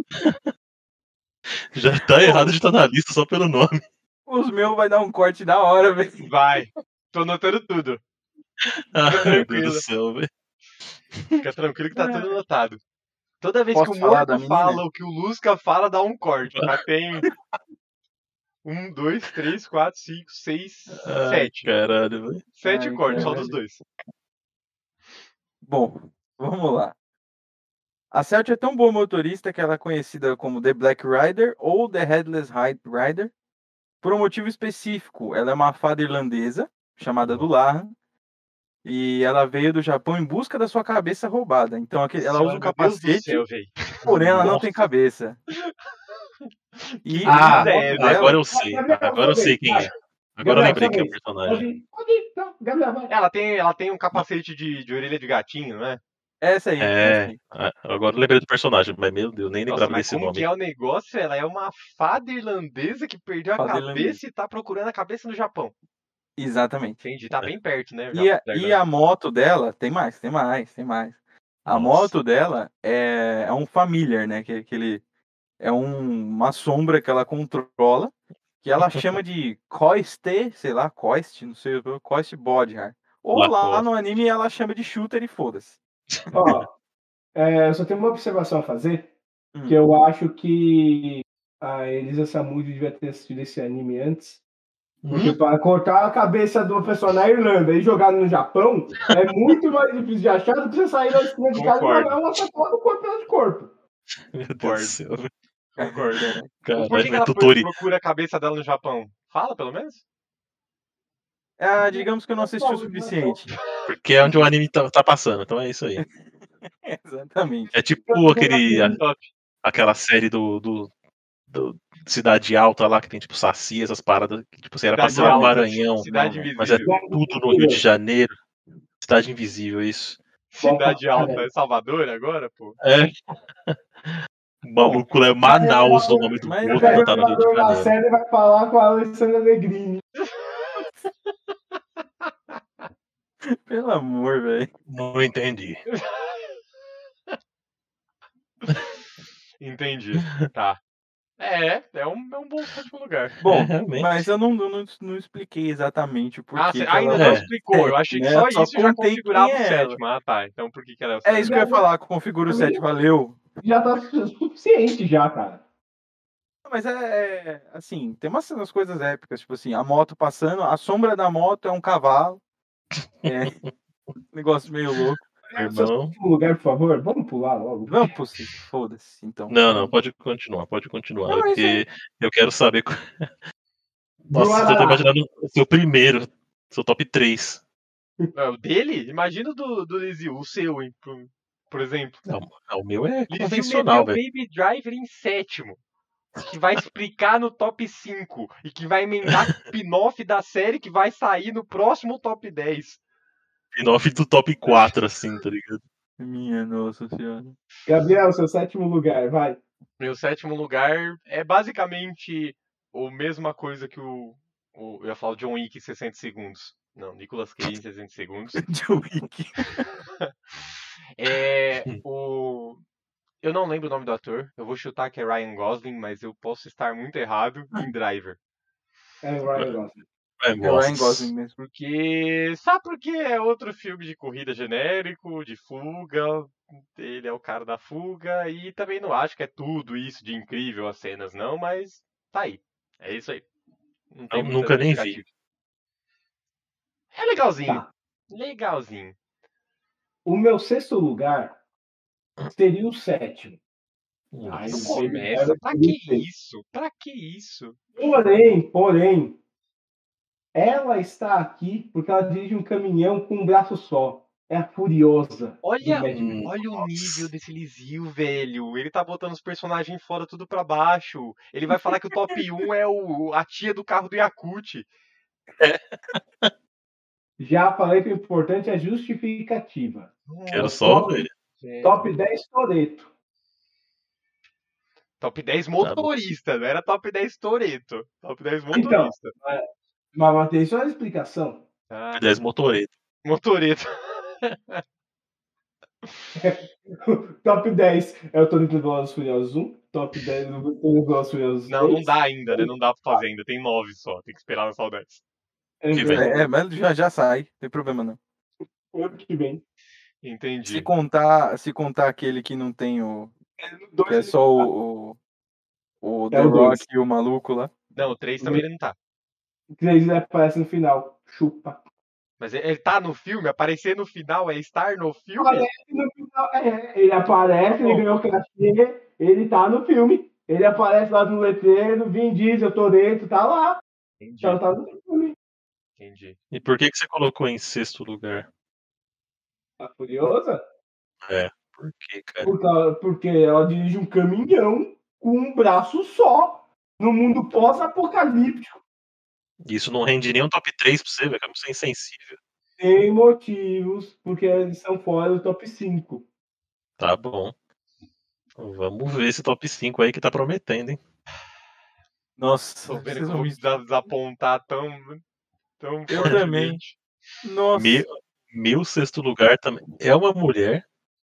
Já tá errado de estar na lista só pelo nome. Os meus vai dar um corte da hora, velho. Vai. Tô anotando tudo. Ai, meu Deus tranquilo. do céu, velho. Fica tranquilo que tá tudo anotado. Toda vez Posso que o falar da Morto menina? fala o que o Lusca fala, dá um corte. Já tem um, dois, três, quatro, cinco, seis, Ai, sete. caralho, velho. Sete Ai, cortes, só caralho. dos dois. Bom, vamos lá. A Celt é tão boa motorista que ela é conhecida como The Black Rider ou The Headless Rider por um motivo específico. Ela é uma fada irlandesa chamada Dulahan e ela veio do Japão em busca da sua cabeça roubada. Então aquele- ela usa um Meu Deus do capacete, céu, velho. porém ela não Nossa. tem cabeça. E Ah, a moto é, dela- Agora eu sei. Agora eu sei quem é. Agora eu Gabriel, lembrei sua quem é o vez. personagem. Pode ir, pode ir, então, Gabriel, vai. Ela tem, ela tem um capacete de, de orelha de gatinho, não é? Essa aí. essa É, aí. ah, agora eu lembrei do personagem, mas meu Deus, nem Nossa, lembrava mas desse como nome. que é o negócio? Ela é uma fada irlandesa que perdeu a Fada cabeça irlandesa. e tá procurando a cabeça no Japão. Exatamente. Entendi. Tá bem perto, né? E a, já- e a moto dela, tem mais, tem mais, tem mais. A Nossa. moto dela é, é um familiar, né? Que, que ele, é um, uma sombra que ela controla, que ela chama de Coiste, sei lá, Coiste, não sei, Coiste Bodhar. Ou lá Lacoste. no anime ela chama de shooter e foda-se. Ó, é, eu só tenho uma observação a fazer, Hum. que eu acho que a Elisa Samúdio devia ter assistido esse anime antes. Porque Hum? para cortar a cabeça de uma pessoa na Irlanda e jogar no Japão é muito mais difícil de achar do que você sair da esquina de casa e Concordo. jogar uma sacola no corpo de corpo. Meu Deus Concordo. do céu. velho. Concordo. Caralho, Por que, que velho, ela pro- tutori... procura a cabeça dela no Japão? Fala, pelo menos? Ah, digamos que eu não assisti o suficiente. Porque é onde o anime tá, tá passando, então é isso aí. Exatamente. É tipo aquele, a- Top. aquela série do, do, do Cidade Alta lá, que tem tipo Saci, essas paradas, que tipo, assim, era pra Cidade ser lá no Alta. Maranhão, Cidade Não, não. mas é Invisível. tudo no Rio de Janeiro. Cidade Invisível, isso. Cidade Bom, Alta. cara. É Salvador agora, pô? É. O maluco é Manaus, o nome do Mas- outro, Vai botaram no Rio de jogador na Janeiro. série e vai falar com a Alessandra Negrini. Pelo amor, velho. Não entendi. Entendi. Tá. É, é um, é um bom sétimo lugar. Bom, É, realmente. mas eu não, eu não, não expliquei exatamente o porquê. Ah, você que ainda ela não É. é explicou. Eu achei que né? só, Só isso já contei configurava quem o é ela. sétimo. Ah, tá. Então por que, que ela é o É sétimo? isso que eu ia falar, configura o set, valeu. Já tá su- suficiente já, cara. Mas é, é, assim, tem umas, umas coisas épicas, tipo assim, a moto passando, a sombra da moto é um cavalo. É um negócio meio louco. Meu Seu irmão. sétimo lugar, por favor. Vamos pular logo. Vamos pro sexto, foda-se, então. Não, não, pode continuar, pode continuar. Não, é isso aí. Porque eu quero saber. qual- Nossa, eu tô Bora lá. imaginando o seu primeiro, seu top três. É, o dele? Imagina o do, do Lizio, o seu, hein, por, por exemplo. Não, o meu é Lizio convencional, meteu velho. Baby Driver em sétimo. Que vai explicar no top cinco. E que vai emendar spin-off da série que vai sair no próximo top dez. Spin-off do top quatro, assim, tá ligado? Minha nossa senhora. Gabriel, seu sétimo lugar, vai. Meu sétimo lugar é basicamente a mesma coisa que o, o. Eu ia falar o John Wick em sessenta segundos. Não, Nicolas Cage em sessenta segundos. John Wick. É o. Eu não lembro o nome do ator. Eu vou chutar que é Ryan Gosling, mas eu posso estar muito errado em Driver. É o Ryan Gosling. É, É o Ryan Gosling mesmo. Porque. Só porque é outro filme de corrida genérico, de fuga. Ele é o cara da fuga. E também não acho que é tudo isso de incrível as cenas, não, mas tá aí. É isso aí. Não tem Não, muita nunca nem vi. justificativa. É legalzinho. Tá. Legalzinho. O meu sexto lugar seria o sétimo. Mas Nossa. não Baby começa. Driver Pra seria o que sexto. isso? Pra que isso? Porém, porém, ela está aqui porque ela dirige um caminhão com um braço só. É a Furiosa. Olha, do Mad Max. Hum, olha o nossa. nível desse Lizio, velho. Ele tá botando os personagens fora tudo pra baixo. Ele vai falar que o top um é o, a tia do carro do Yakut. Já falei que o importante é a justificativa. Quero É o só top, ver. top dez Toreto. Top dez Tá bom. motorista, não era top dez Toreto. Top dez Então, motorista. mas Matheus, só a explicação. Ah, dez motoreta. motorista. Top dez é o Toreto do Velozes e Furiosos um. Top dez do Toreto do Velozes e Furiosos Não, não dois. dá ainda, né? Não dá pra fazer ainda. Tem nove só. Tem que esperar lançar o dez. É Que vem. verdade. É, é, mas já, já sai, não tem problema não. Ano que vem. Entendi. Se contar, se contar aquele que não tem o. Dois Que é só o. O, o É The o dois. Rock e o maluco lá. Não, o três também ele não tá. três aparece no final. Chupa. Mas ele tá no filme? Aparecer no final é estar no filme? Aparece no final. É, ele aparece, ele Bom. ganhou o cachê, ele tá no filme. Ele aparece lá no letreiro, Vin Diesel, Toretto, tá lá. Entendi, Então tá no filme. entendi. E por que, que você colocou em sexto lugar? Tá curiosa? É, por que, cara? Por causa- Porque ela dirige um caminhão com um braço só. No mundo pós-apocalíptico. Isso não rende nem um top três pra você, velho. Como você é insensível. Tem motivos, porque eles são fora do top cinco. Tá bom. Vamos ver esse top cinco aí que tá prometendo, hein? Nossa, Tô vendo que vocês eu vão vou me. des- desapontar tão. tão Eu também. fortemente. Nossa. Meu, meu sexto lugar também é uma mulher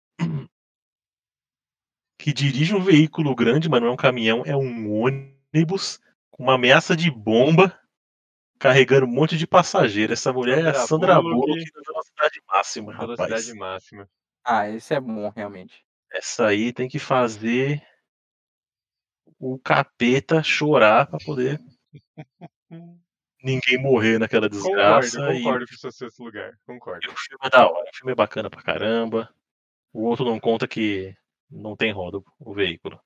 que dirige um veículo grande, mas não é um caminhão, é um ônibus com uma ameaça de bomba carregando um monte de passageiro. Essa mulher é a Sandra Sandra Bullock, Bullock na velocidade máxima, velocidade rapaz. máxima. Ah, esse é bom, realmente. Essa aí tem que fazer o capeta chorar pra poder ninguém morrer naquela Concordo, desgraça. E, concordo com o seu sexto lugar. Concordo. e o filme é da hora, o filme é bacana pra caramba. O outro não conta que não tem roda o veículo.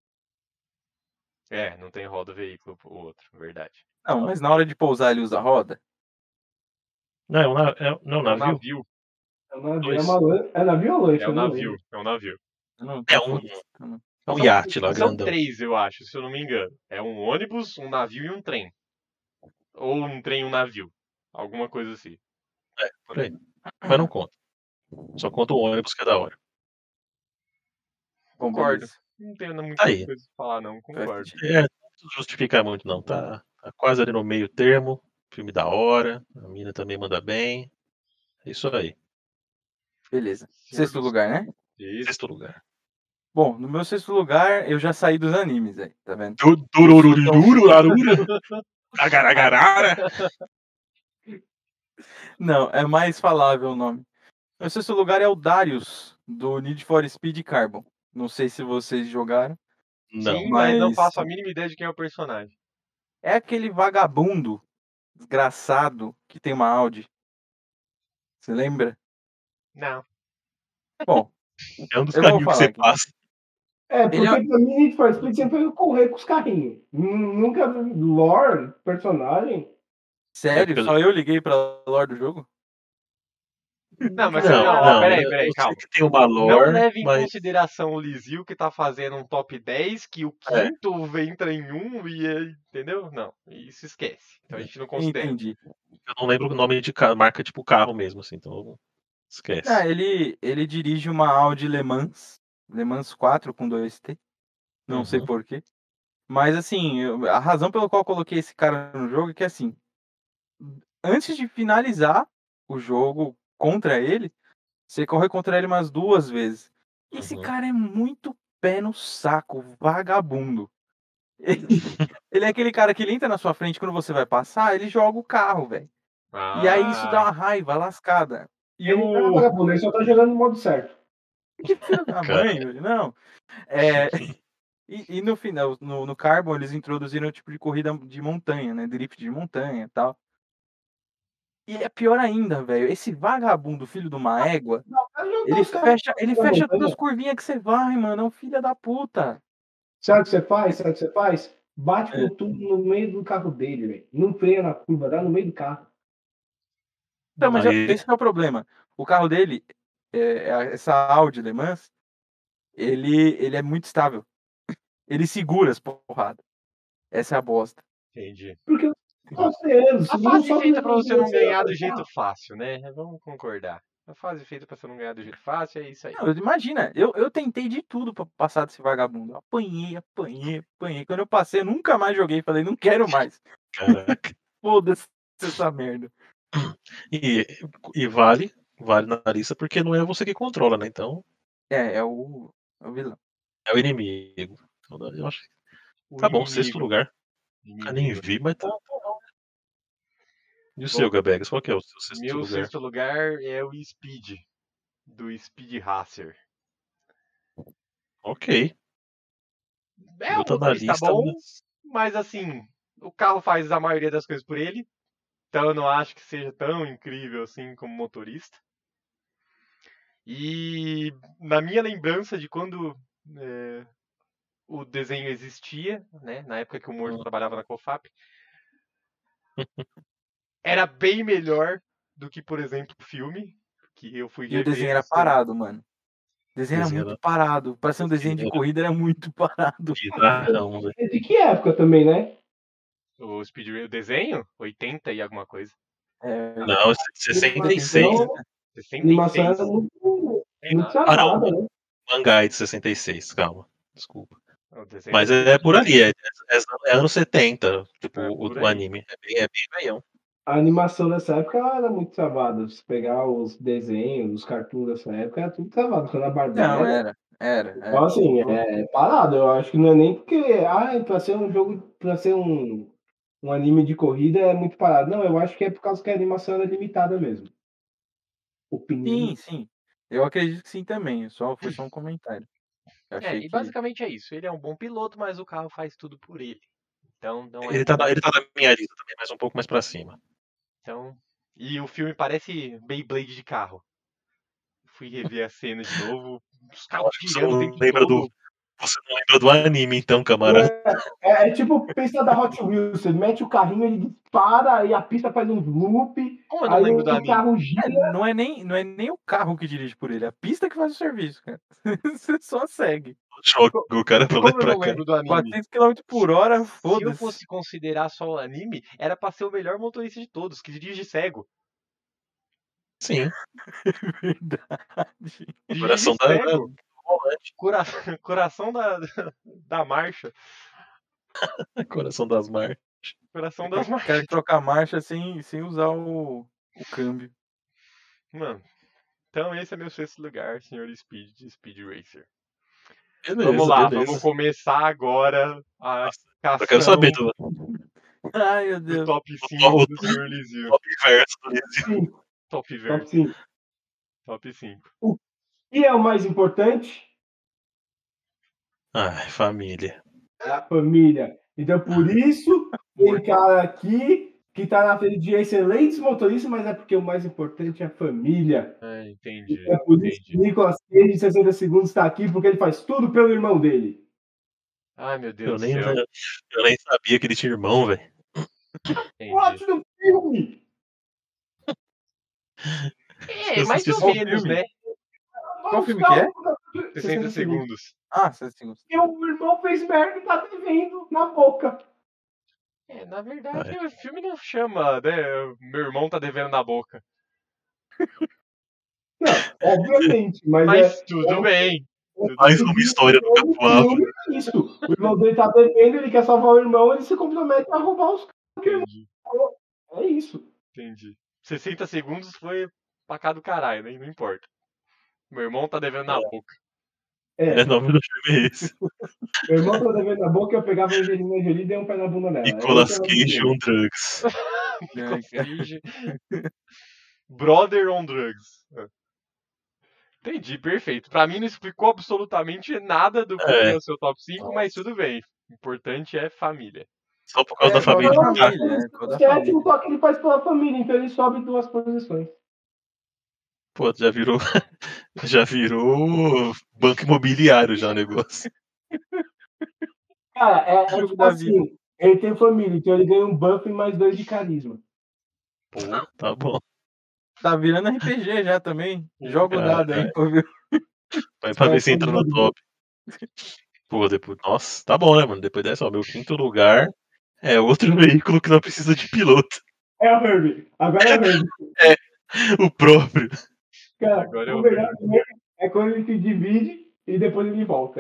É, não tem roda o veículo o outro, verdade. Não, mas na hora de pousar ele usa roda? Não, é um, na- é, não, é um É um navio? navio. É, um navio, é, Dois. uma lan- é navio ou lancha? É um Eu não navio. lembro. É um navio. Eu não, É então um, foda-se, então não. é um São, iate lá, são grandão. três, eu acho, se eu não me engano. É um ônibus, um navio e um trem. Ou um trem e um navio. Alguma coisa assim. É, por aí. Mas não conta. Só conta o ônibus que é da hora. Bom, Concordo. beleza. Não tenho muita Tá aí. coisa pra falar, não. Concordo. É, não precisa justificar muito, não. Tá, tá quase ali no meio termo. Filme da hora. A mina também manda bem. É isso aí. Beleza. Senhor Sexto dos- lugar, né? Isso. Sexto lugar. Bom, no meu sexto lugar, eu já saí dos animes aí, tá vendo? Du- Durururiruru, larura. Agaragarara. Não, é mais falável o nome. Meu sexto lugar é o Darius, do Need for Speed Carbon. Não sei se vocês jogaram. Não. Sim, mas não Mas- faço a mínima ideia de quem é o personagem. É aquele vagabundo desgraçado que tem uma Audi. Você lembra? Não. Bom, É um dos Eu vou caminhos que falar você aqui. passa. É, porque Ele é- pra mim Need for Speed sempre foi correr com os carrinhos. Nun- Nunca vi lore, personagem. sério, porque- só eu liguei pra lore do jogo? Não, mas Não, você, ó, não. peraí, eu- peraí, eu calma. sei que tem uma Não lore, leve em mas consideração o Lizil que tá fazendo um top dez, que o É. quinto entra em um e é- entendeu? Não, isso esquece. Então a gente não considera. Entendi. eu não lembro o nome de ca- marca, tipo carro mesmo, assim, então esquece. Ah, ele, ele dirige uma Audi Le Mans. Le Mans quatro com dois T. Não sei Uhum. porquê. Mas assim, eu- a razão pela qual eu coloquei esse cara no jogo é que assim, antes de finalizar o jogo contra ele, você corre contra ele umas duas vezes. Esse Uhum. cara é muito pé no saco, vagabundo. Ele, ele é aquele cara que ele entra na sua frente quando você vai passar, ele joga o carro, velho. E aí isso dá Ah, uma raiva lascada. E Ele não é o. vagabundo, ele só tá jogando no modo certo. Que filho da Cara. mãe, velho. Não. É. E, e no final, no, no Carbon, eles introduziram o tipo de corrida de montanha, né? Drift de montanha e tal. E é pior ainda, velho. Esse vagabundo, filho de uma égua, Não, vai jogar ele os carros fecha, ele da fecha montanha. todas as curvinhas que você vai, mano. É um filho da puta. Sabe o que você faz? Sabe o que você faz? Bate É. com tudo no meio do carro dele, velho. Não freia na curva, dá no meio do carro. Então, mas Aí- esse que é o problema. O carro dele, é, é- essa Audi Le Mans, ele, ele é muito estável. Ele segura as porradas. Essa é a bosta. entendi. Porque você, A fase feita pra você não ganhar do jeito fácil, né? Vamos concordar. A fase feita pra você não ganhar do jeito fácil é isso aí. Não, imagina, eu, eu tentei de tudo pra passar desse vagabundo. Eu apanhei, apanhei, apanhei. Quando eu passei, eu nunca mais joguei. Falei, não quero mais. Caraca. Foda-se essa merda. E, e vale, vale na lista porque não é você que controla, né? Então É, é o, é o vilão. é o inimigo. Então, eu acho que O tá bom, inimigo, sexto lugar. Nunca nem inimigo. vi, mas tá, tá bom. E o Bom, seu, Gabegas? Qual que é o seu sexto Meu lugar? sexto lugar é o Speed, do Speed Racer. Ok. É Eu um tô na motorista lista, bom, mas mas assim, o carro faz a maioria das coisas por ele. Então eu não acho que seja tão incrível assim como motorista. E na minha lembrança de quando é, o desenho existia, né, na época que o Morto Hum. trabalhava na Cofap, era bem melhor do que, por exemplo, o filme, que eu fui E o rever desenho era esse ano. parado, mano. O desenho era Desenho muito era- parado. Pra ser um desenho de Era corrida, era muito parado. bizarrão, velho. É de que época também, né? O Speed Racer, o desenho, oitenta e alguma coisa. É, Não, esse é sessenta e seis. Animação, sessenta e animação seis? era muito, muito Ah, não. sarada, né? Mangá é de sessenta e seis, calma. Desculpa. O desenho Mas é é, é por antigo. ali, é, é, é anos setenta, tipo, É o, por o aí. anime. É bem, é bem velhão. A animação dessa época ela era muito travada. Se pegar os desenhos, os cartoons dessa época, era tudo travado. Quando a Não, Barbera. era, era, Então, era. assim, é parado. Eu acho que não é nem porque. Ah, pra ser um jogo. Pra ser um, um anime de corrida é muito parado. Não, eu acho que é por causa que a animação era limitada mesmo. Opinião. Sim, sim. Eu acredito que sim também. Só, foi só um comentário. Eu É, achei e que. basicamente é isso. Ele é um bom piloto, mas o carro faz tudo por ele. Então não é Ele tá, bom. na, ele tá na minha lista também, mas um pouco mais pra cima. Então, e o filme parece Beyblade de carro. Fui rever a cena de novo, os Eu carros acho que você girando o não tempo lembra do. todo. Você não lembra do anime, então, camarada. É, é, é tipo pista da Hot Wheels. Você mete o carrinho, ele dispara, aí a pista faz um loop, Como eu não aí lembro do o anime? carro É, gira. não, é nem, não é nem o carro que dirige por ele, é a pista que faz o serviço, cara. Você só segue. Joga o cara pra lá e Como eu pra não cá. lembro do anime? quatrocentos quilômetros por hora, Se eu foda-se. fosse considerar só o anime, era pra ser o melhor motorista de todos, que dirige cego. Sim. Verdade. Dirige Coração da, da cego. volante. Cora- Coração da, da marcha. Coração das marcas. Coração das O cara marchas. que troca a marcha sem, sem usar o, o câmbio. Mano, então esse é meu sexto lugar, senhor Speed, de Speed Racer. Beleza, Vamos lá, beleza. vamos começar agora a Eu quero saber cação do, Ai, meu do Deus. top o cinco do senhor Lizio. top verso do Lizio. Sim, Top top verso. cinco. Top cinco. E é o mais importante? Ai, família. É a família. Então, por isso, tem cara aqui que tá na frente de excelentes motoristas, mas é porque o mais importante é a família. É, entendi. É por isso que Entendi. Nicolas Cage, de sessenta segundos, está aqui, porque ele faz tudo pelo irmão dele. Ai, meu Eu Deus do nem, céu. eu nem sabia que ele tinha irmão, velho. Entendi. Plot do filme! É, Eu mais assisti ou esse Qual menos, filme? né? Qual filme que é? sessenta segundos. Ah, sessenta segundos. E o irmão fez merda e tá devendo na boca. É, na verdade, o filme não chama, né? Meu irmão tá devendo na boca. Não, obviamente, mas, Mas é. tudo bem. Tudo Mais bem. uma história do O Capuava. filme é isso. O irmão dele tá devendo, ele quer salvar o irmão, ele se compromete a roubar os caras. Entendi. É isso. Entendi. sessenta segundos foi pra cá do caralho, né? Não importa. Meu irmão tá devendo na boca. É, É, o nome do filme é esse. meu irmão tá devendo na boca, eu pegava a Angelina Jolie e dei um pé na bunda dela. Nicolas Esse é o nome do Cage filme. on Drugs. Nicolas Cage. Brother on Drugs. É. Entendi, perfeito. Pra mim não explicou absolutamente nada do porquê é É, o seu top cinco, mas tudo bem. O importante é família. só por causa É, da família. gosto de Tá? família, é, toda a Esquece família. o toque que ele faz pela família, então ele sobe duas posições. Pô, já virou. Já virou banco imobiliário já o negócio. Cara, é, é Jogo tipo da vida. assim, ele tem família, então ele ganha um buff e mais dois de carisma. Pô, Tá bom. Tá virando R P G já também. Pô, Joga o dado aí, caralho. pra ver. Vai pra ver se É, entra no top. Pô, depois. Nossa, tá bom, né, mano? Depois dessa, ó, meu quinto lugar é outro veículo que não precisa de piloto. É o Herbie. Agora é o Herbie. O próprio. Cara, agora é o o melhor Herbie. dele é quando ele se divide e depois ele volta.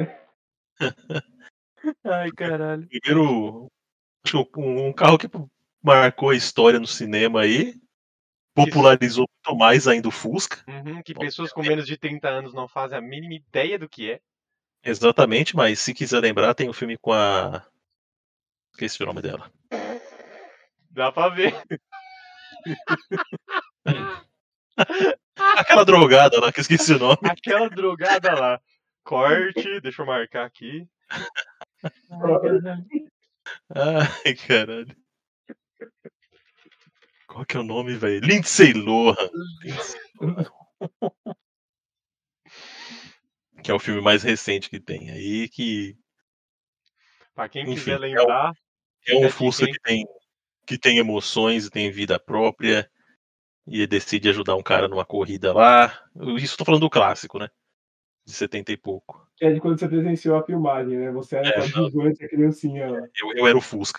Ai, caralho. Primeiro. Acho que um, um carro que marcou a história no cinema aí. Popularizou muito mais ainda o Fusca. Uhum, que pessoas com menos de trinta anos não fazem a mínima ideia do que é. Exatamente, mas se quiser lembrar, tem um filme com a. Esqueci o nome dela. Dá pra ver. Aquela drogada lá, que eu esqueci o nome. Aquela drogada lá. Corte, deixa eu marcar aqui. Ai, caralho. Ai, caralho. Qual que é o nome, velho? Lindsay Lohan. Lindsay Lohan. Que é o filme mais recente que tem aí, que Pra quem Enfim, quiser é um- lembrar, é fica um a Fusca dica, hein? que tem, que tem emoções e tem vida própria. E ele decide ajudar um cara numa corrida lá. Isso tô falando do clássico, né? De setenta e pouco. Que é de quando você presenciou a filmagem, né? Você era É, coadjuvante, a criancinha lá. Eu, eu era o Fusca.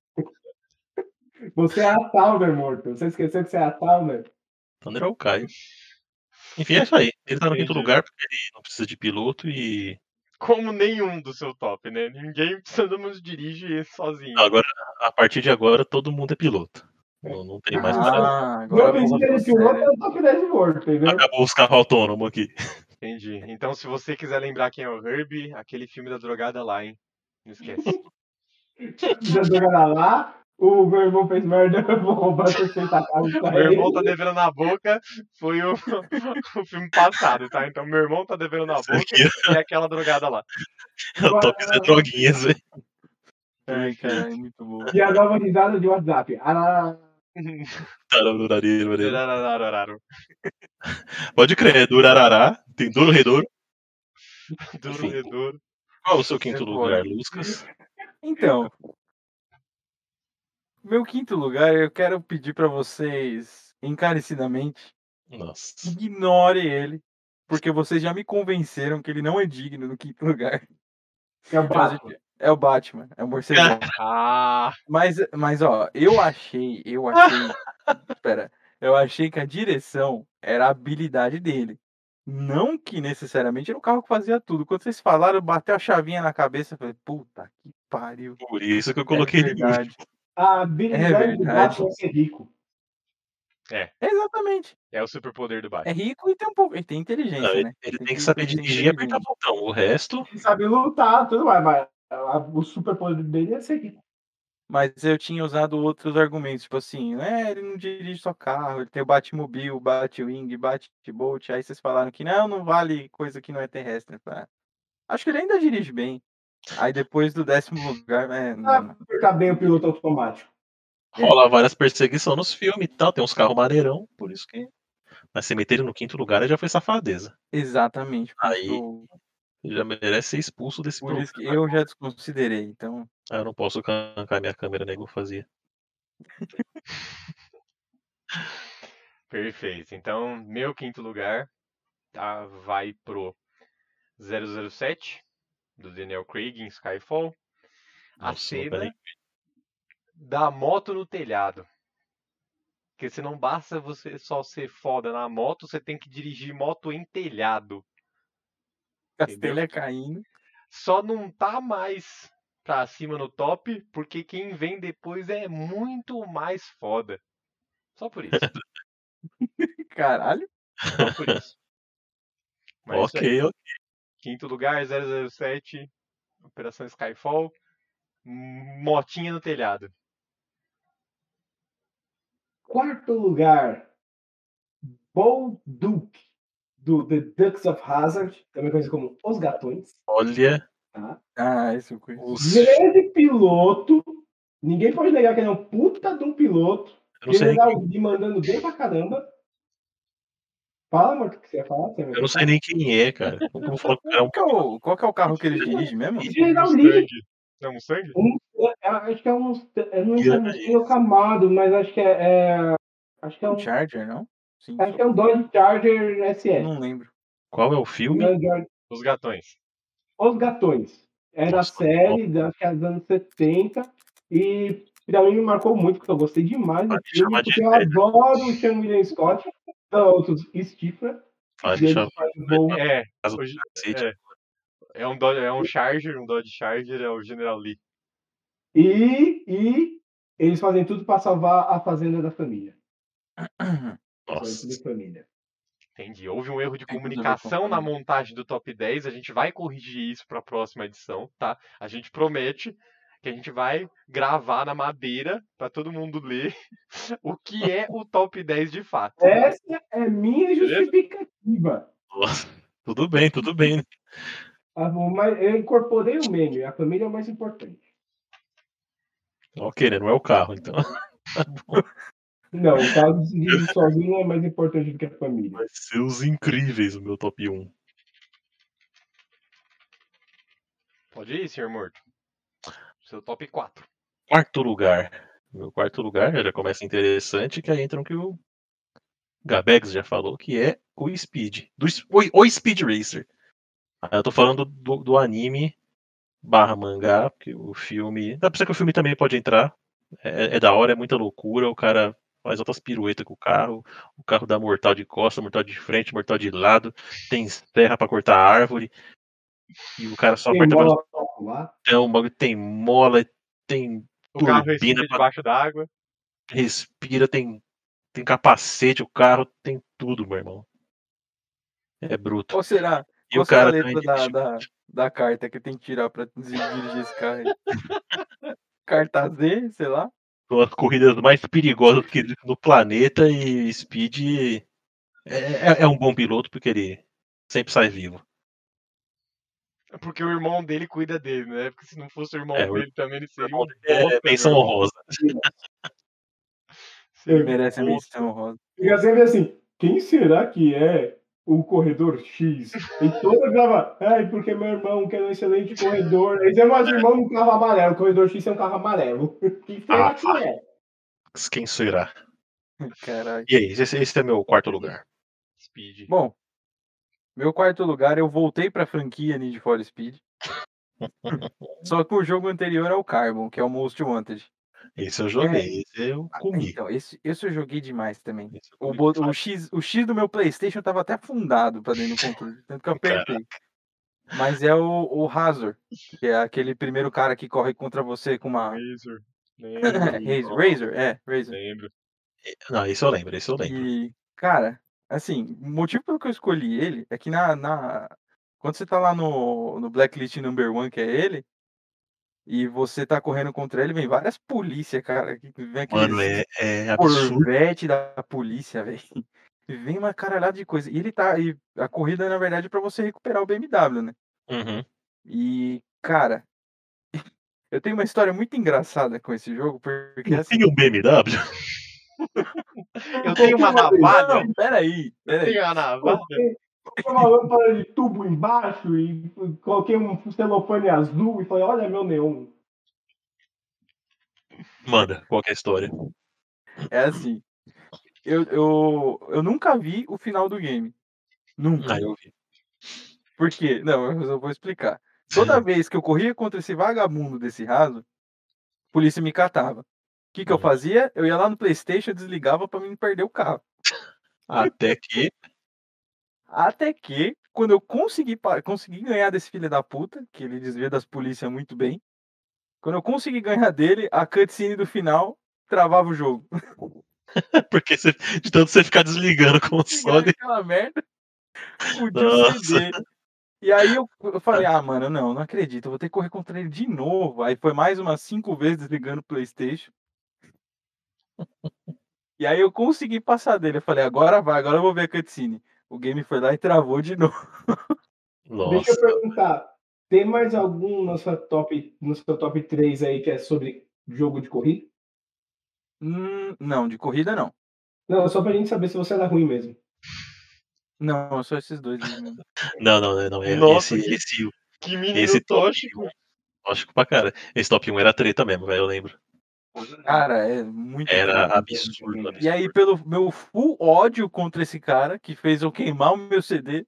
Você é a Towner, morto. Você esqueceu que você é a Towner? Então era o Caio. Enfim, é isso aí. Ele tá no quinto Entendi. lugar porque ele não precisa de piloto e. Como nenhum do seu top, né? Ninguém todo mundo dirige sozinho. Agora, a partir de agora, todo mundo é piloto. Não, não tem mais para. Ah, Meu agora pedido voltou de piloto é sério. o top dez de Word, entendeu? Acabou os carros autônomos aqui. Entendi. Então, se você quiser lembrar quem é o Herbie, aquele filme da drogada lá, hein? Não esquece. Já jogando lá, o meu irmão fez merda, eu vou roubar sessenta carros pra Meu irmão ele. tá devendo na boca, foi o, o filme passado, tá? Então, meu irmão tá devendo na Isso boca aqui e é aquela drogada lá. é o top Zé Droguinhas, velho. Ai, cara, é muito bom. E a nova risada de WhatsApp. Ah, Durarararararam. Pode crer, é Durarará, tem Duro Redouro. Duro, Enfim. redouro. Qual o seu quinto É lugar, foda. Lucas? Então, meu quinto lugar, eu quero pedir pra vocês, encarecidamente, Nossa. ignore ele, porque vocês já me convenceram que ele não é digno do quinto lugar. é o Mas Batman. é o Batman, é o morcegão. Ah, Mas, mas ó, eu achei, eu achei, espera, eu achei que a direção era a habilidade dele. Não que necessariamente era o carro que fazia tudo. Quando vocês falaram, bateu a chavinha na cabeça, eu falei, puta que pariu. Por isso que eu É coloquei ele em último. verdade. A habilidade É do verdade. Batman é ser rico. Exatamente. é o superpoder do É Batman. rico e tem um pouco, e tem inteligência, Não, ele, né? ele Tem tem que que- saber tem que ser dirigir e apertar inteligente. botão. O resto, Ele sabe lutar, tudo mais, mas a- o superpoder dele é ser rico. Mas eu tinha usado outros argumentos, tipo assim, né? Ele não dirige só carro, ele tem o Batmobile, Batwing, Batbolt. Aí vocês falaram que não, não vale coisa que não é terrestre. Eu falei, ah, acho que ele ainda dirige bem. Aí depois do décimo lugar, é, não, Sabe apertar bem o piloto automático. rola várias perseguições nos filmes e tal. Tem uns carros maneirão, por isso que. Mas se meter ele no quinto lugar, aí já foi safadeza. exatamente. Por isso, que Aí eu, ele já merece ser expulso desse por programa. isso que eu já desconsiderei. Então, Ah, eu não posso cancar minha câmera, nego fazia. Perfeito. Então, meu quinto lugar tá, vai pro zero zero sete, do Daniel Craig em Skyfall. A Nossa, cena peraí. da moto no telhado. Porque se não basta você só ser foda na moto, você tem que dirigir moto em telhado. Castelha caindo. Só não tá mais pra cima no top, porque quem vem depois é muito mais foda. Só por isso. Caralho. Só por isso. Mas é isso aí. Ok, ok. Quinto lugar, zero zero sete, Operação Skyfall. Motinha no telhado. Quarto lugar, Bo Duke, do The Dukes of Hazzard, também conhecido como Os Gatões. Olha, Tá? Ah, isso eu conheço. os. Grande piloto. Ninguém pode negar que ele é um puta de um piloto. Eu não sei Ele nem, anda me mandando bem pra caramba. Fala, amor, o que você ia falar? Você vai eu não sei nem quem é, cara. Como falar que o cara é um Qual que é o, qual que é o carro que eles dirigem mesmo? General Lee. Mustang. Não, Mustang? Um, é, acho que é um. Eu não E sei aí? se é o Camaro, mas acho que é. é acho que é Um um. Charger, não? Sim, Acho que é um Dodge Charger S S. não lembro. Qual é o filme? Dodge Charger- Os gatões. Os Gatões. É da Nossa, série, da- acho que é dos anos setenta. E pra mim me marcou muito, porque eu gostei demais do Pode filme, chamar de porque eu velho. adoro o Sean William Scott, da outros Stifler. Pode E ele chamar faz o voo. É, Casa do hoje- cacete. é, é um Dodge, é um Charger, um Dodge Charger, é o General Lee. E, e eles fazem tudo para salvar a fazenda da família. Fazem Nossa. tudo em família. Entendi. Houve um erro de Tem tudo a ver com comunicação na família. montagem do top dez. A gente vai corrigir isso para a próxima edição, tá? A gente promete que a gente vai gravar na madeira para todo mundo ler o que é o top dez de fato. Essa é minha Beleza? justificativa. Nossa. Tudo bem, tudo bem. Ah, mas eu incorporei o meme. A família é o mais importante. Ok, né? Não é o carro, então. Não, o carro de se dirigir sozinho é mais importante do que a família. Vai ser os incríveis o meu top um. Pode ir, senhor morto. Seu top quatro. Quarto lugar. Meu quarto lugar já começa interessante, que aí entra o que o Gabex já falou, que é o Speed. Do, o, o Speed Racer. Eu tô falando do, do anime barra mangá, porque o filme. Dá pra ser que o filme também pode entrar. É, é da hora, é muita loucura. O cara faz outras piruetas com o carro. O carro dá mortal de costa, mortal de frente, mortal de lado. Tem serra pra cortar a árvore. E o cara só Tem aperta mola pra pular. bastão, o bagulho tem mola, tem O carro turbina respira pra... debaixo d'água. respira, tem, tem capacete, o carro tem tudo, meu irmão. É bruto. Qual será, E o qual será a cara também letra da, dirige da, muito. da carta que tem que tirar pra diri- dirigir esse carro aí? Carta Z, sei lá. São as corridas mais perigosas que existe no planeta e Speed é, é, é um bom piloto porque ele sempre sai vivo. Porque o irmão dele cuida dele, né? Porque se não fosse o irmão É, o dele também ele seria irmão um dele é bosta, meu menção irmão. honrosa. Seria um Merece a bosta. menção rosa. Fica sempre assim, quem será que é o corredor X? E toda grava, ai, porque meu irmão que é um excelente corredor. Aí tem mais irmão no carro amarelo, o corredor X é um carro amarelo. Quem será Ah, que é? quem será? Caralho. E aí, esse, esse é meu quarto lugar. Speed. Bom, meu quarto lugar, eu voltei pra franquia Need for Speed. Só que o jogo anterior é o Carbon, que é o Most Wanted. Esse eu É, joguei, esse eu ah, comi. então, esse, esse eu joguei demais também. Esse eu O, comi bo- o, fácil. X, o X do meu PlayStation tava até afundado pra dentro do controle, tanto que eu Cara, apertei. Mas é o, o Hazard, que é aquele primeiro cara que corre contra você com O uma. Razor. Lembro, Razor, Razor, é, Razor. lembro. não, isso eu lembro, isso eu lembro. E, cara, assim, o motivo pelo que eu escolhi ele é que na, na... quando você tá lá no, no Blacklist Number One, que é ele, e você tá correndo contra ele, vem várias polícias, cara. que Vem Mano, aqueles é, é absurdo. Corvette da polícia, velho. Vem uma caralhada de coisa. E ele tá. E a corrida, na verdade, é pra você recuperar o B M W, né? Uhum. E, cara, eu tenho uma história muito engraçada com esse jogo, porque Não assim. tem um B M W? Eu tenho uma Uma vez, navalha. Não, peraí, Eu peraí. tenho uma navalha. Coloquei coloquei uma lâmpada de tubo embaixo e coloquei um celofane azul e falei, olha meu neon. Manda, qual que é a história? É assim. Eu, eu, eu nunca vi o final do game. Nunca. Ah, eu vi. Por quê? Não, eu eu vou explicar. Toda vez que eu corria contra esse vagabundo desse raso, a polícia me catava. O que, que eu Uhum. fazia? Eu ia lá no PlayStation, eu desligava pra mim não perder o carro. Até que. Até que, quando eu consegui, pa- consegui ganhar desse filho da puta, que ele desvia das polícias muito bem, quando eu consegui ganhar dele, a cutscene do final travava o jogo. Porque você, de tanto você ficar desligando o Desligava console. aquela merda, fudia o Nossa. C D. E aí eu, eu falei, ah, mano, não, não acredito, eu vou ter que correr contra ele de novo. Aí foi mais umas cinco vezes desligando o PlayStation. E aí eu consegui passar dele. Eu falei, agora vai, agora eu vou ver a cutscene. O game foi lá e travou de novo. Deixa eu Nossa. perguntar, tem mais algum no seu top, no seu top três aí que é sobre jogo de corrida? Hum, não, de corrida não. Não, só pra gente saber se você era ruim mesmo. Não, só esses dois aí mesmo. Não, não, não. é- Nossa, esse, que, esse, que menino esse top tóxico. um. Tóxico pra cara. Esse top um era treta mesmo, velho. Eu lembro. Cara, é muito Era treta. absurdo, E aí, absurdo. pelo meu full ódio contra esse cara, que fez eu queimar o meu C D,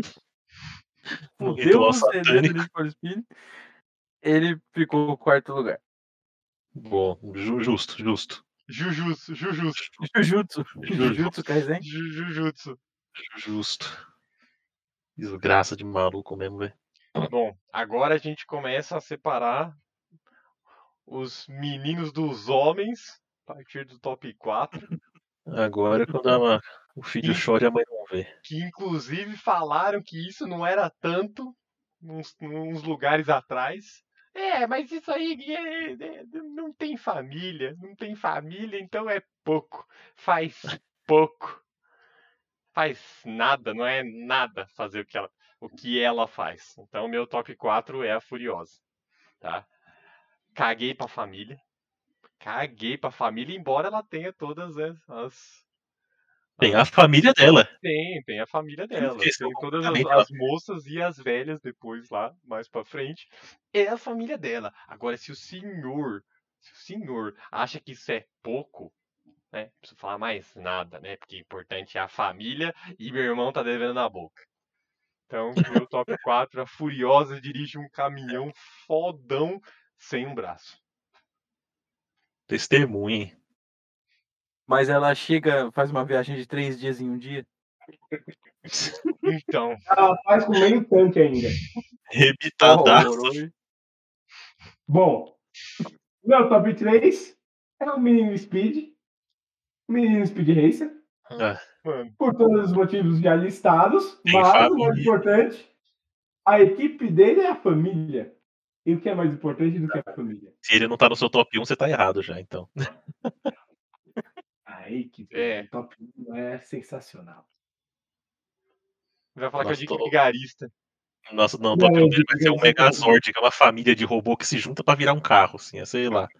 Um fudeu ritual o C D do satânico. Need for Speed, ele ficou no quarto lugar. Bom, ju- justo, justo. Jujutsu, Jujutsu. Jujutsu. Ju- Jujutsu Kaisen. Ju- Jujutsu. Justo. Desgraça de maluco mesmo, velho. Bom, agora a gente começa a separar os meninos dos homens a partir do top quatro, Agora quando a- o filho Sim. chora e a mãe não vê. que inclusive falaram que isso não era tanto uns, uns lugares atrás. É, mas isso aí é- é- não tem família, não tem família, então é pouco. Faz pouco. Faz nada, não é nada fazer o que ela, o que ela faz. Então meu top quatro é a Furiosa, tá? Caguei pra família. Caguei pra família, embora ela tenha todas as. as- Tem as- a família dela. Tem, tem a família dela. Esqueceu Tem todas as, completamente. Ela as moças e as velhas depois lá, mais pra frente. É a família dela. Agora, se o senhor. Se o senhor acha que isso é pouco, né? Não preciso falar mais nada, né? Porque o importante é a família e meu irmão tá devendo na boca. Então, meu top quatro, a Furiosa dirige um caminhão fodão sem um braço. Testemunha. Mas ela chega, faz uma viagem de três dias em um dia. Então, Ela faz com meio tanque ainda. Rebitadaço. Horror. Bom, meu top três é o Menino Speed. menino Speed Racer, Ah, Mano, por todos os motivos já listados, Tem mas o mais família. importante, a equipe dele é a família. E o que é mais importante do que a família? se ele não tá no seu top um, você tá errado já, então. A equipe É. dele, top um é sensacional. vai falar que é o Nossa, Dick tô- Vigarista. Nossa, não, o Não, top um eu dele digo vai que ser é um sensacional. Megazord, que é uma família de robô que se junta pra virar um carro, assim, é, sei lá.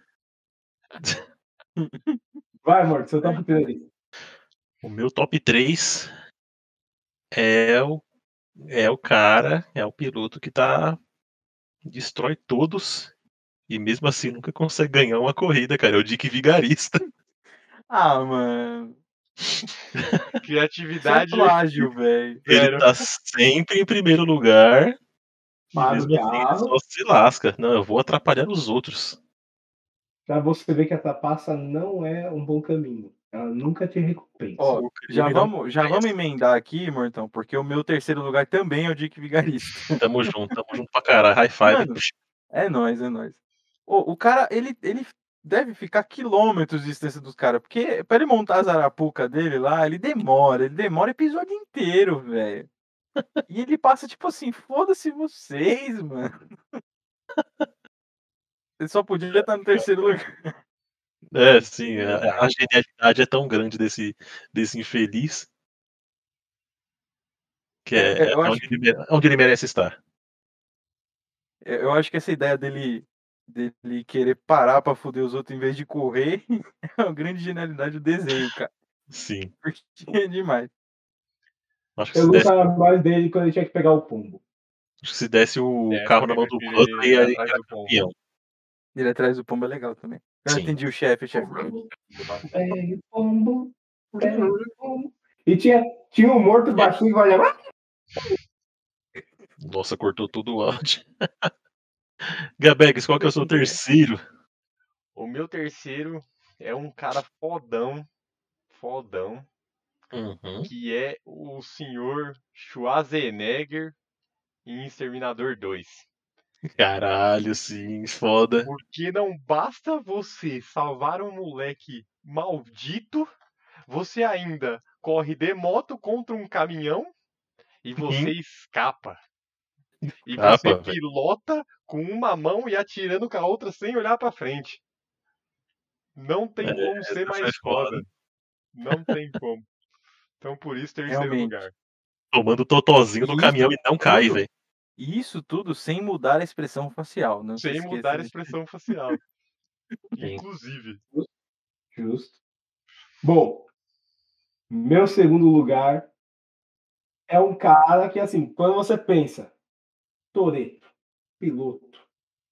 Vai, amor, seu top três. O meu top três é o, é o cara, é o piloto que tá. Destrói todos e mesmo assim nunca consegue ganhar uma corrida, cara. É o Dick Vigarista. Ah, mano. Isso é Criatividade plágio, velho. Ele zero. tá sempre em primeiro lugar e Para o mesmo assim ele carro. só se lasca. Não, eu vou atrapalhar os outros. Pra você ver que a trapaça não é um bom caminho. Ela nunca te recompensa. Ó, O crime já não vamos, já vamos compensa. emendar aqui, Mortão, porque o meu terceiro lugar também é o Dick Vigarista. Tamo junto, tamo junto pra caralho. High five. Mano, é nóis, é nóis. Ô, o cara, ele, ele deve ficar quilômetros de distância dos caras, porque pra ele montar as arapuca dele lá, ele demora, ele demora o episódio inteiro, velho. E ele passa tipo assim, foda-se vocês, mano. Ele só podia estar no terceiro lugar. É, sim, a, a genialidade é tão grande desse, desse infeliz que É, é, é, eu é acho, onde, ele, mere- onde ele merece estar. é, eu acho que essa ideia dele, dele querer parar pra foder os outros em vez de correr é uma grande genialidade do desenho, cara. Sim. Porque é demais. Acho que Eu se desse, gostava mais dele quando ele tinha que pegar o pombo. acho que se desse o É, carro na também mão do prefiro Butler, ele ia, atrás ia do pombo. campeão. Ele atrás do pombo é legal também. Eu Sim. entendi o chefe, chefe. Pegue o pombo, pegue o pombo. E tinha, tinha um morto baixinho que olhava. Nossa, cortou todo o áudio. Gabex, qual que é o seu terceiro? O meu terceiro é um cara fodão, fodão, Uhum. que é o senhor Schwarzenegger em Exterminador dois. Caralho, sim, foda. Porque não basta você salvar um moleque maldito, você ainda corre de moto contra um caminhão e você escapa. E você Capa, velho. pilota com uma mão e atirando com a outra sem olhar pra frente. Não tem É, como ser essa mais foi foda. foda. Não tem como. Então por isso, terceiro Realmente. lugar. Tomando o totozinho do Isso caminhão e não cai, tudo- velho. E isso tudo sem mudar a expressão facial. Não se Sem esqueça mudar a disso. expressão facial. Sim. Inclusive. Justo. Bom, meu segundo lugar é um cara que, assim, quando você pensa, Toretto, piloto,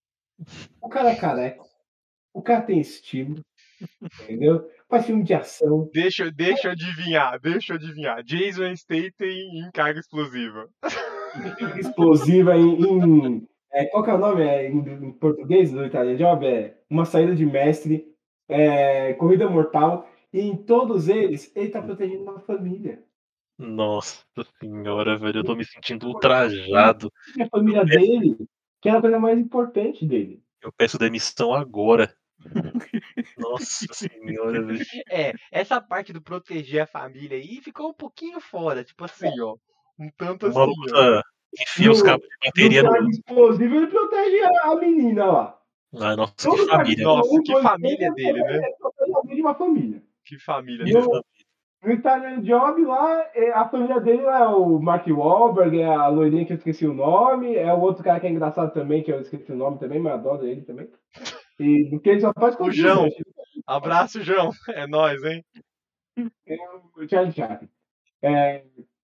o cara é careca, o cara tem estilo, entendeu? Faz filme de ação, Deixa, deixa eu adivinhar, deixa eu adivinhar. Jason Statham em carga explosiva. explosiva em. em- é, qual que é o nome é, em, em português do Italian Job? É Uma Saída de Mestre, é, Corrida Mortal, e em todos eles ele tá protegendo uma família. Nossa senhora, velho. Eu tô me sentindo ultrajado. E a família dele, que era a coisa mais importante dele. Eu peço demissão agora. Nossa senhora, velho. É, essa parte do proteger a família aí ficou um pouquinho fora. Tipo assim, ó. Um tanto O assim, maluco ó. tá, enfia os No, cabos de no bateria no. cargo explosivo, ele protege a, a menina lá. Ai, nossa, que Todo cargo família. Nossa, explosivo, que ele família dele, né? protege- protege a vida de uma família. Que família Que No, dele. família. no Italian Job lá, é, a família dele é o Mark Wahlberg, é a loirinha que eu esqueci o nome, é o outro cara que é engraçado também, que eu esqueci o nome também, mas adoro ele também. E porque ele só faz O coisa João. gigante. Abraço, João. É nóis, hein? É o Charlie Chaplin. É,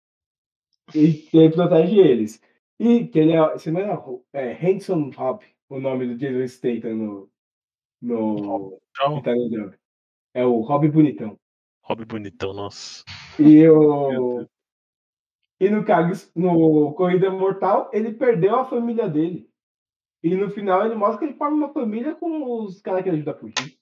e ele protege eles. E que ele é, se não é, é Hanson Hobb, o nome do Jason Statham no, no Tchau. Italian Job. É o Hobby Bonitão. Hobby bonitão, nossa. E, Meu o, Deus. e no, Cags- no Corrida Mortal, ele perdeu a família dele. E no final ele mostra que ele forma uma família com os caras que ele ajuda a fugir.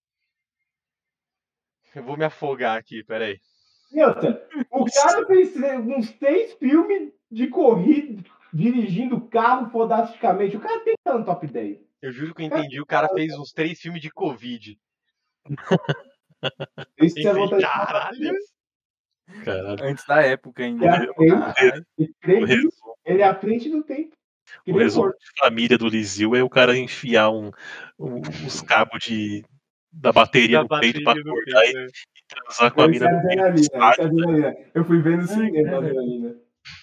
Eu vou me afogar aqui, peraí. E outra, o cara fez uns três filmes de corrida, dirigindo carro fodasticamente. O cara tem que estar no top dez. Eu juro que eu entendi. O cara fez uns três filmes de Covid. Isso é Pensei, vontade de caralho. Caralho. Antes da época ainda. Ele O é re- à o frente, re- Caralho. e o creio, resumo, ele é à frente do tempo. Que o nem resumo morto. de família do Lizil é o cara enfiar um, um- os cabos de, da bateria Da no peito pra bateria do acordar peito, e, né? e transar com a Esse mina é no meio do adrenalina, esse é estádio. adrenalina. Eu fui ver no Ai, cinema a caralho. adrenalina.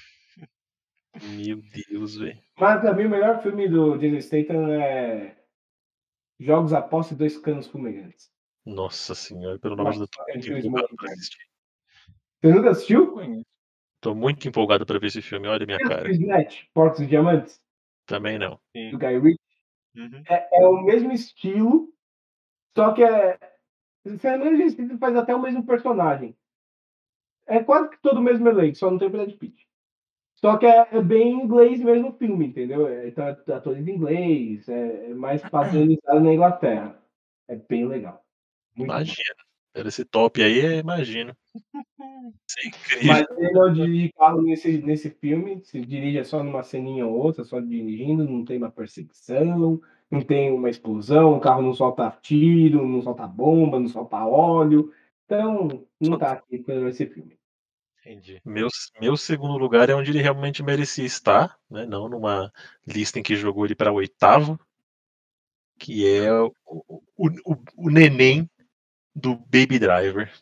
Meu Deus, velho. Mas pra mim o melhor filme do Jason Statham é Jogos Aposta e Dois Canos Fumegantes. Nossa senhora, pelo amor Mas de Deus, tô é muito filme empolgado Smoking pra Time. assistir. Você nunca assistiu? Conheço. Tô muito empolgado pra ver esse filme, olha a minha cara. Snatch, Porcos e Diamantes, Também não. Sim. do Guy Ritchie. Uhum. É, é o mesmo estilo, só que é. Se não me engano, ele faz até o mesmo personagem. É quase que todo o mesmo elenco, só não tem o Brad Pitt. Só que é, é bem inglês mesmo o filme, entendeu? É, então, é atores em inglês, é, é mais padronizado na Inglaterra. É bem legal. Muito bom. Imagina. Esse top aí, é, imagino. Isso é incrível. Mas ele não dirige carro nesse, nesse filme, se dirige só numa ceninha ou outra, só dirigindo, não tem uma perseguição, não tem uma explosão, o carro não solta tiro, não solta bomba, não solta óleo. Então, não tá aqui para esse filme. Entendi. Meu, meu segundo lugar é onde ele realmente merecia estar, né? Não numa lista em que jogou ele para oitavo, que é o, o, o, o neném do Baby Driver.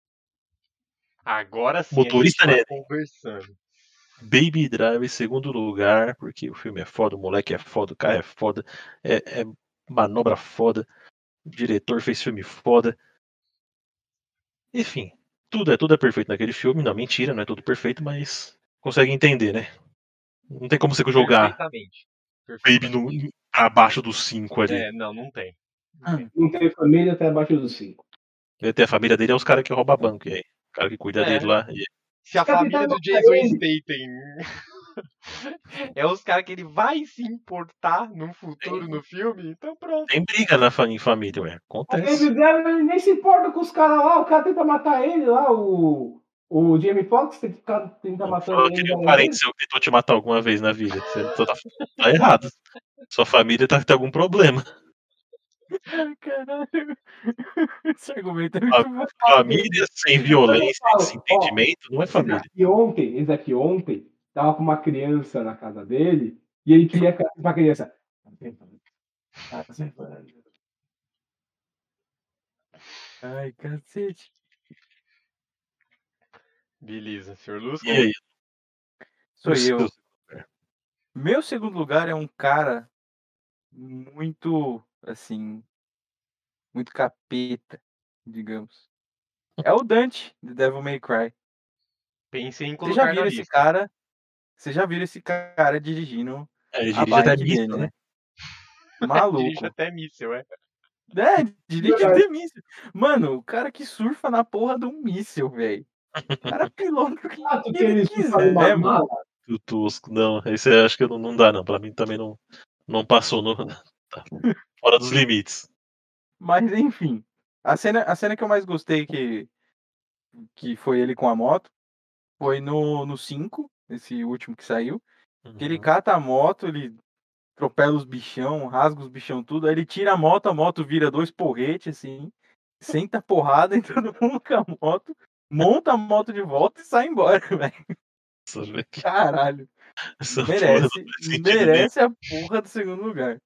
Agora sim Motorista a gente neném. tá conversando. Baby Driver, segundo lugar, porque o filme é foda, o moleque é foda, o cara é foda, é, é manobra foda, o diretor fez filme foda. Enfim, tudo é, tudo é perfeito naquele filme. Não, mentira, não é tudo perfeito, mas consegue entender, né? Não tem como você jogar Perfeitamente. Baby no, abaixo dos cinco ali. É, não, não tem. Não tem. Não tem família até abaixo dos cinco. Ele tem a família dele, é os caras que roubam banco, e aí? O cara que cuida É. dele lá. E... Se a Os caras família do tentaram Jason matar ele. Statham é os caras que ele vai se importar no futuro no filme, então pronto. Tem briga na, fa- em família, ué. O Acontece. David Driver ele nem se importa com os caras lá, o cara tenta matar ele lá, o, o Jamie Foxx tenta, tenta matando Fala ele. que nenhum várias parente vezes. seu tentou te matar alguma vez na vida. Você tá, tá errado. Sua família tá, tem algum problema. Ai, caralho. Esse argumento é muito bom. Família sem violência e Ó, desentendimento não é esse família. daqui ontem, esse daqui ontem, tava com uma criança na casa dele e ele queria ficar com a criança. Ai, cacete. Beleza, senhor Luz. E aí? Sou O seu- eu. Meu segundo lugar é um cara muito, assim, muito capeta, digamos. É o Dante, de Devil May Cry. Pensei em Vocês já colocar na viram esse lista. cara? Vocês já viram esse cara dirigindo É, ele a dirige até bike míssil, dele, né? né? Maluco. Dirige até míssil, é. É, dirige Verdade. até míssil. Mano, o cara que surfa na porra do míssil, velho. O cara pilota o que Ah, tu que ele eles falam uma quiser, mano. mala. Do Tosco. Não, esse eu acho que não, não dá, não. Pra mim também não, não passou no, tá fora dos limites. Mas enfim. A cena, a cena que eu mais gostei que, que foi ele com a moto foi no, no cinco, esse último que saiu. Que ele Uhum. cata a moto, ele atropela os bichão, rasga os bichão tudo, aí ele tira a moto, a moto vira dois porretes, assim, senta a porrada em todo mundo com a moto, monta a moto de volta e sai embora, velho. Nossa, velho, que- Caralho. essa porra não Merece, faz sentido nenhum. merece a porra do segundo lugar.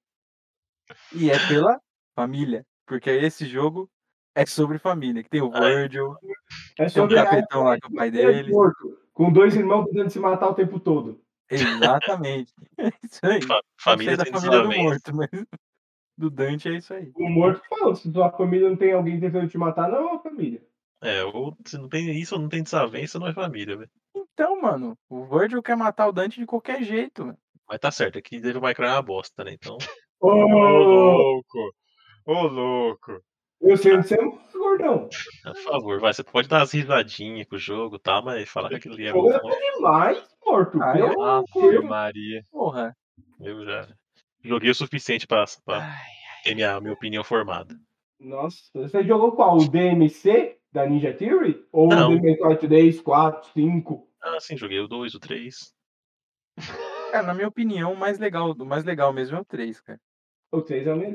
E é pela família, porque esse jogo é sobre família, que tem o Ai, Virgil, É tem um sobre a capetão lá com o pai história de deles. morto, com dois irmãos tentando se matar o tempo todo. Exatamente. É isso aí. fa- Não família sei da tem família do desavença. morto, mas do Dante é isso aí. O morto falou, se tua família não tem alguém tentando te matar, não é uma família. É, ou se não tem isso ou não tem desavença, não é família, velho. Então, mano, o Virgil quer matar o Dante de qualquer jeito, mano. Mas tá certo, aqui Devil May Cry é uma bosta, né? Então, Ô, Ô, louco! Ô, louco! eu sei onde você é um gordão. por favor, vai. Você pode dar umas risadinhas com o jogo e tal, mas falar que aquilo ali é Jogo bom. é demais, morto. Ah, Pelo eu amor de Ave Deus. Maria. Porra. Eu já joguei o suficiente pra, pra Ai, ter minha, minha opinião formada. Nossa, você jogou qual? O D M C da Ninja Theory? Ou o Não. D M C três, quatro, cinco? Ah, sim, joguei o dois, o três. Cara, na minha opinião, o mais legal, o mais legal mesmo é o três, cara. O três é o melhor.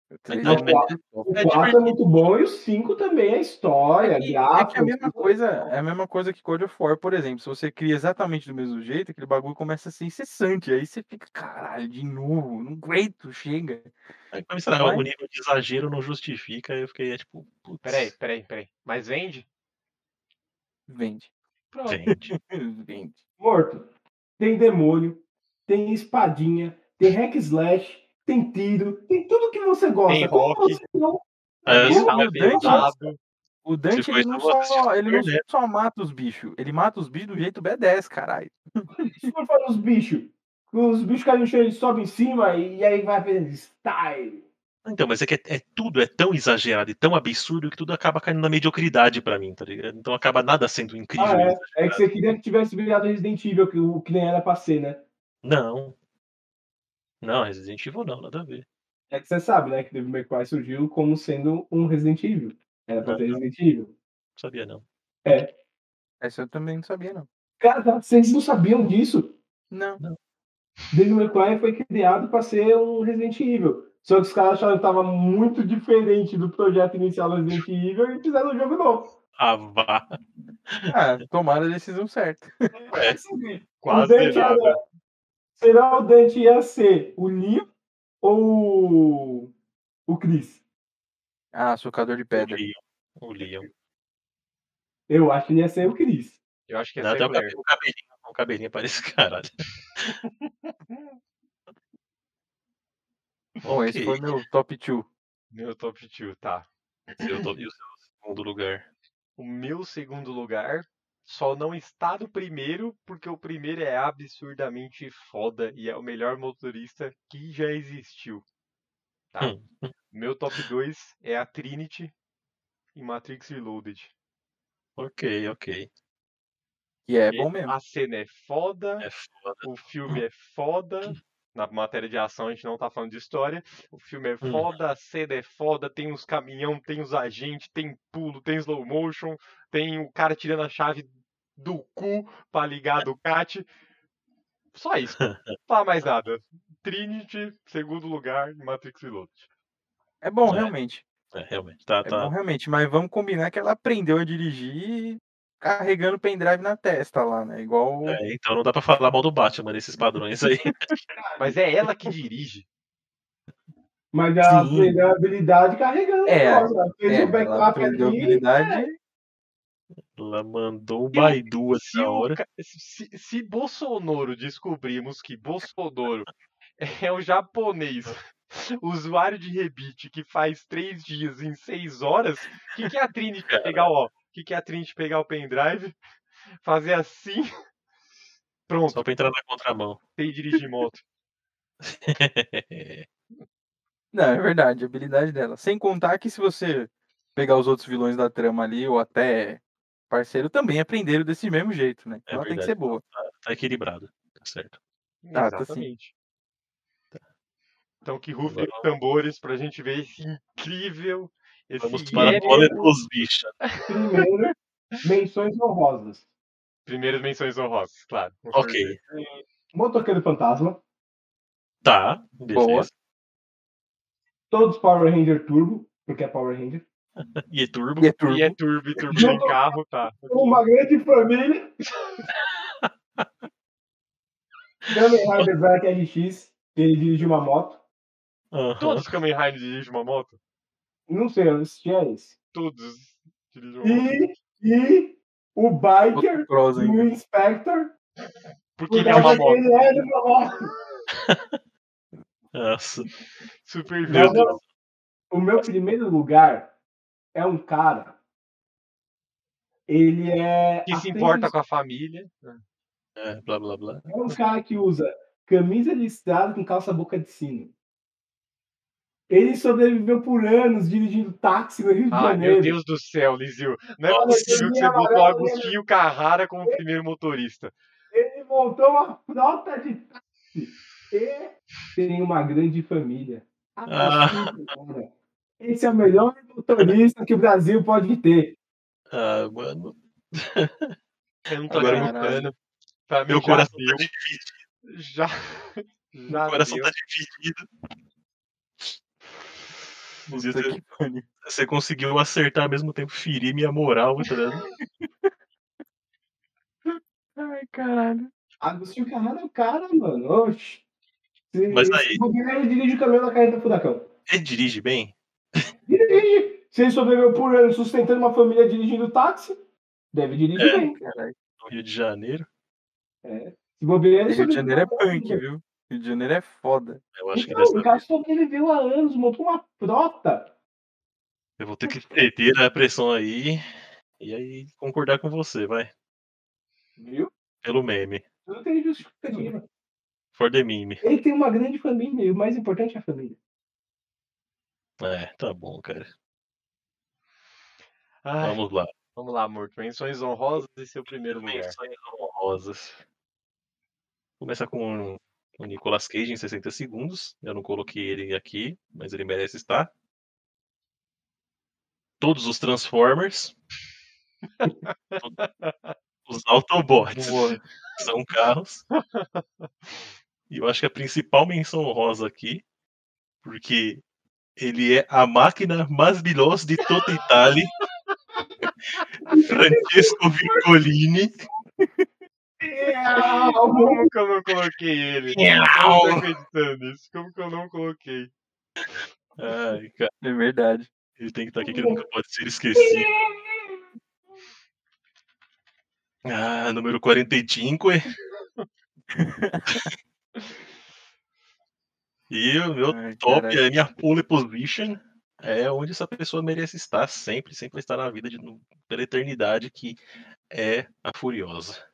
O três Então, é muito top. O É quatro é divertido. muito bom e o cinco também, a É história, que, é que gráfico. a mesma coisa, é a mesma coisa que God of War, por exemplo. Se você cria exatamente do mesmo jeito, aquele bagulho começa a ser incessante. Aí você fica, caralho, de novo, não aguento, chega. Aí, pra mim, sei lá, Mas- o nível de exagero não justifica. Aí eu fiquei, é, tipo, putz, Peraí, peraí, peraí. Mas vende? Vende. Pronto. vende. Vende. Morto. Tem demônio, tem espadinha, tem hack slash, tem tiro, tem tudo que você gosta. Tem Como rock. você não? É, E o, Metal e o Dante, pesado. o Se Dante for ele isso, não eu vou assistir só, ele não Super, né? só mata os bichos, ele mata os bichos do jeito B dez, caralho. Se for para os bichos, os bichos caem no chão, ele sobe em cima e, e aí vai fazendo style. Então, mas é que é, é tudo é tão exagerado e tão absurdo que tudo acaba caindo na mediocridade pra mim, tá ligado? Então acaba nada sendo incrível. Ah, e é. exagerado. É que você queria que tivesse virado Resident Evil, que, o que nem era pra ser, né? Não. Não, Resident Evil não, nada a ver. É que você sabe, né? Que Devil May Cry surgiu como sendo um Resident Evil. Era pra Não, ser não. Resident Evil. Não sabia, não. É. Essa eu também não sabia, não. Cara, vocês não sabiam disso? Não. Devil May Cry foi criado pra ser um Resident Evil. Só que os caras acharam que tava muito diferente do projeto inicial do Resident Evil e fizeram um jogo novo. Ah, vá. Ah, tomaram a decisão certa. É. Quase o Dante nada. era... Será o Dante ia ser o Neo ou o Chris? Ah, socador de O pedra. Leon. O Leon. Eu acho que ele ia ser o Chris. Eu acho que ia Não, ser até o Blair. cabelo, o cabelinho. O cabelinho parece caralho. Bom, esse Ok. foi meu top dois. Meu top dois, tá. Seu top- E o seu segundo lugar? O meu segundo lugar só não está no primeiro, porque o primeiro é absurdamente foda e é o melhor motorista que já existiu. Tá? Hum. Meu top dois é a Trinity em Matrix Reloaded. Ok, ok. E é E bom mesmo. a cena é foda, É foda. o filme é foda. Na matéria de ação a gente não tá falando de história. O filme é Hum. foda, a cena é foda, tem os caminhão, tem os agentes, tem pulo, tem slow motion, tem o cara tirando a chave do cu pra ligar do Ducati. Só isso. Não fala mais nada. Trinity, segundo lugar, em Matrix Reloaded. É bom, É. realmente. É, realmente. Tá, É tá. bom, realmente. Mas vamos combinar que ela aprendeu a dirigir carregando o pendrive na testa lá, né? Igual. É, então não dá pra falar mal do Batman nesses padrões aí. Mas é ela que dirige. Mas ela Sim. aprendeu a habilidade carregando É, o negócio. Ela fez É, o backup ela aprendeu a ali. habilidade. Ela mandou um Se o- Baidu ali Se, na o hora. ca- se, se Bolsonaro descobrimos que Bolsonaro é o japonês, usuário de rebite que faz três dias em seis horas, o que, que é a Trinity pegar, ó? O que, que é a Trinity pegar o pendrive, fazer assim, pronto, Só pra entrar na contramão. sei dirigir moto. Não, é verdade, a habilidade dela. Sem contar que se você pegar os outros vilões da trama ali, ou até parceiro, também aprenderam desse mesmo jeito, né? Então É ela tem que verdade. ser boa. Tá, tá equilibrado. Tá certo. Tá, tá sim. Exatamente. Então que rufem Agora os tambores pra gente ver esse incrível, esse vamos para a épico- bola dos bichos. Primeiro, menções honrosas. Primeiras menções honrosas, claro. com Ok. certeza. Motoqueiro Fantasma. Tá, beleza. Todos Power Ranger Turbo, porque é Power Ranger. E é turbo. E é turbo. E é turbo, e turbo Não tem tô- carro, tá. Uma grande família. Kamen Rider Black R X, que ele dirige uma moto. Aham. Todos os Kamen Rider dirigem uma moto? Não sei, eu assisti a esse. Todos dirigem uma moto. E, e o Biker Motocross e ainda. o Inspector, Porque por ele é uma causa que moto. ele é de uma moto. Nossa. Super Meu Mas, vivo. Deus. ó, o meu primeiro lugar é um cara. Ele é. Que se apenas- importa com a família. É, blá blá blá. É um cara que usa camisa listrada com calça boca de sino. Ele sobreviveu por anos dirigindo táxi no Rio de Ai, Janeiro. meu Deus do céu, Lizio. Não é Nossa, possível que você Amarelo, botou o né? Agostinho Carrara como primeiro motorista. Ele montou uma frota de táxi e tem uma grande família. Ah. Assim, cara. Esse é o melhor motorista que o Brasil pode ter. Ah, mano. Eu não tô Agora meu- acreditando. Pra mim Meu já coração deu. tá dividido. Já. Meu Já coração deu. tá dividido. Dizia Puta você, que pariu. você conseguiu acertar ao mesmo tempo ferir minha moral, tá ligado? Ai, caralho. Agostinho Carrara é o cara, mano. Oxi. Mas Se, aí, se bobear, ele dirige o caminhão da carreta furacão. ele dirige bem? Dirige. Se ele sobreviveu por anos sustentando uma família dirigindo táxi, deve dirigir É. bem. Caralho. No Rio de Janeiro? É. Se bobear, ele E Rio de sobreviveu Janeiro é por anos, punk, mano. viu? Rio de Janeiro é foda. Eu acho que Então, dessa o cara vez sobreviveu há anos, montou uma frota. eu vou ter que ceder a pressão aí e aí concordar com você, vai. Viu? Pelo meme. Não tem justificativa. For the meme. Ele tem uma grande família e o mais importante é a família. É, tá bom, cara. Ai, Vamos lá. vamos lá, Morto. Menções honrosas e seu primeiro lugar. Menções honrosas. Começa com o Nicolas Cage em sessenta segundos. Eu não coloquei ele aqui, mas ele merece estar. Todos os Transformers. Os Autobots Boa. são carros. E eu acho que a principal menção honrosa aqui, porque ele é a máquina mais veloz de toda a Itália. Francesco Virgolini. Como que eu não coloquei ele? Eu não tô acreditando nisso. Como que eu não coloquei? Ai, cara, É verdade. ele tem que estar aqui que ele nunca pode ser esquecido. Ah, número quarenta e cinco. E o meu Ai, top, caralho. a minha pole position é onde essa pessoa merece estar sempre, sempre estar na vida de, pela eternidade, que é a Furiosa.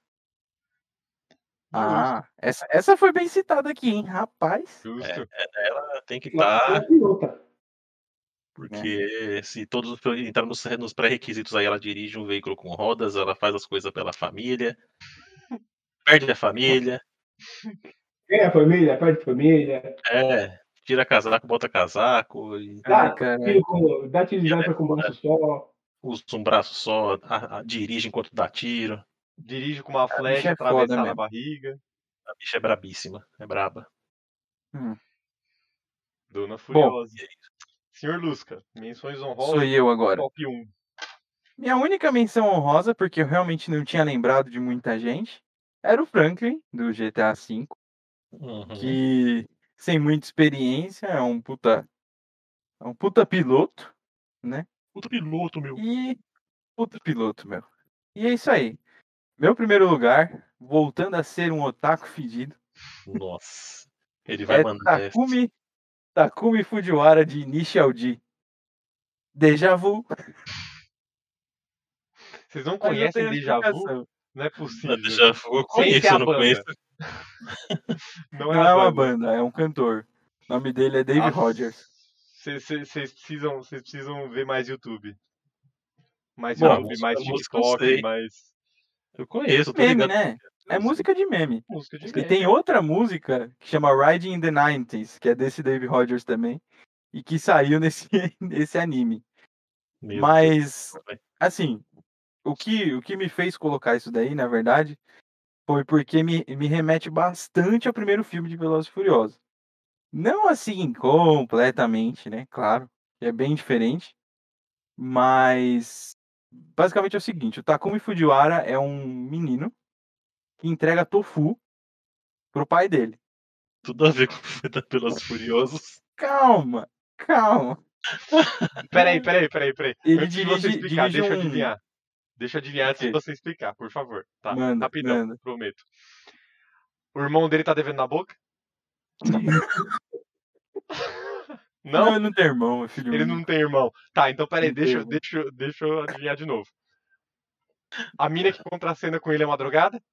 Ah, essa, essa foi bem citada aqui, hein? Rapaz. Justo. Ela tem que Uma estar, pilota. porque se todos entrar nos, nos pré-requisitos aí, ela dirige um veículo com rodas, ela faz as coisas pela família, perde a família, É a família, perde a família. é, tira casaco, bota casaco, e Ai, Dá caralho. tiro com, dá tiro de sniper com braço só. usa um braço só, a- a- dirige enquanto dá tiro. Dirige com uma bicha flecha é foda atravessar na mesmo. barriga. A bicha é brabíssima, é braba. Hum, Dona Bom, Furiosa. Senhor Lusca, menções sou honrosas, eu agora. top um. Minha única menção honrosa, porque eu realmente não tinha lembrado de muita gente, era o Franklin, do G T A V, Uhum. que sem muita experiência, é um puta, é um puta piloto, né? Puta piloto, meu. E puta piloto, meu. E é isso aí. Meu primeiro lugar, voltando a ser um otaku fedido, Nossa. Ele vai é mandar essa. Takumi, Takumi Fujiwara de Initial D. Déjà vu. Vocês não Mas não conhecem tem Deja Vu? explicação. Não é Ah, possível. Déjà vu eu Sem conheço, ser a eu não banda. conheço. Não, Não é, a é uma banda. banda, é um cantor. O nome dele é Dave Ah, Rogers. Vocês precisam, vocês precisam ver mais YouTube. Mais Bom, a YouTube, música- mais a música eu TikTok, sei. mais Eu conheço, eu tô Meme, ligado. né? É música de meme. música de E meme. tem outra música que chama Riding in the nineties, que é desse Dave Rogers também, e que saiu nesse, nesse anime. Meu Mas, Deus. assim, o que, o que me fez colocar isso daí, na verdade, foi porque me, me remete bastante ao primeiro filme de Velozes e Furiosos. Não assim, completamente, né? Claro, é bem diferente. Mas, basicamente é o seguinte, o Takumi Fujiwara é um menino que entrega tofu pro pai dele. Tudo a ver com Feta pelos Furiosos. Calma, calma. Peraí, peraí, peraí, peraí. Ele Antes de você dirige, explicar, dirige deixa eu um... adivinhar. Deixa eu adivinhar O antes de quê? você explicar, por favor. Tá, Manda, rapidão, manda. prometo. O irmão dele tá devendo na boca? Não, Não? ele não tem irmão, é filho Ele não único. tem irmão. Tá, então peraí, Não tem deixa, eu- irmão. deixa, eu- deixa eu adivinhar de novo. A mina que contracena com ele é uma drogada?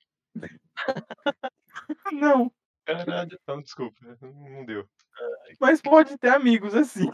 Não, Caralho. Então, desculpa, não deu. mas pode ter amigos assim.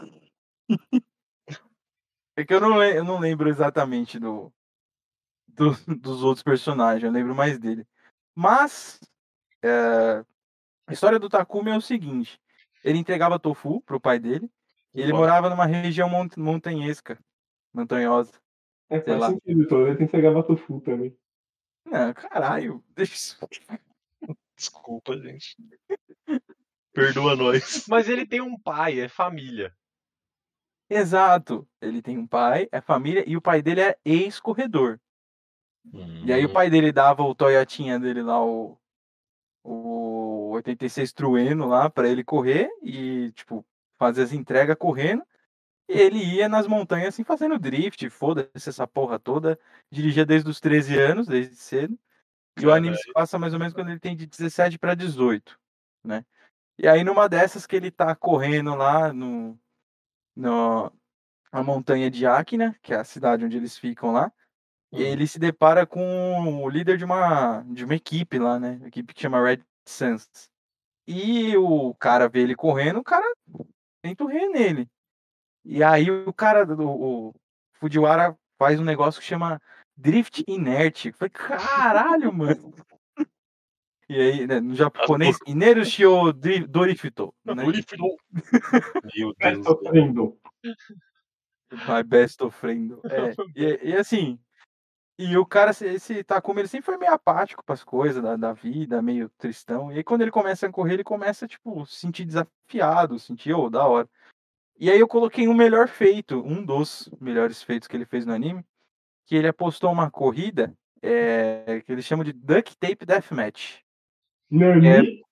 É que eu não, le- eu não lembro exatamente do, do- dos outros personagens, eu lembro mais dele. Mas é, a história do Takumi é o seguinte: ele entregava tofu pro pai dele, e ele Ufa. morava numa região mont montanhesca, montanhosa. É, Sei faz lá. sentido, pelo menos tem que entregar tofu também. Não, caralho, deixa isso. Desculpa, gente. Perdoa nós. Mas ele tem um pai, é família. Exato. Ele tem um pai, é família, e o pai dele é ex-corredor. E aí o Hum, pai dele dava o Toyotinha dele lá, o, o oitenta e seis Trueno lá, pra ele correr e, tipo, fazer as entregas correndo. E ele ia nas montanhas assim fazendo drift, foda-se essa porra toda. Dirigia desde os treze anos, desde cedo. E o anime se caralho. passa mais ou menos quando ele tem de dezessete para dezoito, né? E aí numa dessas que ele tá correndo lá no, no a montanha de Akina, que é a cidade onde eles ficam lá, Hum, ele se depara com o líder de uma de uma equipe lá, né? Uma equipe que chama Red Suns. E o cara vê ele correndo, o cara tenta o rei nele. E aí o cara do o Fujiwara faz um negócio que chama drift inerte. Eu falei, caralho, mano. E aí, né, no as japonês, Ineru Shio Dri- Dorifito, né? Dorifito. Meu Tá Deus. velho. sofrendo. My best friend. É, e, e assim, e o cara, esse, esse Takumi, ele sempre foi meio apático pras coisas da, da vida, meio tristão. E aí quando ele começa a correr, ele começa, tipo, se sentir desafiado, sentir, ô, da hora. E aí eu coloquei um melhor feito, um dos melhores feitos que ele fez no anime, que ele apostou uma corrida, é, que eles chamam de Duct Tape Deathmatch. É, Nani?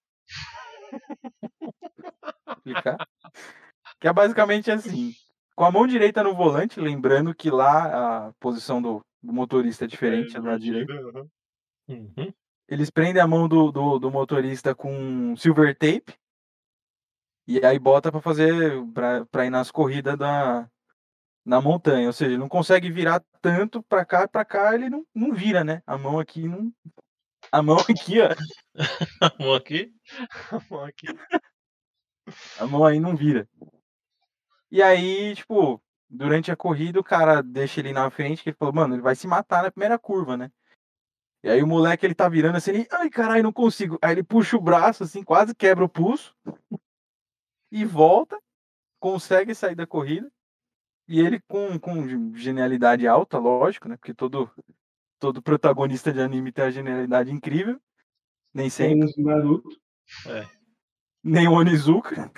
explicar? Que é basicamente assim, com a mão direita no volante, lembrando que lá a posição do, do motorista é É diferente do lado direito. invertido. aham. Uhum. Eles prendem a mão do, do, do motorista com silver tape e aí bota pra fazer, pra, pra ir nas corridas da, na montanha. Ou seja, ele não consegue virar tanto pra cá e pra cá, ele não, não vira, né? A mão aqui não. A mão aqui, ó. Um aqui. Bom, aqui. A mão aí não vira. E aí, tipo, durante a corrida, o cara deixa ele na frente, que ele falou, mano, ele vai se matar na primeira curva, né? E aí o moleque, ele tá virando assim, ele, ai, caralho, não consigo. Aí ele puxa o braço, assim, quase quebra o pulso, e volta, consegue sair da corrida. E ele com, com genialidade alta, lógico, né? Porque todo, todo protagonista de anime tem a genialidade incrível. Nem sempre. Menos Naruto. É. Nem o Onizuka.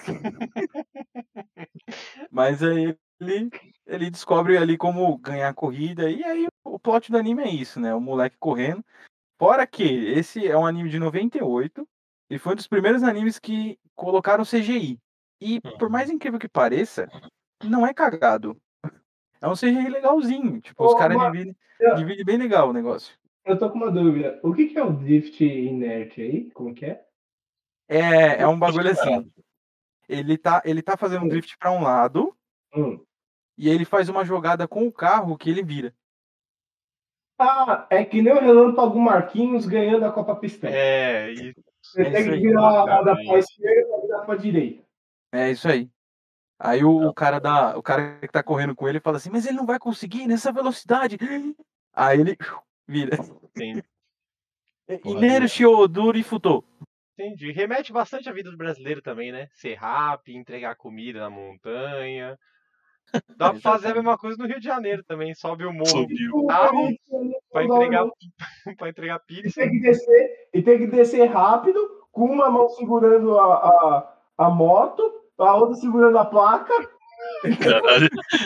Mas aí ele, ele descobre ali como ganhar a corrida. E aí o plot do anime é isso, né? O moleque correndo. Fora que esse é um anime de noventa e oito e foi um dos primeiros animes que colocaram C G I. E por mais incrível que pareça, não é cagado. É um C G I legalzinho. Tipo, os Ô, caras mas dividem, eu, dividem bem legal o negócio. eu tô com uma dúvida. O que que é o drift inerte aí? Como que é? É, é um bagulho Separado. assim. Ele tá, ele tá fazendo um Hum, drift pra um lado hum. e ele faz uma jogada com o carro que ele vira. Ah, é que nem o Relâmpago Marquinhos ganhando a Copa Pistão. É, isso. Você É tem isso que aí. virar a roda pra Exatamente. esquerda e virar pra direita. É isso aí. Aí o, o cara da, o cara que tá correndo com ele fala assim, mas ele não vai conseguir nessa velocidade. Aí ele vira. Sim, Ineru Olha. Shioduri Futou. entendi. Remete bastante à vida do brasileiro também, né? Ser rápido, entregar comida na montanha. Dá pra fazer a Exatamente. mesma coisa no Rio de Janeiro também. Sobe o morro de Subiu. O carro Corinthians pra não dorme, entregar, não. pra entregar E pizza. tem que descer, e tem que descer rápido, com uma mão segurando a, a, a moto, a outra segurando a placa. Caralho.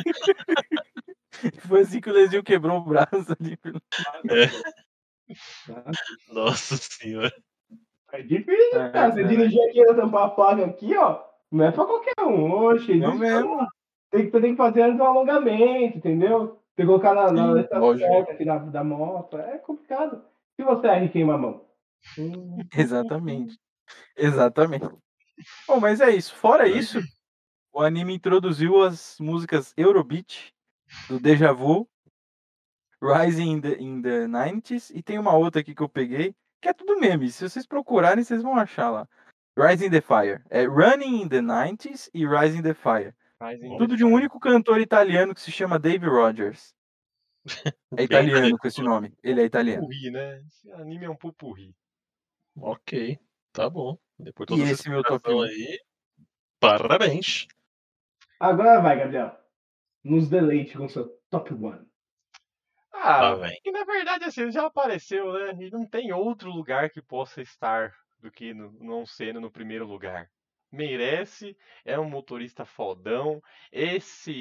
Foi assim que o Lezinho quebrou o braço ali. É. Ah, Nossa senhora. é difícil, Ai, cara. Você caralho. dirigir aqui e tampar a placa aqui, ó. Não é pra qualquer um. Oxe, Não existe mesmo. tem, que- você tem que fazer antes um alongamento, entendeu? Você colocar na, na Sim, letra lógico. certa aqui da, da moto. É complicado. Se você erra e queima a mão. Hum, Exatamente. Exatamente. Bom, mas é isso. Fora isso, o anime introduziu as músicas Eurobeat, do Deja Vu, Rising in the, in the nineties, e tem uma outra aqui que eu peguei, que é tudo meme. Se vocês procurarem, vocês vão achar lá. Rising the Fire. É Running in the nineties e Rising the Fire. Mas em Tudo de um único cantor italiano que se chama Dave Rogers. É Bem italiano com esse talentoso. nome. Ele é italiano. pupurri, né? Esse anime é um pupurri. Ok. Tá bom. Depois de E toda essa esse meu top explicação um. aí. Parabéns. Agora vai, Gabriel. Nos deleite com seu top one. Lá Ah, vem. e na verdade, assim, ele já apareceu, né? E não tem outro lugar que possa estar do que no, não sendo no primeiro lugar. Merece, é um motorista fodão. Esse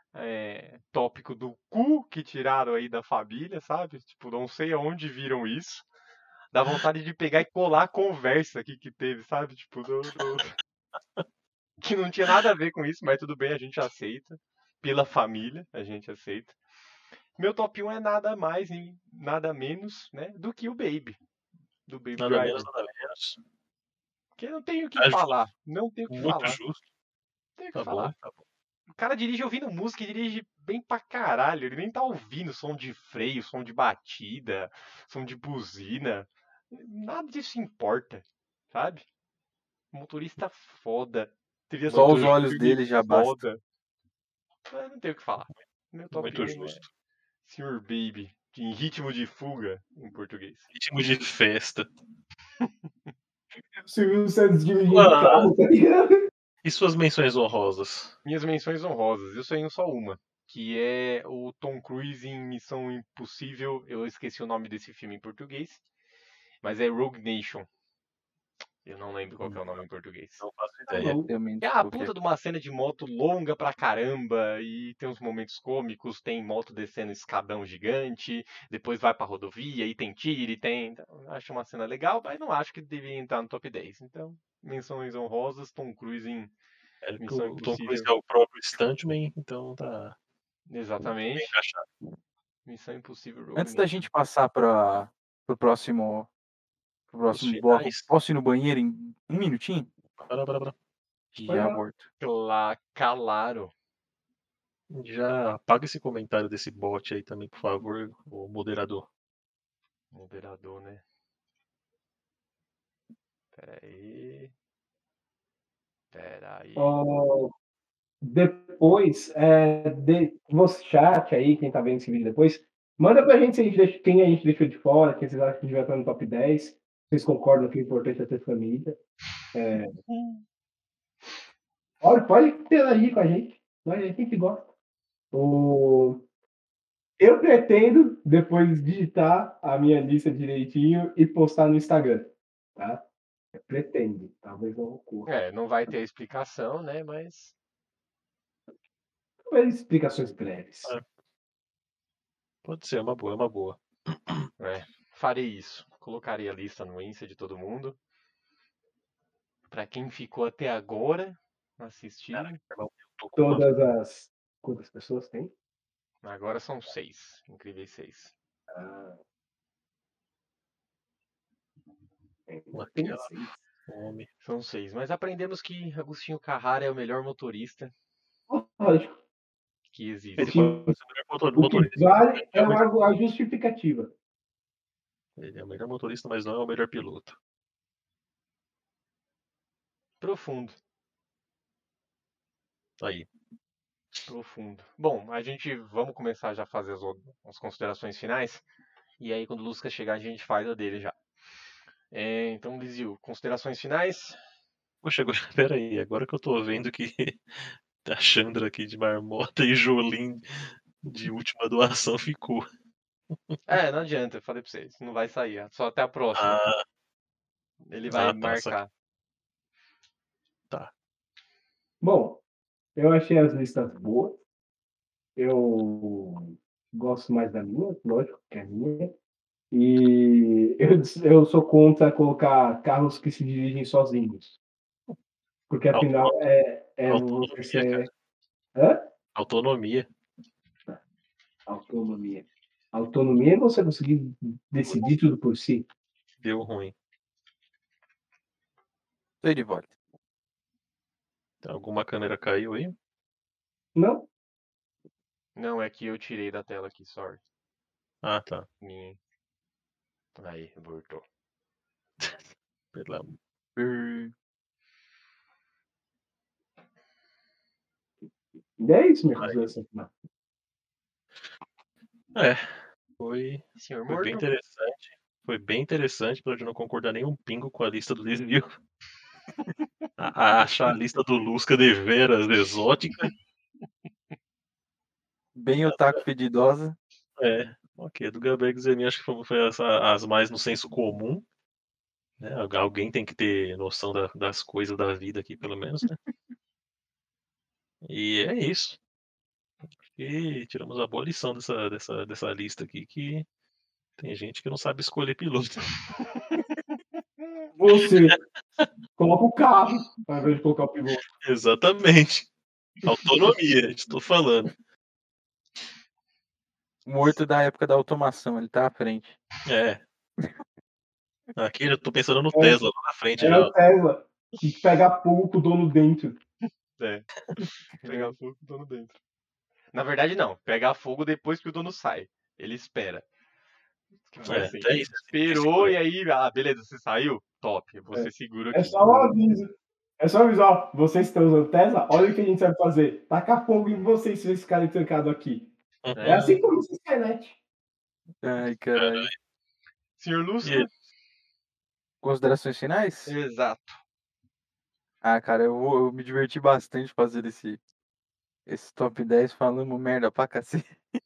é, tópico do cu que tiraram aí da família, sabe? Tipo, não sei aonde viram isso. Dá vontade de pegar e colar a conversa aqui que teve, sabe? Tipo, do, do- que não tinha nada a ver com isso, mas tudo bem, a gente aceita. Pela família, a gente aceita. Meu top um é nada mais e nada menos, né, do que o Baby, do Baby Nada menos, Driver. nada menos. Porque não tenho o que Tá falar, justo, não tenho o que muito falar, justo. não tenho o que Tá bom, falar. tá bom. O cara dirige ouvindo música e dirige bem pra caralho. Ele nem tá ouvindo som de freio, som de batida, som de buzina. Nada disso importa, sabe? Motorista foda. Trilha Só Muito os sonora do olhos filme dele já basta. foda. Mas não tenho o que falar. Meu top Muito um é justo. senhor Baby, em ritmo de fuga em português. Ritmo de festa. O Silvio Santos dirigindo Ah, carro, tá ligado? E suas menções honrosas? Minhas menções honrosas, eu tenho só uma, que é o Tom Cruise em Missão Impossível. Eu esqueci o nome desse filme em português, mas é Rogue Nation. Eu não lembro qual que é o nome em português. Não faço Tá ideia. bom. Também não É sei a qual que é. puta de uma cena de moto longa pra caramba e tem uns momentos cômicos, tem moto descendo escadão gigante, depois vai pra rodovia e tem tiro e tem... Então, acho uma cena legal, mas não acho que deveria entrar no top dez. Então, menções honrosas, Tom Cruise em É que Missão o Tom Cruise Impossível. é o próprio Stuntman, então tá bem Exatamente. encaixado. Missão Impossível Rogue Antes da Nation. gente passar para o próximo, pro Os próximo bloco, finais. posso ir no banheiro em um minutinho? Para, para, para. Vai Já lá. volto. Cla- Claro. Já apaga esse comentário desse bot aí também, por favor, o moderador. Moderador, né? Pera aí. Pera aí. Ó, depois, é, de, você chat aí, quem tá vendo esse vídeo depois, manda pra gente se a gente deixa, quem a gente deixou de fora, quem vocês acham que devia estar no top dez. Vocês concordam que o importante é ter família. É, pode, pode interagir com a gente. Mas a gente gosta. O, eu pretendo, depois, digitar a minha lista direitinho e postar no Instagram. Tá? Eu pretendo. Talvez não ocorra. É, não vai ter explicação, né? Mas Mas explicações breves. É. Pode ser, é uma boa, é uma boa. é, farei isso. Colocarei a lista no Insta de todo mundo. Pra quem ficou até agora assistindo. Irmão, eu tô com uma... Todas as. Quantas pessoas tem? Agora são seis. Incríveis seis. Ah, uma tem aquela seis. fome. São seis. Mas aprendemos que Agostinho Carrara é o melhor motorista Lógico. que existe. Ele que- pode ser o melhor motor- O que motorista. vale é Não, o argu- a justificativa. Ele é o melhor motorista, mas não é o melhor piloto. Profundo. Aí. Profundo. Bom, a gente vamos começar já a fazer as, o- as considerações finais. E aí, quando o Lucas chegar, a gente faz a dele já. É, então, Lizio, considerações finais? Poxa, agora, pera aí, agora que eu tô vendo que a Chandra aqui de marmota e Jolim de última doação ficou. É, não adianta, eu falei pra vocês. Não vai sair, é só até a próxima. Ah, Ele vai ah, tá, saquei. marcar. Tá. Bom, eu achei as listas boas. Eu gosto mais da minha, lógico, que é a minha. E eu, eu sou contra colocar carros que se dirigem sozinhos. Porque afinal é, é Autonomia, você. cara. Hã? Autonomia. Autonomia. Autonomia é você conseguir decidir tudo por si. Deu ruim. Tô de volta. Alguma câmera caiu aí? Não? Não, é que eu tirei da tela aqui, sorry. Ah, tá. Minha. Aí, voltou. Pelo amor. Brrr. E é isso, minha consideração final. É, foi, Senhor foi bem morto? interessante. Foi bem interessante, apesar de não concordar nem um pingo com a lista do desvio. A- a- Achar a lista do Lusca de veras exótica. Bem otaku fedidosa. É, ok. Do Gabriel Guizemi acho que foi, foi essa- as mais no senso comum. Né? Algu- Alguém tem que ter noção da- das coisas da vida aqui, pelo menos, né? E é isso. que tiramos a boa lição dessa, dessa, dessa lista aqui, que tem gente que não sabe escolher piloto. Você coloca o carro ao invés de colocar o piloto. Exatamente. Autonomia, estou falando. Morto da época da automação, ele tá à frente. É. Aqui eu tô pensando no É. Tesla lá na frente É já. o Tesla que pega fogo com o dono dentro. É. Pegar fogo com o dono dentro. Na verdade, não. Pegar fogo depois que o dono sai. Ele espera. Que foi É, assim. até isso. Esperou e aí, ah, beleza, você saiu? Top. Você segura É aqui. só um aviso. É só avisar, ó, vocês estão usando Tesla, olha o que a gente sabe fazer. Tacar fogo em vocês se vocês ficarem trancados aqui. Uhum. É assim que começa a Skynet. Ai, caralho. Senhor Lusco? E- Considerações finais? Exato. Ah, cara, eu, vou- eu me diverti bastante fazendo esse, esse top dez falando merda pra cacete.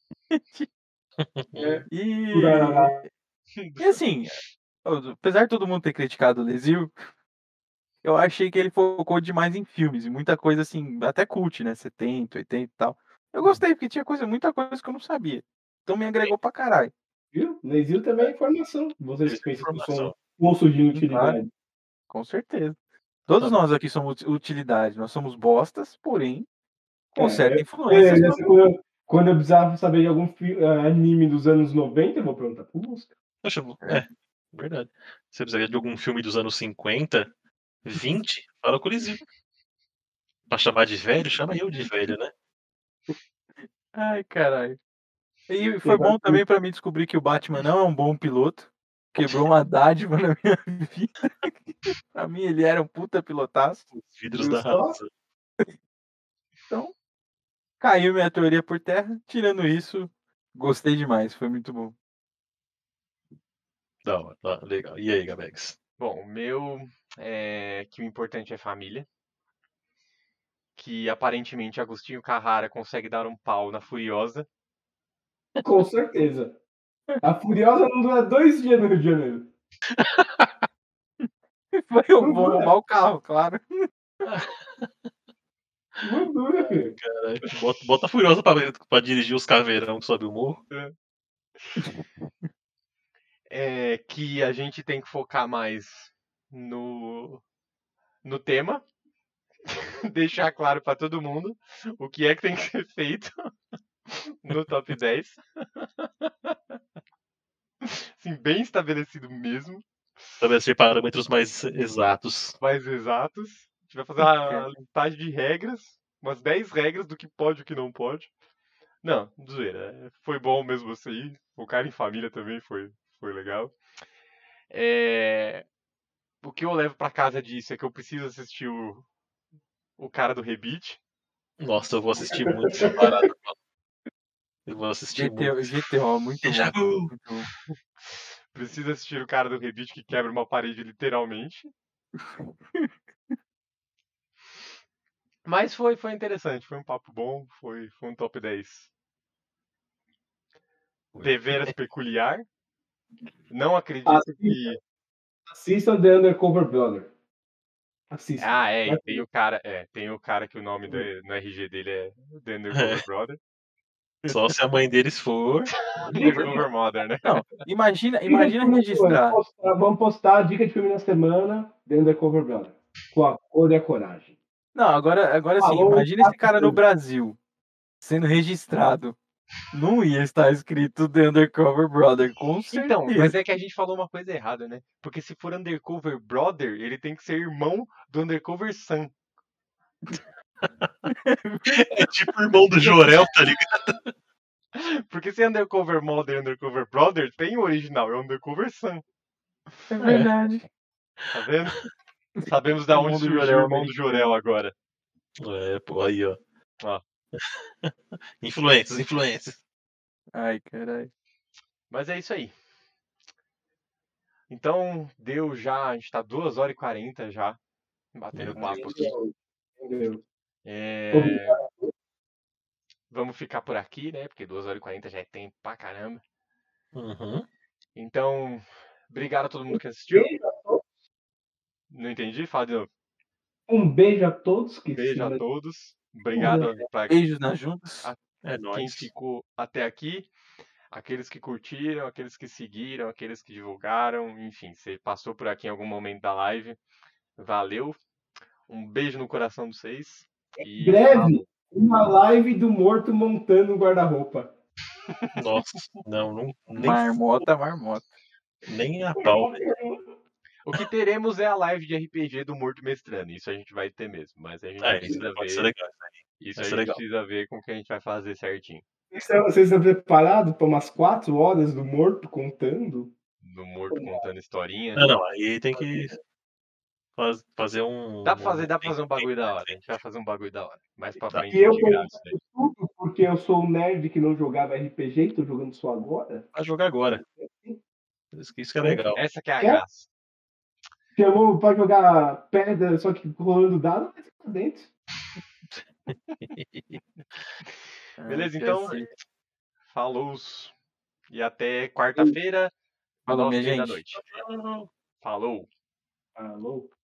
É. E, Urarará. e assim, apesar de todo mundo ter criticado o Lesil, eu achei que ele focou demais em filmes, e muita coisa assim, até cult, né? setenta, oitenta e tal. Eu gostei, porque tinha coisa, muita coisa que eu não sabia. Então me agregou pra caralho. Viu? Lesil também é informação. Vocês que pensam que eu sou um Informação. poço de Sim, inutilidade. Com certeza. Todos Tá. nós aqui somos utilidade, nós somos bostas, porém, com É, certa é, influência. beleza, quando, eu, quando eu precisava saber de algum fi- eh, anime dos anos noventa, eu vou perguntar pro Lusca. Poxa, é, verdade. Se você precisar de algum filme dos anos cinquenta, vinte, fala com o Lizinho. Pra chamar de velho, chama eu de velho, né? Ai, caralho. E foi bom Agora, também pra mim descobrir que o Batman não é um bom piloto. Quebrou uma dádiva na minha vida. Pra mim ele era um puta pilotaço. Os vidros Viu da só? razão. Então, caiu minha teoria por terra. Tirando isso, gostei demais. Foi muito bom. Da hora, tá, legal. E aí, Gabex? Bom, o meu é que o importante é família. Que aparentemente Agostinho Carrara consegue dar um pau na Furiosa. Com certeza. A Furiosa não dura dois dias no Rio de Janeiro. Foi eu Não vou dura. roubar o carro, claro. Não dura, filho. Caralho, bota, bota a Furiosa pra, pra dirigir os caveirão que sobe o morro. É que a gente tem que focar mais no, no tema. Deixar claro pra todo mundo o que é que tem que ser feito no top dez. Assim, bem estabelecido mesmo. Estabelecer parâmetros mais exatos. Mais exatos. A gente vai fazer uma listagem de regras. Umas dez regras do que pode e o que não pode. Não, zoeira. Foi bom mesmo você ir. Focar em família também foi, foi legal. É... O que eu levo pra casa disso é que eu preciso assistir o, o cara do Rebite. Nossa, eu vou assistir muito essa parada, mano. Eu vou assistir G T O, muito. G T O, muito Déjà bom. vu. Muito bom. Preciso assistir o cara do Rebite que quebra uma parede literalmente. Mas foi, foi interessante, foi um papo bom, foi, foi um top dez. Deveras peculiar. Não acredito Assista. que. Assistam The Undercover Brother. Assistam. Ah, é, Vai e tem o cara, é, tem o cara que o nome do, no R G dele é The Undercover É. Brother. Só se a mãe deles for. Undercover Mother, né? Não, imagina, Dica imagina de filme, registrar. Vamos postar, vamos postar a dica de filme na semana The Undercover Brother. Com a cor e a coragem. Não, agora, agora sim, Falou, imagina esse cara no tudo. Brasil sendo registrado. Não ia estar escrito The Undercover Brother, com certeza. Então, mas é que a gente falou uma coisa errada, né? Porque se for Undercover Brother, ele tem que ser irmão do Undercover Son. É tipo o irmão do Jorel, tá ligado? Porque se é Undercover Mother e Undercover Brother, tem o original, é Undercover Son. É verdade. Tá vendo? Sabemos da Irmão onde do surgiu Jorel o irmão do americano. Jorel agora. É, pô, aí, ó. Ó. Influências, influências. Ai, caralho. Mas é isso aí. Então, deu já, a gente tá duas horas e quarenta já, batendo Meu papo Deus. aqui. Entendeu? É, Obrigado. Vamos ficar por aqui, né? Porque duas horas e quarenta já é tempo pra caramba. Uhum. Então, obrigado a todo mundo que assistiu. Beijo a todos. Não entendi? Fala de novo. Um beijo a todos que Beijo a se todos. Obrigado pra... Beijos nas juntas. a- É quem nóis. ficou até aqui, aqueles que curtiram, aqueles que seguiram, aqueles que divulgaram, enfim, você passou por aqui em algum momento da live, valeu. Um beijo no coração de vocês e Breve, falou. uma live do morto montando o guarda-roupa. Nossa, não, não nem, Marmota, marmota. nem a pau, velho. O que teremos é a live de R P G do Morto Mestrando. Isso a gente vai ter mesmo, mas a gente É, isso precisa pode ser ver. legal. Isso Vai a ser gente legal. precisa ver com o que a gente vai fazer certinho. Vocês estão, vocês estão preparados para umas quatro horas do morto contando? Do Morto contando historinha. Não, não, aí tem que faz- fazer um. Dá pra fazer, dá pra tem- fazer um tem- bagulho da hora. A gente vai fazer um bagulho da hora. Mais pra Dá. frente E a eu gente grava isso daí. tudo porque eu sou um nerd que não jogava R P G e tô jogando só agora? Vai jogar agora. Isso, isso que é legal. Essa que é a É? graça. Chamou pra jogar pedra, só que rolando dado, mas tá dentro. Beleza, Ah, então. assim. Falou. E até quarta-feira, Falou, nove e minha meia da gente. noite. Falou. Alô?